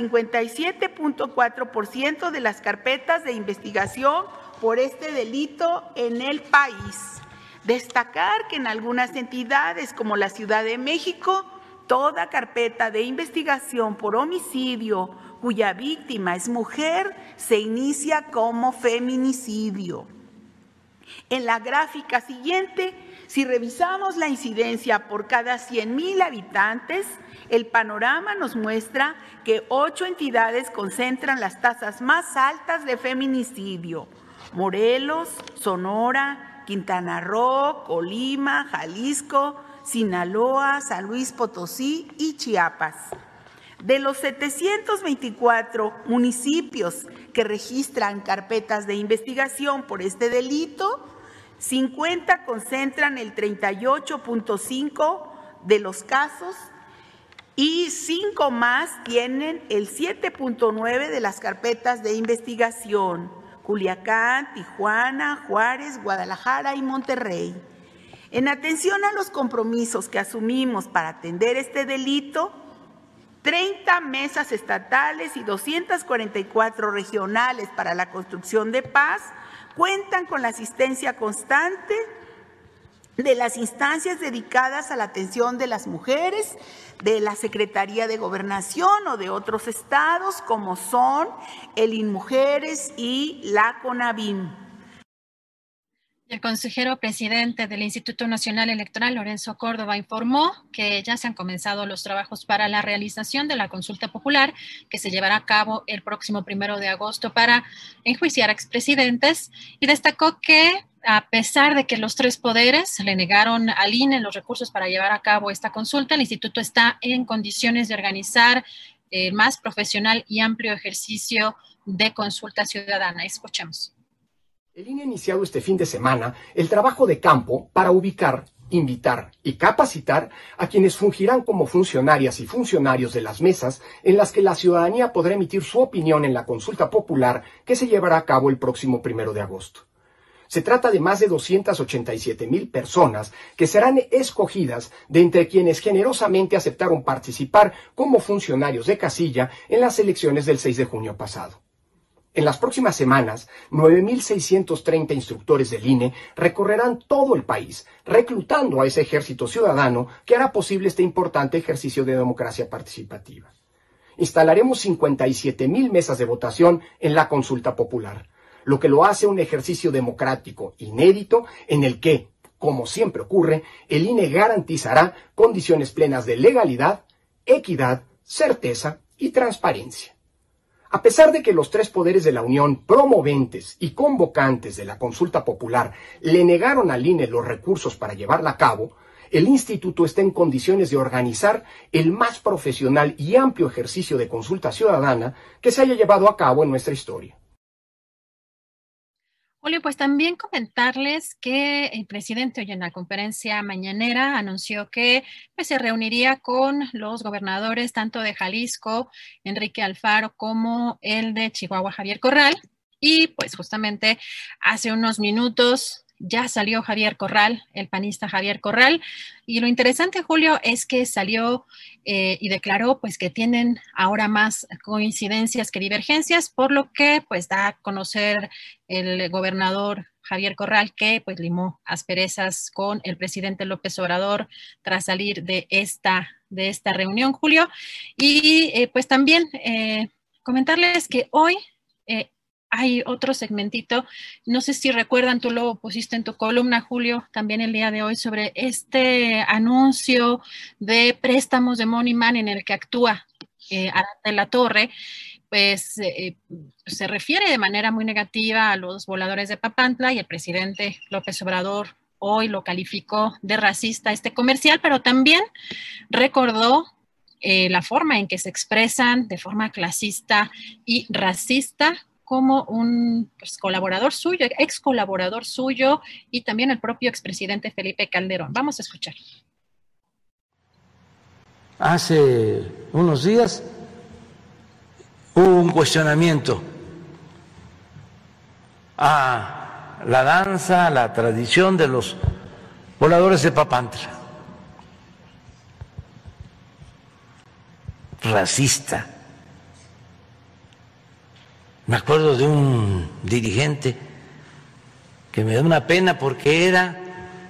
57.4% de las carpetas de investigación por este delito en el país. Destacar que en algunas entidades como la Ciudad de México, toda carpeta de investigación por homicidio cuya víctima es mujer se inicia como feminicidio. En la gráfica siguiente, si revisamos la incidencia por cada 100,000 habitantes, el panorama nos muestra que 8 entidades concentran las tasas más altas de feminicidio: Morelos, Sonora, Quintana Roo, Colima, Jalisco, Sinaloa, San Luis Potosí y Chiapas. De los 724 municipios que registran carpetas de investigación por este delito, 50 concentran el 38.5% de los casos y 5 más tienen el 7.9% de las carpetas de investigación: Culiacán, Tijuana, Juárez, Guadalajara y Monterrey. En atención a los compromisos que asumimos para atender este delito, 30 mesas estatales y 244 regionales para la construcción de paz cuentan con la asistencia constante de las instancias dedicadas a la atención de las mujeres, de la Secretaría de Gobernación o de otros estados, como son el INMujeres y la CONAVIM. El consejero presidente del Instituto Nacional Electoral, Lorenzo Córdoba, informó que ya se han comenzado los trabajos para la realización de la consulta popular que se llevará a cabo el próximo 1 de agosto para enjuiciar a expresidentes, y destacó que a pesar de que los 3 poderes le negaron al INE los recursos para llevar a cabo esta consulta, el instituto está en condiciones de organizar el más profesional y amplio ejercicio de consulta ciudadana. Escuchemos. El INE ha iniciado este fin de semana el trabajo de campo para ubicar, invitar y capacitar a quienes fungirán como funcionarias y funcionarios de las mesas en las que la ciudadanía podrá emitir su opinión en la consulta popular que se llevará a cabo el próximo 1 de agosto. Se trata de más de 287,000 personas que serán escogidas de entre quienes generosamente aceptaron participar como funcionarios de casilla en las elecciones del 6 de junio pasado. En las próximas semanas, 9,630 instructores del INE recorrerán todo el país, reclutando a ese ejército ciudadano que hará posible este importante ejercicio de democracia participativa. Instalaremos 57,000 mesas de votación en la consulta popular, lo que lo hace un ejercicio democrático inédito en el que, Como siempre ocurre, el INE garantizará condiciones plenas de legalidad, equidad, certeza y transparencia. A pesar de que los tres poderes de la Unión, promoventes y convocantes de la consulta popular, le negaron al INE los recursos para llevarla a cabo, el instituto está en condiciones de organizar el más profesional y amplio ejercicio de consulta ciudadana que se haya llevado a cabo en nuestra historia. Julio, pues también comentarles que el presidente hoy en la conferencia mañanera anunció que pues, se reuniría con los gobernadores tanto de Jalisco, Enrique Alfaro, como el de Chihuahua, Javier Corral. Y pues justamente hace unos minutos ya salió Javier Corral, el panista Javier Corral, y lo interesante, Julio, es que salió y declaró pues que tienen ahora más coincidencias que divergencias, por lo que pues da a conocer el gobernador Javier Corral que pues limó asperezas con el presidente López Obrador tras salir de esta reunión, Julio. Y pues también comentarles que hoy hay otro segmentito, no sé si recuerdan, tú lo pusiste en tu columna, Julio, también el día de hoy, sobre este anuncio de préstamos de Money Man en el que actúa Aranda de la Torre, pues se refiere de manera muy negativa a los voladores de Papantla y el presidente López Obrador hoy lo calificó de racista este comercial, pero también recordó la forma en que se expresan de forma clasista y racista como un colaborador suyo, ex colaborador suyo y también el propio expresidente Felipe Calderón. Vamos a escuchar. Hace unos días hubo un cuestionamiento a la danza, a la tradición de los voladores de Papantla. Racista. Me acuerdo de un dirigente que me da una pena porque era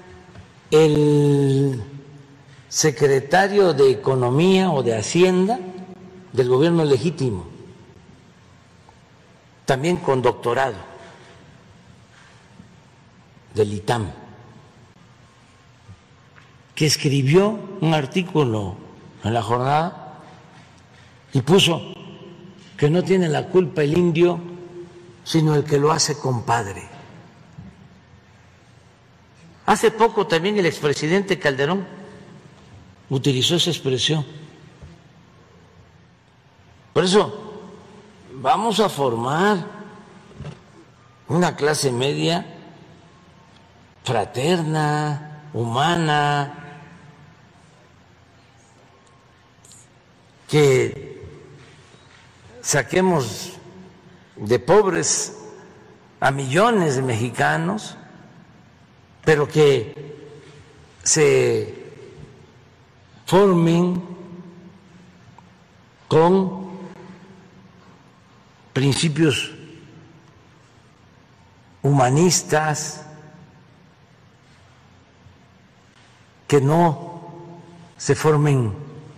el secretario de Economía o de Hacienda del gobierno legítimo, también con doctorado del ITAM, que escribió un artículo en La Jornada y puso que no tiene la culpa el indio, sino el que lo hace compadre. Hace poco también el expresidente Calderón utilizó esa expresión. Por eso vamos a formar una clase media fraterna, humana, que saquemos de pobres a millones de mexicanos, pero que se formen con principios humanistas, que no se formen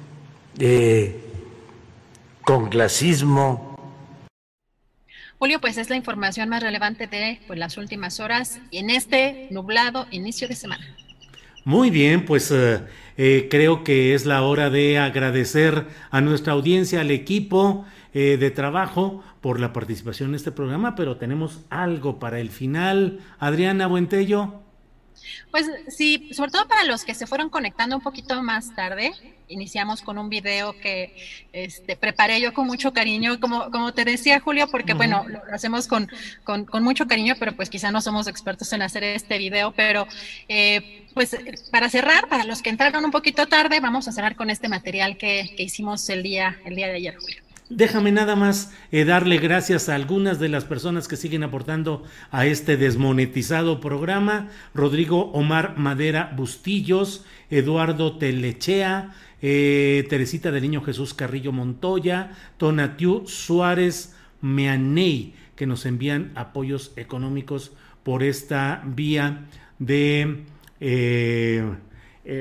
con clasismo. Julio, pues es la información más relevante de pues, las últimas horas y en este nublado inicio de semana. Muy bien, pues creo que es la hora de agradecer a nuestra audiencia, al equipo de trabajo por la participación en este programa, pero tenemos algo para el final. Adriana Buentello. Pues sí, sobre todo para los que se fueron conectando un poquito más tarde, iniciamos con un video que preparé yo con mucho cariño, como te decía, Julio, porque bueno, lo hacemos con mucho cariño, pero pues quizá no somos expertos en hacer este video, pero pues para cerrar, para los que entraron un poquito tarde, vamos a cerrar con este material que hicimos el día de ayer, Julio. Déjame nada más darle gracias a algunas de las personas que siguen aportando a este desmonetizado programa. Rodrigo Omar Madera Bustillos, Eduardo Telechea, Teresita del Niño Jesús Carrillo Montoya, Tonatiu Suárez Meaney, que nos envían apoyos económicos por esta vía de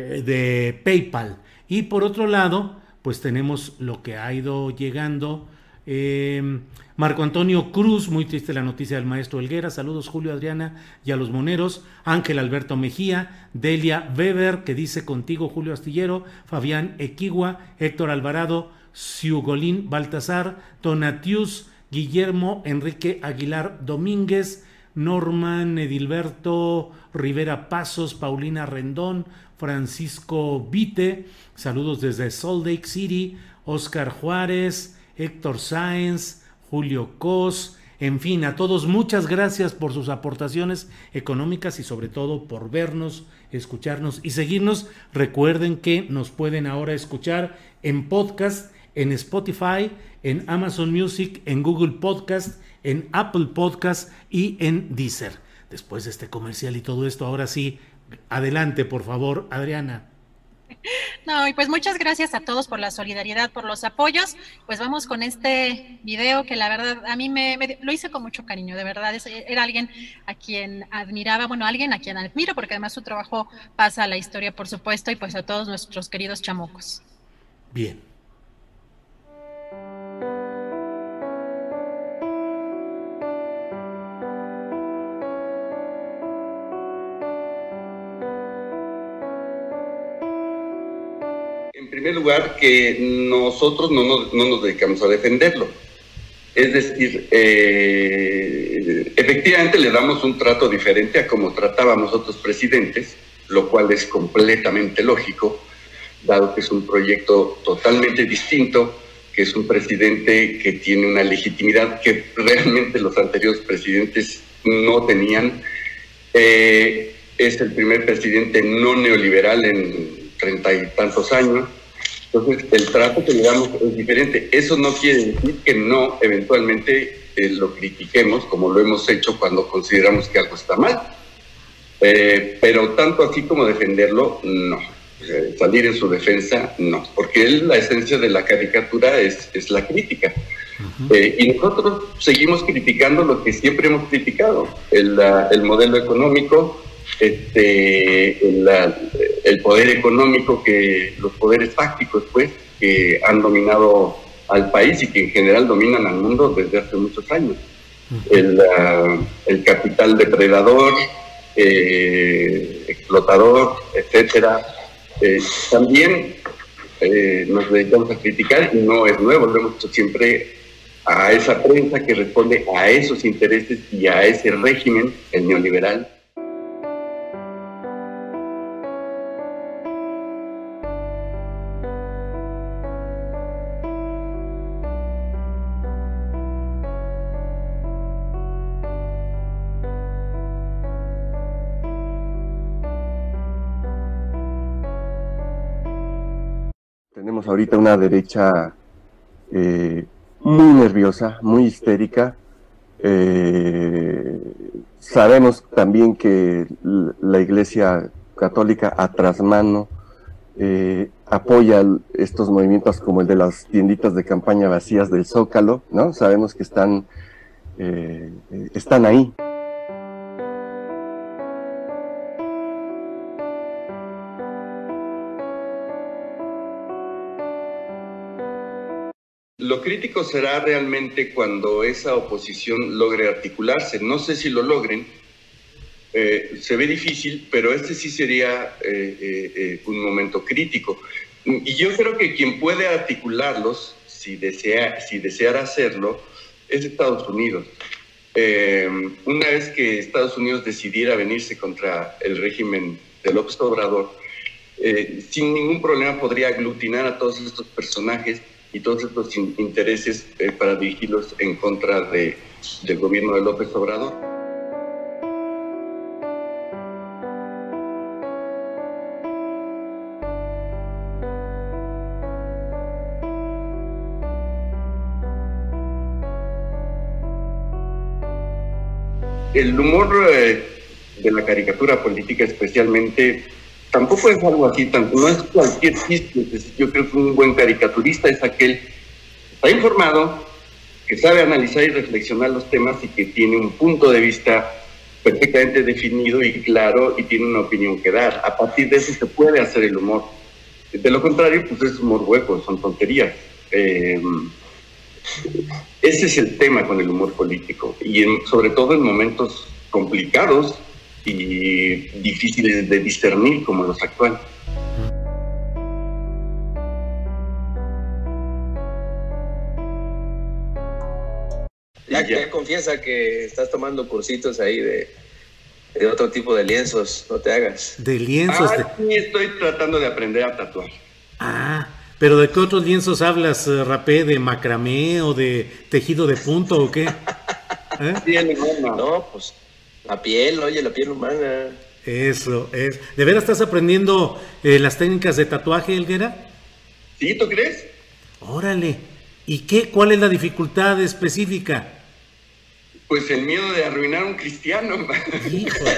PayPal. Y por otro lado, pues tenemos lo que ha ido llegando Marco Antonio Cruz, muy triste la noticia del maestro Helguera. Saludos Julio, Adriana y a los moneros. Ángel Alberto Mejía, Delia Weber, que dice contigo Julio Astillero, Fabián Equigua, Héctor Alvarado, Ciugolín Baltasar, Donatius, Guillermo Enrique Aguilar Domínguez, Norman Edilberto Rivera Pasos, Paulina Rendón, Francisco Vite, saludos desde Salt Lake City, Oscar Juárez, Héctor Sáenz, Julio Cos, en fin, a todos muchas gracias por sus aportaciones económicas y sobre todo por vernos, escucharnos y seguirnos. Recuerden que nos pueden ahora escuchar en podcast, en Spotify, en Amazon Music, en Google Podcast, en Apple Podcast y en Deezer. Después de este comercial y todo esto, ahora sí, adelante por favor, Adriana. No, y pues muchas gracias a todos por la solidaridad, por los apoyos. Pues vamos con este video que la verdad a mí me lo hice con mucho cariño, de verdad. Era alguien a quien admiraba, bueno, alguien a quien admiro, porque además su trabajo pasa a la historia, por supuesto, y pues a todos nuestros queridos chamucos. Bien. En primer lugar, que nosotros no nos dedicamos a defenderlo. Es decir, efectivamente le damos un trato diferente a como tratábamos otros presidentes, lo cual es completamente lógico, dado que es un proyecto totalmente distinto, que es un presidente que tiene una legitimidad que realmente los anteriores presidentes no tenían. Es el primer presidente no neoliberal en 30 y tantos años. Entonces, el trato que le damos es diferente. Eso no quiere decir que no, eventualmente, lo critiquemos, como lo hemos hecho cuando consideramos que algo está mal. Pero tanto así como defenderlo, no. Salir en su defensa, no. Porque la esencia de la caricatura es la crítica. Y nosotros seguimos criticando lo que siempre hemos criticado. El modelo económico, el poder económico, los poderes fácticos, pues, que han dominado al país y que en general dominan al mundo desde hace muchos años. El capital depredador, explotador, etcétera. También nos dedicamos a criticar, y no es nuevo, lo hemos hecho siempre, a esa prensa que responde a esos intereses y a ese régimen, el neoliberal. Tenemos ahorita una derecha muy nerviosa, muy histérica. Sabemos también que la Iglesia Católica a trasmano apoya estos movimientos como el de las tienditas de campaña vacías del Zócalo, ¿no? Sabemos que están ahí. Lo crítico será realmente cuando esa oposición logre articularse. No sé si lo logren, se ve difícil, pero este sí sería un momento crítico. Y yo creo que quien puede articularlos, si deseara hacerlo, es Estados Unidos. Una vez que Estados Unidos decidiera venirse contra el régimen de López Obrador, sin ningún problema podría aglutinar a todos estos personajes y todos estos intereses para dirigirlos en contra del gobierno de López Obrador. El humor de la caricatura política especialmente tampoco es algo así, no es cualquier chiste. Yo creo que un buen caricaturista es aquel que está informado, que sabe analizar y reflexionar los temas y que tiene un punto de vista perfectamente definido y claro y tiene una opinión que dar. A partir de eso se puede hacer el humor. De lo contrario, pues es humor hueco, son tonterías. Ese es el tema con el humor político, y sobre todo en momentos complicados y difíciles de discernir como los actuales. Ya confiesa que estás tomando cursitos ahí de otro tipo de lienzos, no te hagas. ¿De lienzos? Sí, estoy tratando de aprender a tatuar. ¿Pero de qué otros lienzos hablas, Rapé? ¿De macramé o de tejido de punto o qué? Piel humana. No, pues la piel humana. Eso es. ¿De veras estás aprendiendo las técnicas de tatuaje, Helguera? Sí, ¿tú crees? Órale. ¿Y qué? ¿Cuál es la dificultad específica? Pues el miedo de arruinar a un cristiano. Híjole.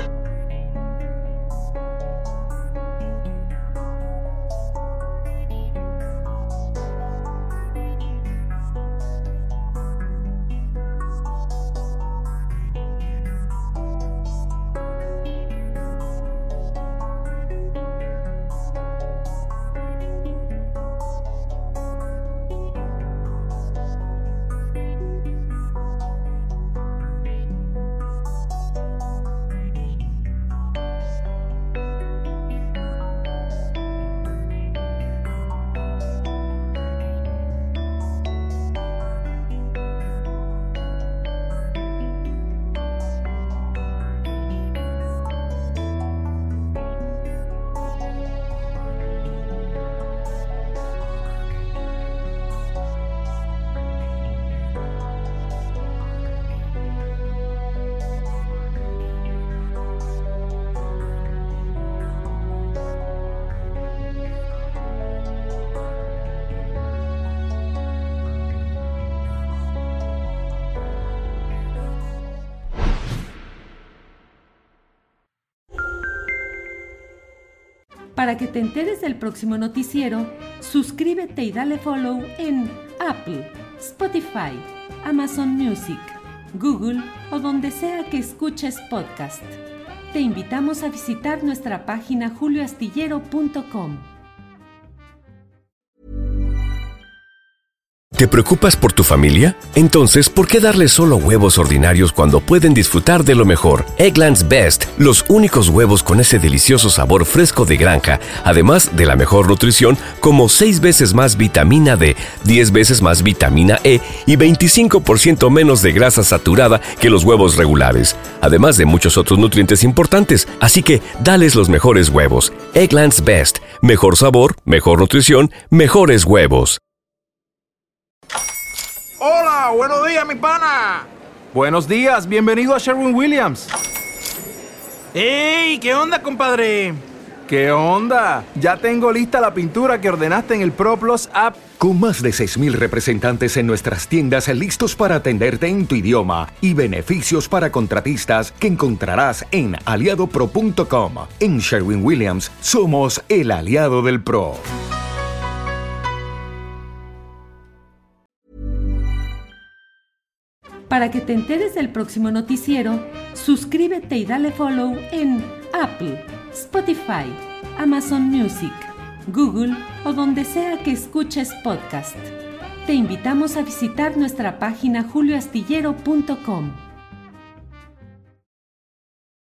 Para que te enteres del próximo noticiero, suscríbete y dale follow en Apple, Spotify, Amazon Music, Google o donde sea que escuches podcast. Te invitamos a visitar nuestra página julioastillero.com. ¿Te preocupas por tu familia? Entonces, ¿por qué darles solo huevos ordinarios cuando pueden disfrutar de lo mejor? Eggland's Best, los únicos huevos con ese delicioso sabor fresco de granja, además de la mejor nutrición, como 6 veces más vitamina D, 10 veces más vitamina E y 25% menos de grasa saturada que los huevos regulares, además de muchos otros nutrientes importantes. Así que, dales los mejores huevos. Eggland's Best, mejor sabor, mejor nutrición, mejores huevos. Hola, buenos días, mi pana. Buenos días, bienvenido a Sherwin-Williams. ¡Ey! ¿Qué onda, compadre? ¿Qué onda? Ya tengo lista la pintura que ordenaste en el ProPlus app. Con más de 6,000 representantes en nuestras tiendas listos para atenderte en tu idioma y beneficios para contratistas que encontrarás en aliadopro.com. En Sherwin-Williams somos el aliado del pro. Para que te enteres del próximo noticiero, suscríbete y dale follow en Apple, Spotify, Amazon Music, Google o donde sea que escuches podcast. Te invitamos a visitar nuestra página julioastillero.com.